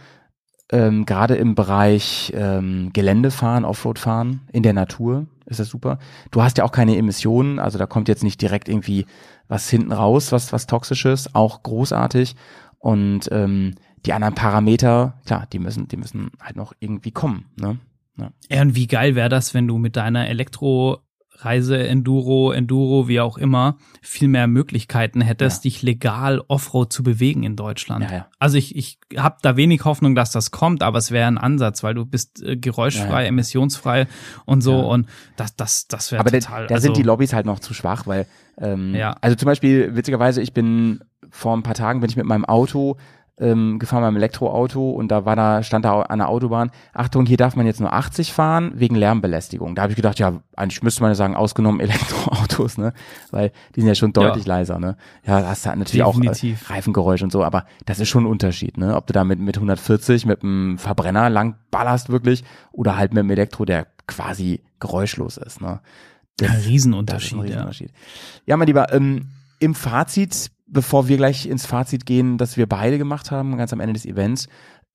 Gerade im Bereich Geländefahren, Offroadfahren, in der Natur ist das super. Du hast ja auch keine Emissionen, also da kommt jetzt nicht direkt irgendwie was hinten raus, was Toxisches, auch großartig. Und die anderen Parameter, klar, die müssen halt noch irgendwie kommen, ne? Ja, und wie geil wäre das, wenn du mit deiner Reise, Enduro, wie auch immer, viel mehr Möglichkeiten hättest, dich legal Offroad zu bewegen in Deutschland. Ja. Also ich habe da wenig Hoffnung, dass das kommt, aber es wäre ein Ansatz, weil du bist geräuschfrei, emissionsfrei und so und das wäre total. Da sind die Lobbys halt noch zu schwach, weil also zum Beispiel, witzigerweise, vor ein paar Tagen bin ich mit meinem Auto gefahren, meinem Elektroauto und stand da an der Autobahn, Achtung, hier darf man jetzt nur 80 fahren, wegen Lärmbelästigung. Da habe ich gedacht, ja, eigentlich müsste man ja sagen, ausgenommen Elektroautos, ne, weil die sind ja schon deutlich leiser, ne. Ja, da hast du natürlich definitiv auch Reifengeräusch und so, aber das ist schon ein Unterschied, ne, ob du da mit 140 mit einem Verbrenner lang ballerst wirklich oder halt mit einem Elektro, der quasi geräuschlos ist, ne. Das, ein Riesenunterschied, Ja, mein Lieber, im Fazit, bevor wir gleich ins Fazit gehen, das wir beide gemacht haben, ganz am Ende des Events,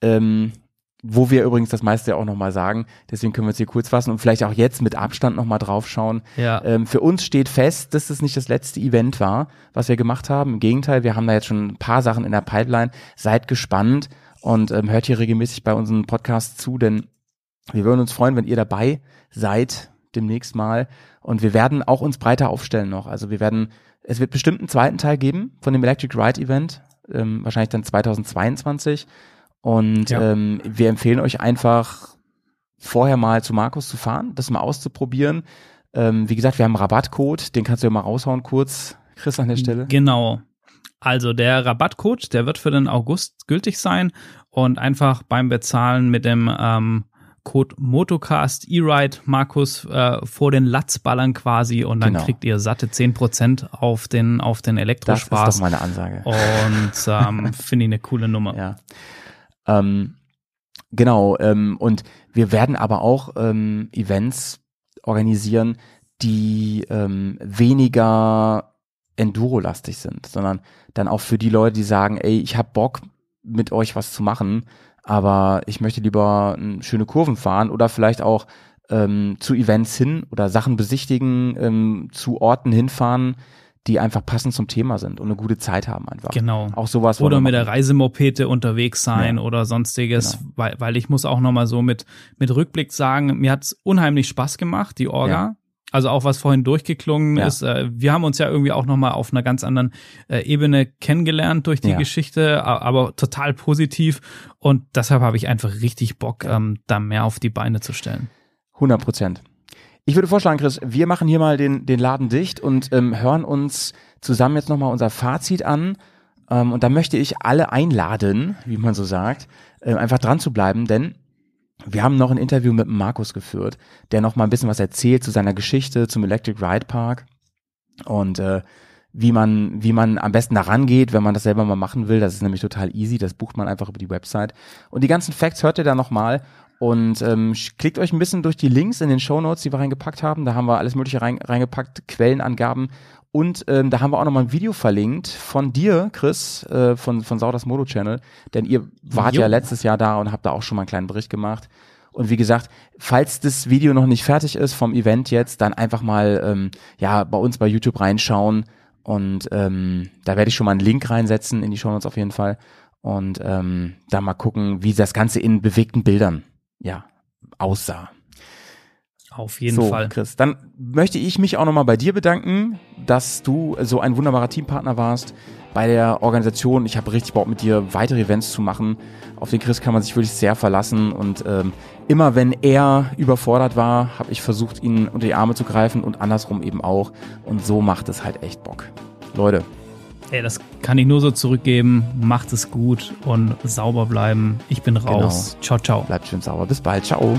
wo wir übrigens das meiste ja auch nochmal sagen, deswegen können wir uns hier kurz fassen und vielleicht auch jetzt mit Abstand nochmal drauf schauen. Ja. Für uns steht fest, dass es nicht das letzte Event war, was wir gemacht haben. Im Gegenteil, wir haben da jetzt schon ein paar Sachen in der Pipeline. Seid gespannt und hört hier regelmäßig bei unseren Podcasts zu, denn wir würden uns freuen, wenn ihr dabei seid demnächst mal und wir werden auch uns breiter aufstellen noch. Also es wird bestimmt einen zweiten Teil geben von dem Electric Ride Event, wahrscheinlich dann 2022 und wir empfehlen euch einfach vorher mal zu Markus zu fahren, das mal auszuprobieren. Wie gesagt, wir haben einen Rabattcode, den kannst du ja mal raushauen kurz, Chris, an der Stelle. Genau. Also der Rabattcode, der wird für den August gültig sein und einfach beim Bezahlen mit dem Code Motocast E-Ride Markus vor den Latz ballern quasi und dann kriegt ihr satte 10% auf den Elektrospaß. Das ist doch meine Ansage. Und finde ich eine coole Nummer. Ja. Genau. Und wir werden aber auch Events organisieren, die weniger Enduro-lastig sind, sondern dann auch für die Leute, die sagen, ey, ich hab Bock, mit euch was zu machen, aber ich möchte lieber schöne Kurven fahren oder vielleicht auch zu Events hin oder Sachen besichtigen, zu Orten hinfahren, die einfach passend zum Thema sind und eine gute Zeit haben einfach. Genau. Auch sowas. Oder mit der Reisemopete unterwegs sein oder sonstiges, weil ich muss auch nochmal so mit Rückblick sagen, mir hat's unheimlich Spaß gemacht, die Orga. Ja. Also auch was vorhin durchgeklungen ist, wir haben uns ja irgendwie auch nochmal auf einer ganz anderen Ebene kennengelernt durch die Geschichte, aber total positiv und deshalb habe ich einfach richtig Bock, da mehr auf die Beine zu stellen. 100%. Ich würde vorschlagen, Chris, wir machen hier mal den Laden dicht und hören uns zusammen jetzt nochmal unser Fazit an und da möchte ich alle einladen, wie man so sagt, einfach dran zu bleiben, denn wir haben noch ein Interview mit Markus geführt, der noch mal ein bisschen was erzählt zu seiner Geschichte zum Electric Ride Park und wie man am besten da rangeht, wenn man das selber mal machen will. Das ist nämlich total easy, das bucht man einfach über die Website. Und die ganzen Facts hört ihr da nochmal und klickt euch ein bisschen durch die Links in den Shownotes, die wir reingepackt haben. Da haben wir alles Mögliche reingepackt, Quellenangaben Und da haben wir auch nochmal ein Video verlinkt von dir, Chris, von Saudas Moto Channel, denn ihr wart ja letztes Jahr da und habt da auch schon mal einen kleinen Bericht gemacht. Und wie gesagt, falls das Video noch nicht fertig ist vom Event jetzt, dann einfach mal bei uns bei YouTube reinschauen und da werde ich schon mal einen Link reinsetzen in die Shownotes auf jeden Fall und da mal gucken, wie das Ganze in bewegten Bildern aussah. Auf jeden Fall. Chris, dann möchte ich mich auch nochmal bei dir bedanken, dass du so ein wunderbarer Teampartner warst bei der Organisation. Ich habe richtig Bock, mit dir weitere Events zu machen. Auf den Chris kann man sich wirklich sehr verlassen und immer wenn er überfordert war, habe ich versucht, ihn unter die Arme zu greifen und andersrum eben auch. Und so macht es halt echt Bock. Leute. Ey, das kann ich nur so zurückgeben. Macht es gut und sauber bleiben. Ich bin raus. Genau. Ciao, ciao. Bleibt schön sauber. Bis bald. Ciao.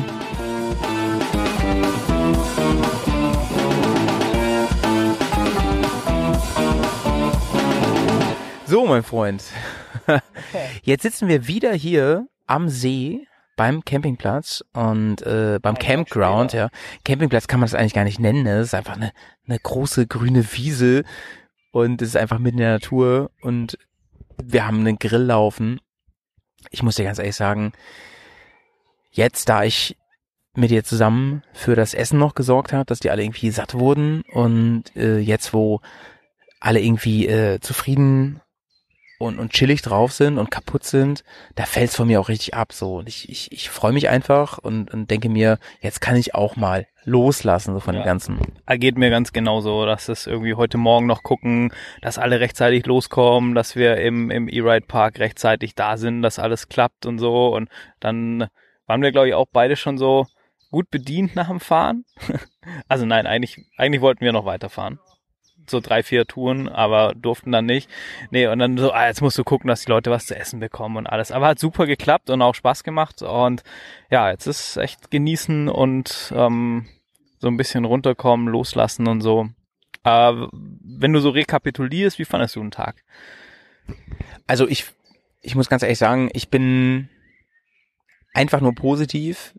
So, mein Freund. Jetzt sitzen wir wieder hier am See beim Campingplatz und beim Campground. Ja. Campingplatz kann man das eigentlich gar nicht nennen. Ne? Das ist einfach eine große grüne Wiese und es ist einfach mitten in der Natur und wir haben einen Grill laufen. Ich muss dir ganz ehrlich sagen, jetzt, da ich mit dir zusammen für das Essen noch gesorgt habe, dass die alle irgendwie satt wurden und jetzt, wo alle irgendwie zufrieden und chillig drauf sind und kaputt sind, da fällt's von mir auch richtig ab. So. Und ich freue mich einfach und denke mir, jetzt kann ich auch mal loslassen so von dem Ganzen. Geht mir ganz genauso, dass es irgendwie heute Morgen noch gucken, dass alle rechtzeitig loskommen, dass wir im E-Ride Park rechtzeitig da sind, dass alles klappt und so. Und dann waren wir, glaube ich, auch beide schon so gut bedient nach dem Fahren. Also nein, eigentlich wollten wir noch weiterfahren. So 3-4 Touren, aber durften dann nicht. Nee, und dann so, jetzt musst du gucken, dass die Leute was zu essen bekommen und alles. Aber hat super geklappt und auch Spaß gemacht. Und ja, jetzt ist echt genießen und so ein bisschen runterkommen, loslassen und so. Wenn du so rekapitulierst, wie fandest du den Tag? Also ich muss ganz ehrlich sagen, ich bin einfach nur positiv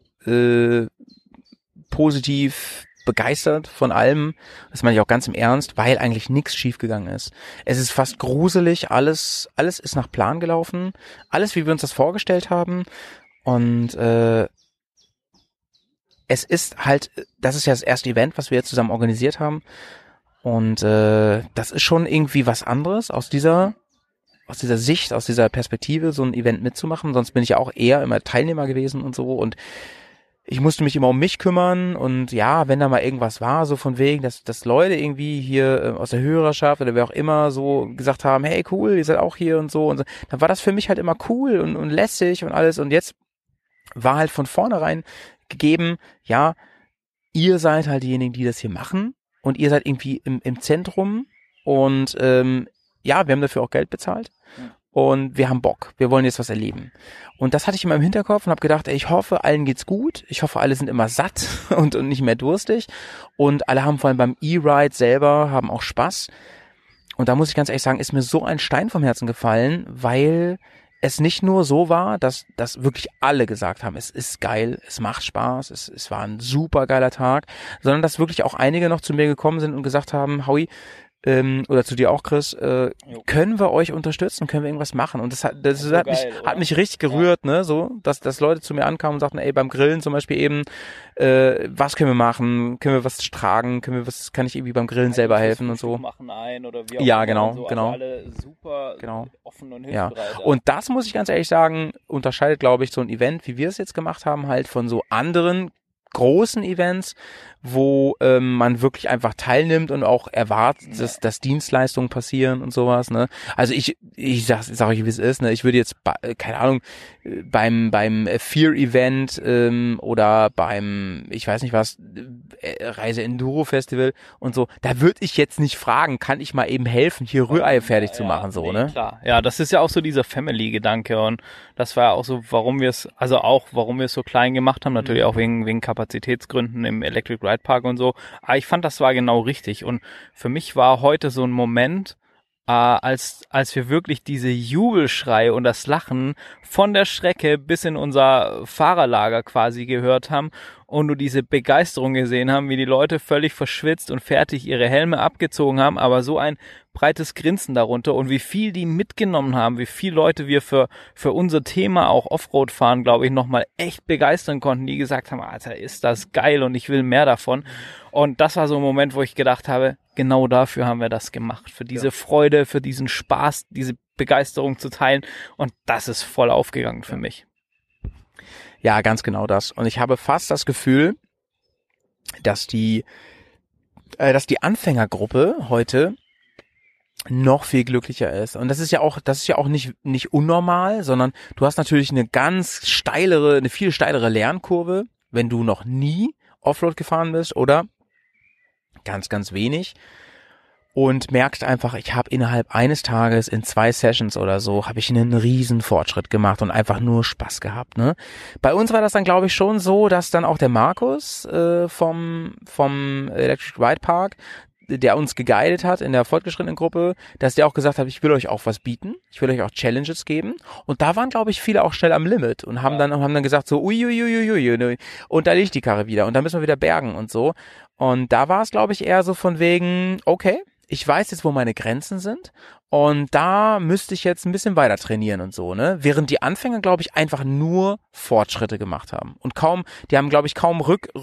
begeistert von allem, das meine ich auch ganz im Ernst, weil eigentlich nichts schiefgegangen ist. Es ist fast gruselig, alles ist nach Plan gelaufen, alles wie wir uns das vorgestellt haben und es ist halt, das ist ja das erste Event, was wir jetzt zusammen organisiert haben und das ist schon irgendwie was anderes aus dieser Sicht, aus dieser Perspektive, so ein Event mitzumachen, sonst bin ich ja auch eher immer Teilnehmer gewesen und so und ich musste mich immer um mich kümmern und ja, wenn da mal irgendwas war, so von wegen, dass Leute irgendwie hier aus der Hörerschaft oder wer auch immer so gesagt haben, hey cool, ihr seid auch hier und so, dann war das für mich halt immer cool und lässig und alles und jetzt war halt von vornherein gegeben, ja, ihr seid halt diejenigen, die das hier machen und ihr seid irgendwie im Zentrum und ja, wir haben dafür auch Geld bezahlt. Und wir haben Bock, wir wollen jetzt was erleben. Und das hatte ich immer im Hinterkopf und habe gedacht, ich hoffe, allen geht's gut. Ich hoffe, alle sind immer satt und nicht mehr durstig. Und alle haben vor allem beim E-Ride selber, haben auch Spaß. Und da muss ich ganz ehrlich sagen, ist mir so ein Stein vom Herzen gefallen, weil es nicht nur so war, dass wirklich alle gesagt haben, es ist geil, es macht Spaß, es war ein super geiler Tag, sondern dass wirklich auch einige noch zu mir gekommen sind und gesagt haben, Howie, oder zu dir auch, Chris, können wir euch unterstützen, können wir irgendwas machen? Und das hat mich richtig gerührt, ne, so, dass Leute zu mir ankamen und sagten, ey, beim Grillen zum Beispiel eben, was können wir machen? Können wir was tragen? Kann ich irgendwie beim Grillen selber helfen und so? Machen oder wie auch ja, genau, so. genau. Also alle super offen und hilfsbereit. Ja. Und das muss ich ganz ehrlich sagen, unterscheidet, glaube ich, so ein Event, wie wir es jetzt gemacht haben, halt von so anderen großen Events, wo man wirklich einfach teilnimmt und auch erwartet, dass Dienstleistungen passieren und sowas, ne? Also ich sag euch, wie es ist, ne? Ich würde jetzt, keine Ahnung, beim Fear-Event oder beim, ich weiß nicht was, Reise-Enduro-Festival und so, da würde ich jetzt nicht fragen, kann ich mal eben helfen, hier Rührei fertig zu machen, so, ne? Klar, ja, das ist ja auch so dieser Family-Gedanke und das war ja auch so, warum wir es so klein gemacht haben, natürlich auch wegen Kapazitätsgründen im Electric Ride Park und so, aber ich fand, das war genau richtig und für mich war heute so ein Moment, als wir wirklich diese Jubelschrei und das Lachen von der Strecke bis in unser Fahrerlager quasi gehört haben und du diese Begeisterung gesehen haben, wie die Leute völlig verschwitzt und fertig ihre Helme abgezogen haben, aber so ein breites Grinsen darunter und wie viel die mitgenommen haben, wie viele Leute wir für unser Thema auch Offroad fahren, glaube ich, nochmal echt begeistern konnten, die gesagt haben, Alter, ist das geil und ich will mehr davon. Und das war so ein Moment, wo ich gedacht habe, genau dafür haben wir das gemacht, für diese Freude, für diesen Spaß, diese Begeisterung zu teilen und das ist voll aufgegangen für mich. Ja, ganz genau das. Und ich habe fast das Gefühl, dass die Anfängergruppe heute noch viel glücklicher ist. Und das ist ja auch nicht unnormal, sondern du hast natürlich eine viel steilere Lernkurve, wenn du noch nie Offroad gefahren bist oder ganz, ganz wenig. Und merkst einfach, ich habe innerhalb eines Tages in 2 Sessions oder so, habe ich einen riesen Fortschritt gemacht und einfach nur Spaß gehabt. Ne? Bei uns war das dann, glaube ich, schon so, dass dann auch der Markus vom Electric Ride Park, der uns geguidet hat in der fortgeschrittenen Gruppe, dass der auch gesagt hat, ich will euch auch was bieten, ich will euch auch Challenges geben. Und da waren, glaube ich, viele auch schnell am Limit und haben dann gesagt so, uiuiuiui, und da liegt die Karre wieder und da müssen wir wieder bergen und so. Und da war es, glaube ich, eher so von wegen, okay, ich weiß jetzt, wo meine Grenzen sind und da müsste ich jetzt ein bisschen weiter trainieren und so, ne? Während die Anfänger, glaube ich, einfach nur Fortschritte gemacht haben und die haben, glaube ich, kaum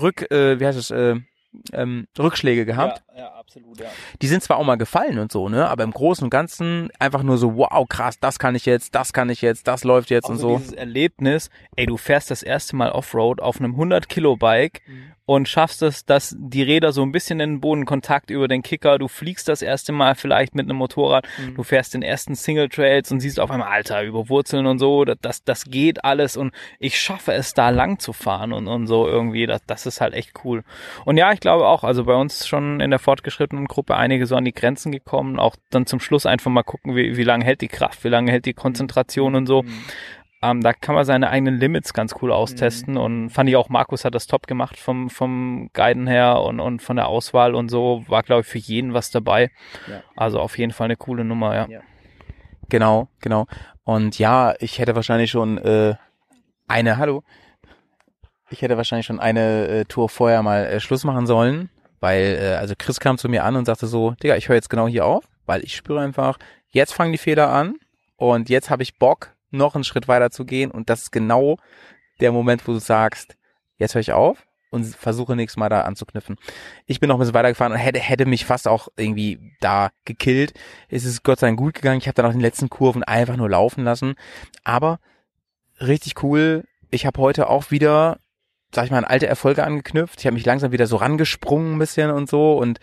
Rückschläge gehabt. Ja, absolut, ja. Die sind zwar auch mal gefallen und so, ne, aber im Großen und Ganzen einfach nur so, wow, krass, das kann ich jetzt, das läuft jetzt auch und so. Dieses Erlebnis, du fährst das erste Mal Offroad auf einem 100-Kilo-Bike und schaffst es, dass die Räder so ein bisschen in den Bodenkontakt über den Kicker, du fliegst das erste Mal vielleicht mit einem Motorrad, du fährst den ersten Single-Trails und siehst auf einmal, Alter, über Wurzeln und so, das geht alles und ich schaffe es, da lang zu fahren und so irgendwie, das ist halt echt cool. Und ja, ich glaube auch, also bei uns schon in der fortgeschrittenen Gruppe einige so an die Grenzen gekommen, auch dann zum Schluss einfach mal gucken, wie lange hält die Kraft, wie lange hält die Konzentration und so. Da kann man seine eigenen Limits ganz cool austesten und fand ich auch, Markus hat das top gemacht vom Guiden her und von der Auswahl und so, war glaube ich für jeden was dabei. Ja. Also auf jeden Fall eine coole Nummer, ja. Genau. Und ja, ich hätte wahrscheinlich schon eine Tour vorher mal Schluss machen sollen, weil also Chris kam zu mir an und sagte so, Digga, ich höre jetzt genau hier auf, weil ich spüre einfach, jetzt fangen die Fehler an und jetzt habe ich Bock, noch einen Schritt weiter zu gehen und das ist genau der Moment, wo du sagst, jetzt höre ich auf und versuche nächstes Mal da anzuknüpfen. Ich bin noch ein bisschen weitergefahren und hätte mich fast auch irgendwie da gekillt. Es ist Gott sei Dank gut gegangen. Ich habe dann auch in den letzten Kurven einfach nur laufen lassen. Aber richtig cool. Ich habe heute auch wieder, sag ich mal, an alte Erfolge angeknüpft. Ich habe mich langsam wieder so rangesprungen ein bisschen und so und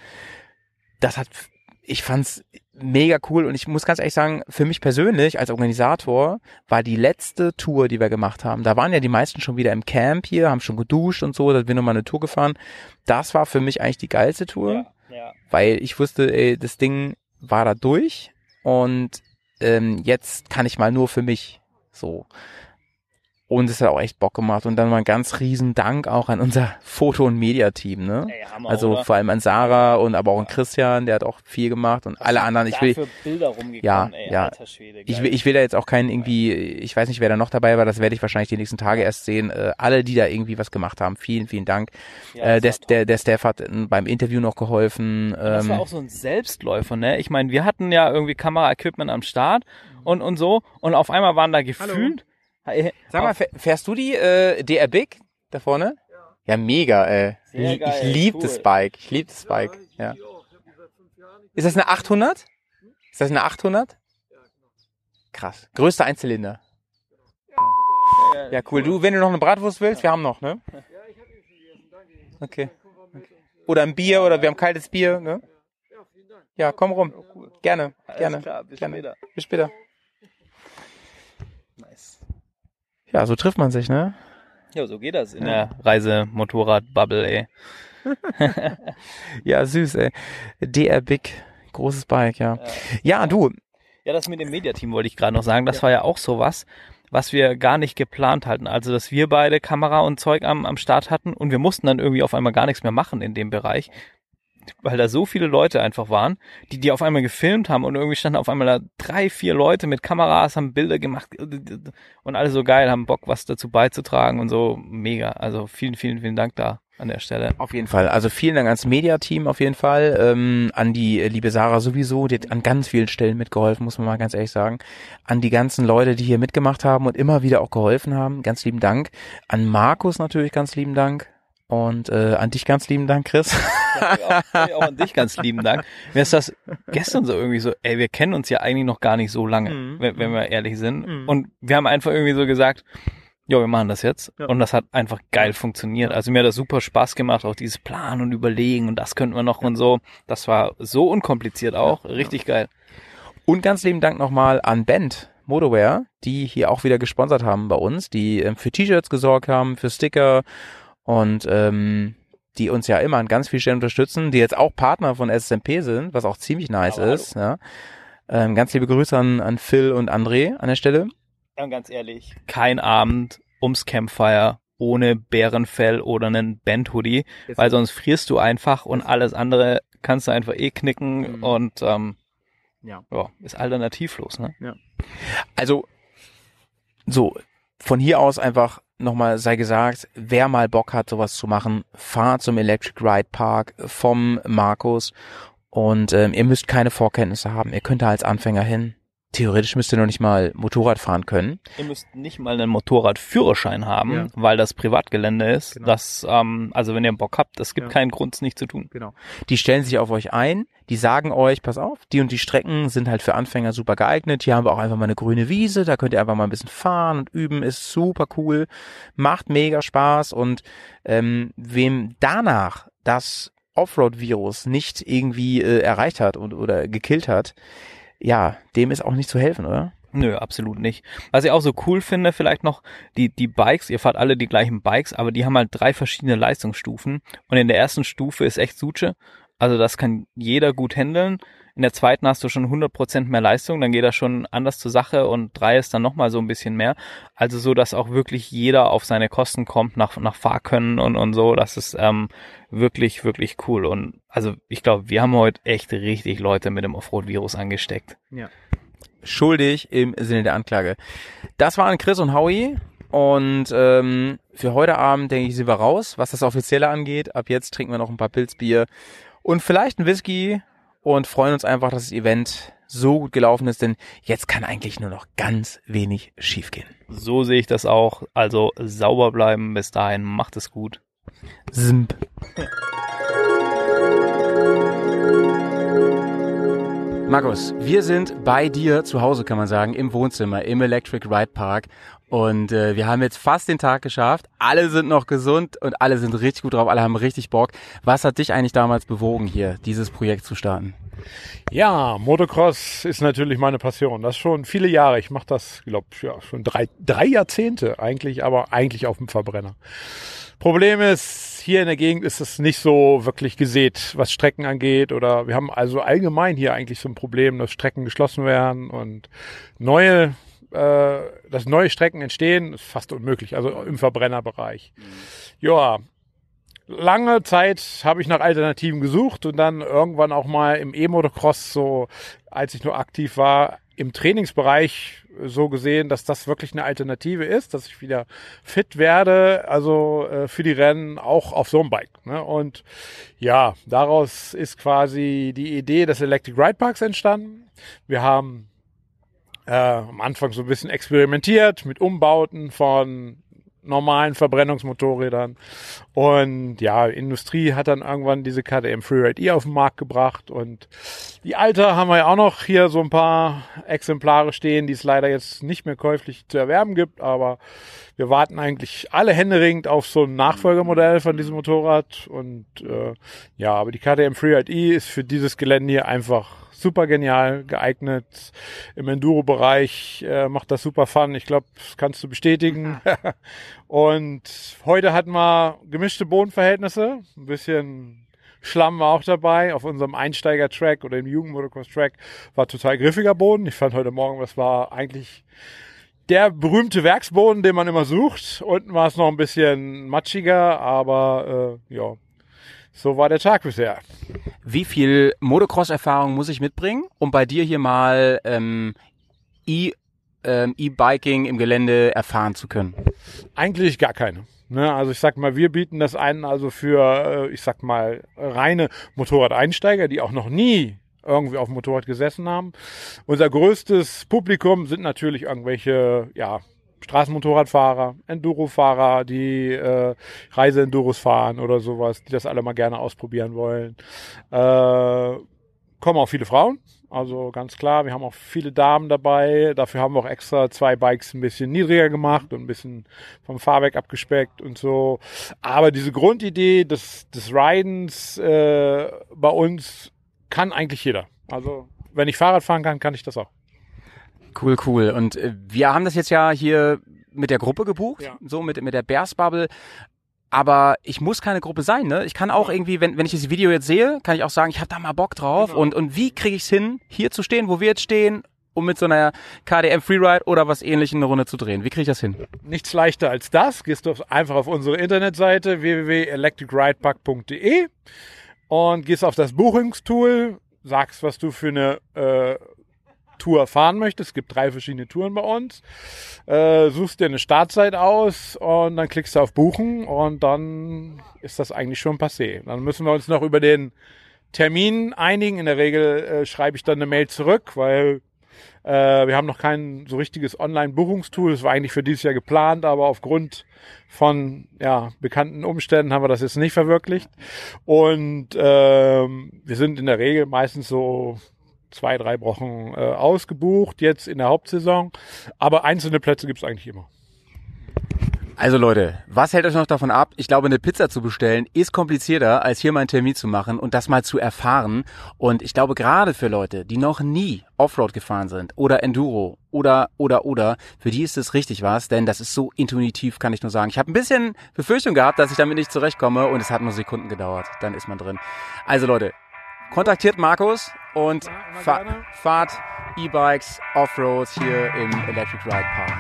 ich fand's mega cool und ich muss ganz ehrlich sagen, für mich persönlich als Organisator war die letzte Tour, die wir gemacht haben, da waren ja die meisten schon wieder im Camp hier, haben schon geduscht und so, da sind wir nochmal eine Tour gefahren. Das war für mich eigentlich die geilste Tour, weil ich wusste, das Ding war da durch und jetzt kann ich mal nur für mich so. Und es hat auch echt Bock gemacht. Und dann mal einen ganz riesen Dank auch an unser Foto- und Media-Team, ne? Hammer, also oder? Vor allem an Sarah und aber auch an Christian, der hat auch viel gemacht und alle anderen. Ich will, Bilder rumgekommen, ja. Alter Schwede, ich will da jetzt auch keinen irgendwie, ich weiß nicht, wer da noch dabei war, das werde ich wahrscheinlich die nächsten Tage erst sehen. Alle, die da irgendwie was gemacht haben, vielen, vielen Dank. Ja, der Steph hat beim Interview noch geholfen. Das war auch so ein Selbstläufer, ne? Ich meine, wir hatten ja irgendwie Kamera-Equipment am Start und so und auf einmal waren da gefühlt. Sag mal, fährst du die DR Big da vorne? Ja, mega, ey. Ich liebe das Bike. Ja. Ist das eine 800? Ist das eine 800? Krass. Größter Einzylinder. Ja, cool. Du, wenn du noch eine Bratwurst willst, wir haben noch, ne? Okay. Oder ein Bier oder wir haben kaltes Bier, ne? Ja, komm rum. Gerne. Klar, bis später. Nice. Ja, so trifft man sich, ne? Ja, so geht das in der Reisemotorrad-Bubble, ey. Ja, süß, ey. DR Big, großes Bike, ja. Ja, du. Ja, das mit dem Mediateam wollte ich gerade noch sagen. Das war ja auch sowas, was wir gar nicht geplant hatten. Also, dass wir beide Kamera und Zeug am Start hatten und wir mussten dann irgendwie auf einmal gar nichts mehr machen in dem Bereich. weil da so viele Leute einfach waren, die auf einmal gefilmt haben und irgendwie standen auf einmal da 3, 4 Leute mit Kameras, haben Bilder gemacht und alle so geil, haben Bock, was dazu beizutragen und so. Mega. Also vielen, vielen, vielen Dank da an der Stelle. Auf jeden Fall. Also vielen Dank ans Media-Team auf jeden Fall, an die liebe Sarah sowieso, die hat an ganz vielen Stellen mitgeholfen, muss man mal ganz ehrlich sagen. An die ganzen Leute, die hier mitgemacht haben und immer wieder auch geholfen haben, ganz lieben Dank. An Markus natürlich ganz lieben Dank und an dich ganz lieben Dank, Chris. Auch an dich ganz lieben Dank. Mir ist das gestern so irgendwie so, ey, wir kennen uns ja eigentlich noch gar nicht so lange, wenn wir ehrlich sind. Und wir haben einfach irgendwie so gesagt, ja, wir machen das jetzt. Ja. Und das hat einfach geil funktioniert. Also mir hat das super Spaß gemacht, auch dieses Planen und Überlegen und das könnten wir noch und so. Das war so unkompliziert auch. Richtig geil. Und ganz lieben Dank nochmal an Bend Motorwear, die hier auch wieder gesponsert haben bei uns, die für T-Shirts gesorgt haben, für Sticker und die uns ja immer an ganz vielen Stellen unterstützen, die jetzt auch Partner von SMP sind, was auch ziemlich nice ist. Ja. Ganz liebe Grüße an Phil und André an der Stelle. Ja, und ganz ehrlich, kein Abend ums Campfire ohne Bärenfell oder einen Band-Hoodie, weil sonst frierst du einfach und alles andere kannst du einfach knicken und ja, ist alternativlos. Ne? Ja. Also so, von hier aus einfach nochmal sei gesagt, wer mal Bock hat, sowas zu machen, fahrt zum Electric Ride Park vom Markus und ihr müsst keine Vorkenntnisse haben, ihr könnt da als Anfänger hin. Theoretisch müsst ihr noch nicht mal Motorrad fahren können. Ihr müsst nicht mal einen Motorradführerschein haben, weil das Privatgelände ist. Genau. Das, also wenn ihr Bock habt, es gibt keinen Grund, es nicht zu tun. Genau. Die stellen sich auf euch ein, die sagen euch, pass auf, die und die Strecken sind halt für Anfänger super geeignet. Hier haben wir auch einfach mal eine grüne Wiese, da könnt ihr einfach mal ein bisschen fahren und üben, ist super cool, macht mega Spaß und wem danach das Offroad-Virus nicht irgendwie erreicht hat oder gekillt hat, ja, dem ist auch nicht zu helfen, oder? Nö, absolut nicht. Was ich auch so cool finde, vielleicht noch, die Bikes, ihr fahrt alle die gleichen Bikes, aber die haben halt 3 verschiedene Leistungsstufen und in der ersten Stufe ist echt Suche, also das kann jeder gut handeln. In der zweiten hast du schon 100% mehr Leistung, dann geht das schon anders zur Sache und 3 ist dann nochmal so ein bisschen mehr. Also so, dass auch wirklich jeder auf seine Kosten kommt nach Fahrkönnen und so. Das ist wirklich, wirklich cool. Und also ich glaube, wir haben heute echt richtig Leute mit dem Offroad-Virus angesteckt. Ja. Schuldig im Sinne der Anklage. Das waren Chris und Howie. Und für heute Abend, denke ich, sind wir raus, was das Offizielle angeht. Ab jetzt trinken wir noch ein paar Pilzbier und vielleicht ein Whisky. Und freuen uns einfach, dass das Event so gut gelaufen ist, denn jetzt kann eigentlich nur noch ganz wenig schiefgehen. So sehe ich das auch. Also sauber bleiben. Bis dahin, macht es gut. Simp. Markus, wir sind bei dir zu Hause, kann man sagen, im Wohnzimmer, im Electric Ride Park. Und wir haben jetzt fast den Tag geschafft. Alle sind noch gesund und alle sind richtig gut drauf. Alle haben richtig Bock. Was hat dich eigentlich damals bewogen, hier dieses Projekt zu starten? Ja, Motocross ist natürlich meine Passion. Das schon viele Jahre. Ich mache das, glaube ich, schon drei Jahrzehnte eigentlich, aber eigentlich auf dem Verbrenner. Problem ist, hier in der Gegend ist es nicht so wirklich gesät, was Strecken angeht. Oder wir haben also allgemein hier eigentlich so ein Problem, dass Strecken geschlossen werden und dass neue Strecken entstehen, ist fast unmöglich, also im Verbrennerbereich. Ja, lange Zeit habe ich nach Alternativen gesucht und dann irgendwann auch mal im E-Motocross, so als ich nur aktiv war, im Trainingsbereich so gesehen, dass das wirklich eine Alternative ist, dass ich wieder fit werde, also für die Rennen auch auf so einem Bike. Ne? Und ja, daraus ist quasi die Idee des Electric Ride Parks entstanden. Wir haben am Anfang so ein bisschen experimentiert mit Umbauten von normalen Verbrennungsmotorrädern. Und ja, Industrie hat dann irgendwann diese KTM Freeride E auf den Markt gebracht. Und die alte haben wir ja auch noch hier so ein paar Exemplare stehen, die es leider jetzt nicht mehr käuflich zu erwerben gibt. Aber wir warten eigentlich alle händeringend auf so ein Nachfolgermodell von diesem Motorrad. Und ja, aber die KTM Freeride E ist für dieses Gelände hier einfach super genial geeignet. Im Enduro-Bereich macht das super Fun. Ich glaube, das kannst du bestätigen. Und heute hatten wir gemischte Bodenverhältnisse. Ein bisschen Schlamm war auch dabei. Auf unserem Einsteiger-Track oder im Jugend-Motocross-Track war total griffiger Boden. Ich fand heute Morgen, das war eigentlich der berühmte Werksboden, den man immer sucht. Unten war es noch ein bisschen matschiger, aber ja, so war der Tag bisher. wie viel Motocross-Erfahrung muss ich mitbringen, um bei dir hier mal E-Biking im Gelände erfahren zu können? Eigentlich gar keine. Ne, also ich sag mal, wir bieten das an, also für, ich sag mal, reine Motorradeinsteiger, die auch noch nie irgendwie auf dem Motorrad gesessen haben. Unser größtes Publikum sind natürlich irgendwelche, ja, Straßenmotorradfahrer, Enduro-Fahrer, die Reise-Enduros fahren oder sowas, die das alle mal gerne ausprobieren wollen. Kommen auch viele Frauen, also ganz klar, wir haben auch viele Damen dabei. Dafür haben wir auch extra 2 Bikes ein bisschen niedriger gemacht und ein bisschen vom Fahrwerk abgespeckt und so. Aber diese Grundidee des Ridens bei uns kann eigentlich jeder. Also wenn ich Fahrrad fahren kann, kann ich das auch. Cool. Und wir haben das jetzt ja hier mit der Gruppe gebucht, so mit der Bears Bubble. Aber ich muss keine Gruppe sein, ne? Ich kann auch irgendwie, wenn ich das Video jetzt sehe, kann ich auch sagen, ich habe da mal Bock drauf. Genau. Und wie kriege ich es hin, hier zu stehen, wo wir jetzt stehen, um mit so einer KTM Freeride oder was Ähnlichem eine Runde zu drehen? Wie kriege ich das hin? Nichts leichter als das. Gehst du einfach auf unsere Internetseite www.electricridepark.de und gehst auf das Buchungstool, sagst, was du für eine Tour fahren möchtest. Es gibt 3 verschiedene Touren bei uns. Suchst dir eine Startzeit aus und dann klickst du auf Buchen und dann ist das eigentlich schon passé. Dann müssen wir uns noch über den Termin einigen. In der Regel schreibe ich dann eine Mail zurück, weil wir haben noch kein so richtiges Online-Buchungstool. Das war eigentlich für dieses Jahr geplant, aber aufgrund von bekannten Umständen haben wir das jetzt nicht verwirklicht. Und wir sind in der Regel meistens so 2-3 Wochen ausgebucht, jetzt in der Hauptsaison. Aber einzelne Plätze gibt es eigentlich immer. Also Leute, was hält euch noch davon ab? Ich glaube, eine Pizza zu bestellen ist komplizierter, als hier mal einen Termin zu machen und das mal zu erfahren. Und ich glaube, gerade für Leute, die noch nie Offroad gefahren sind oder Enduro oder, für die ist es richtig was, denn das ist so intuitiv, kann ich nur sagen. Ich habe ein bisschen Befürchtung gehabt, dass ich damit nicht zurechtkomme und es hat nur Sekunden gedauert. Dann ist man drin. Also Leute, kontaktiert Markus und fahrt E-Bikes Offroad hier im Electric Ride Park.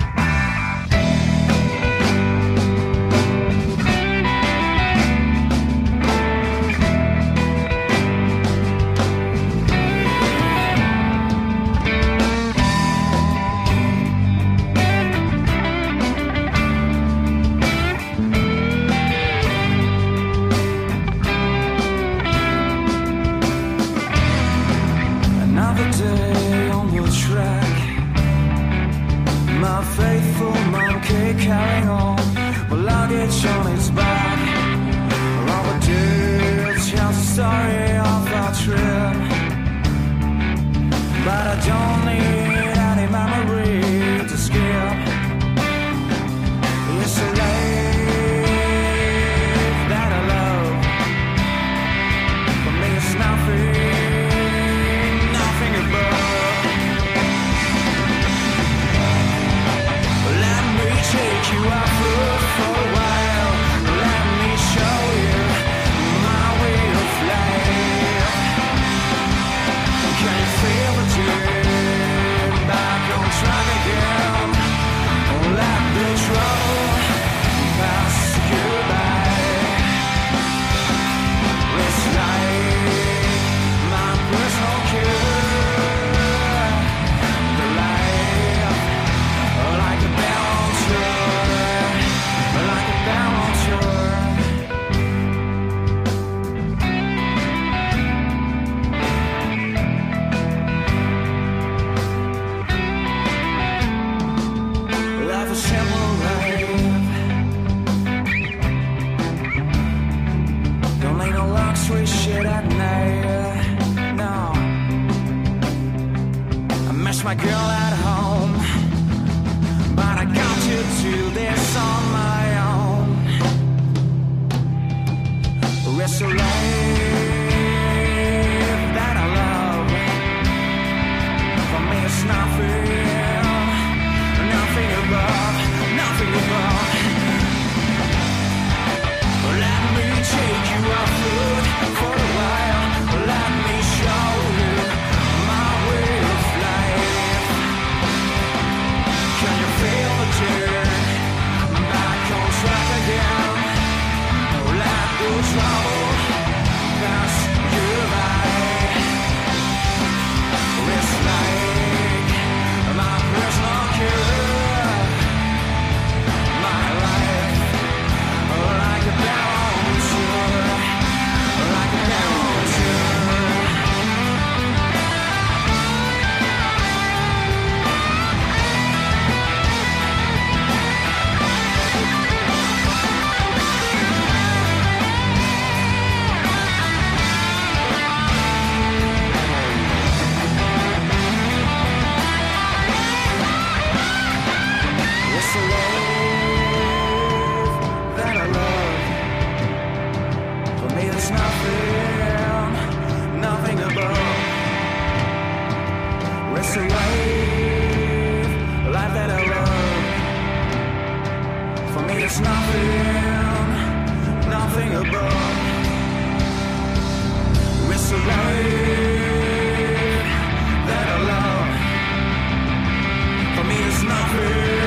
Carrying on my luggage on its back. Robert Dale tells the story of our trip, but I don't need any memory to skip. It's a life that I love. For me it's nothing above. Take you out for a while. Let me show you my way of life. Can you feel the dream? For me there's nothing above. It's the life that I love. For me there's nothing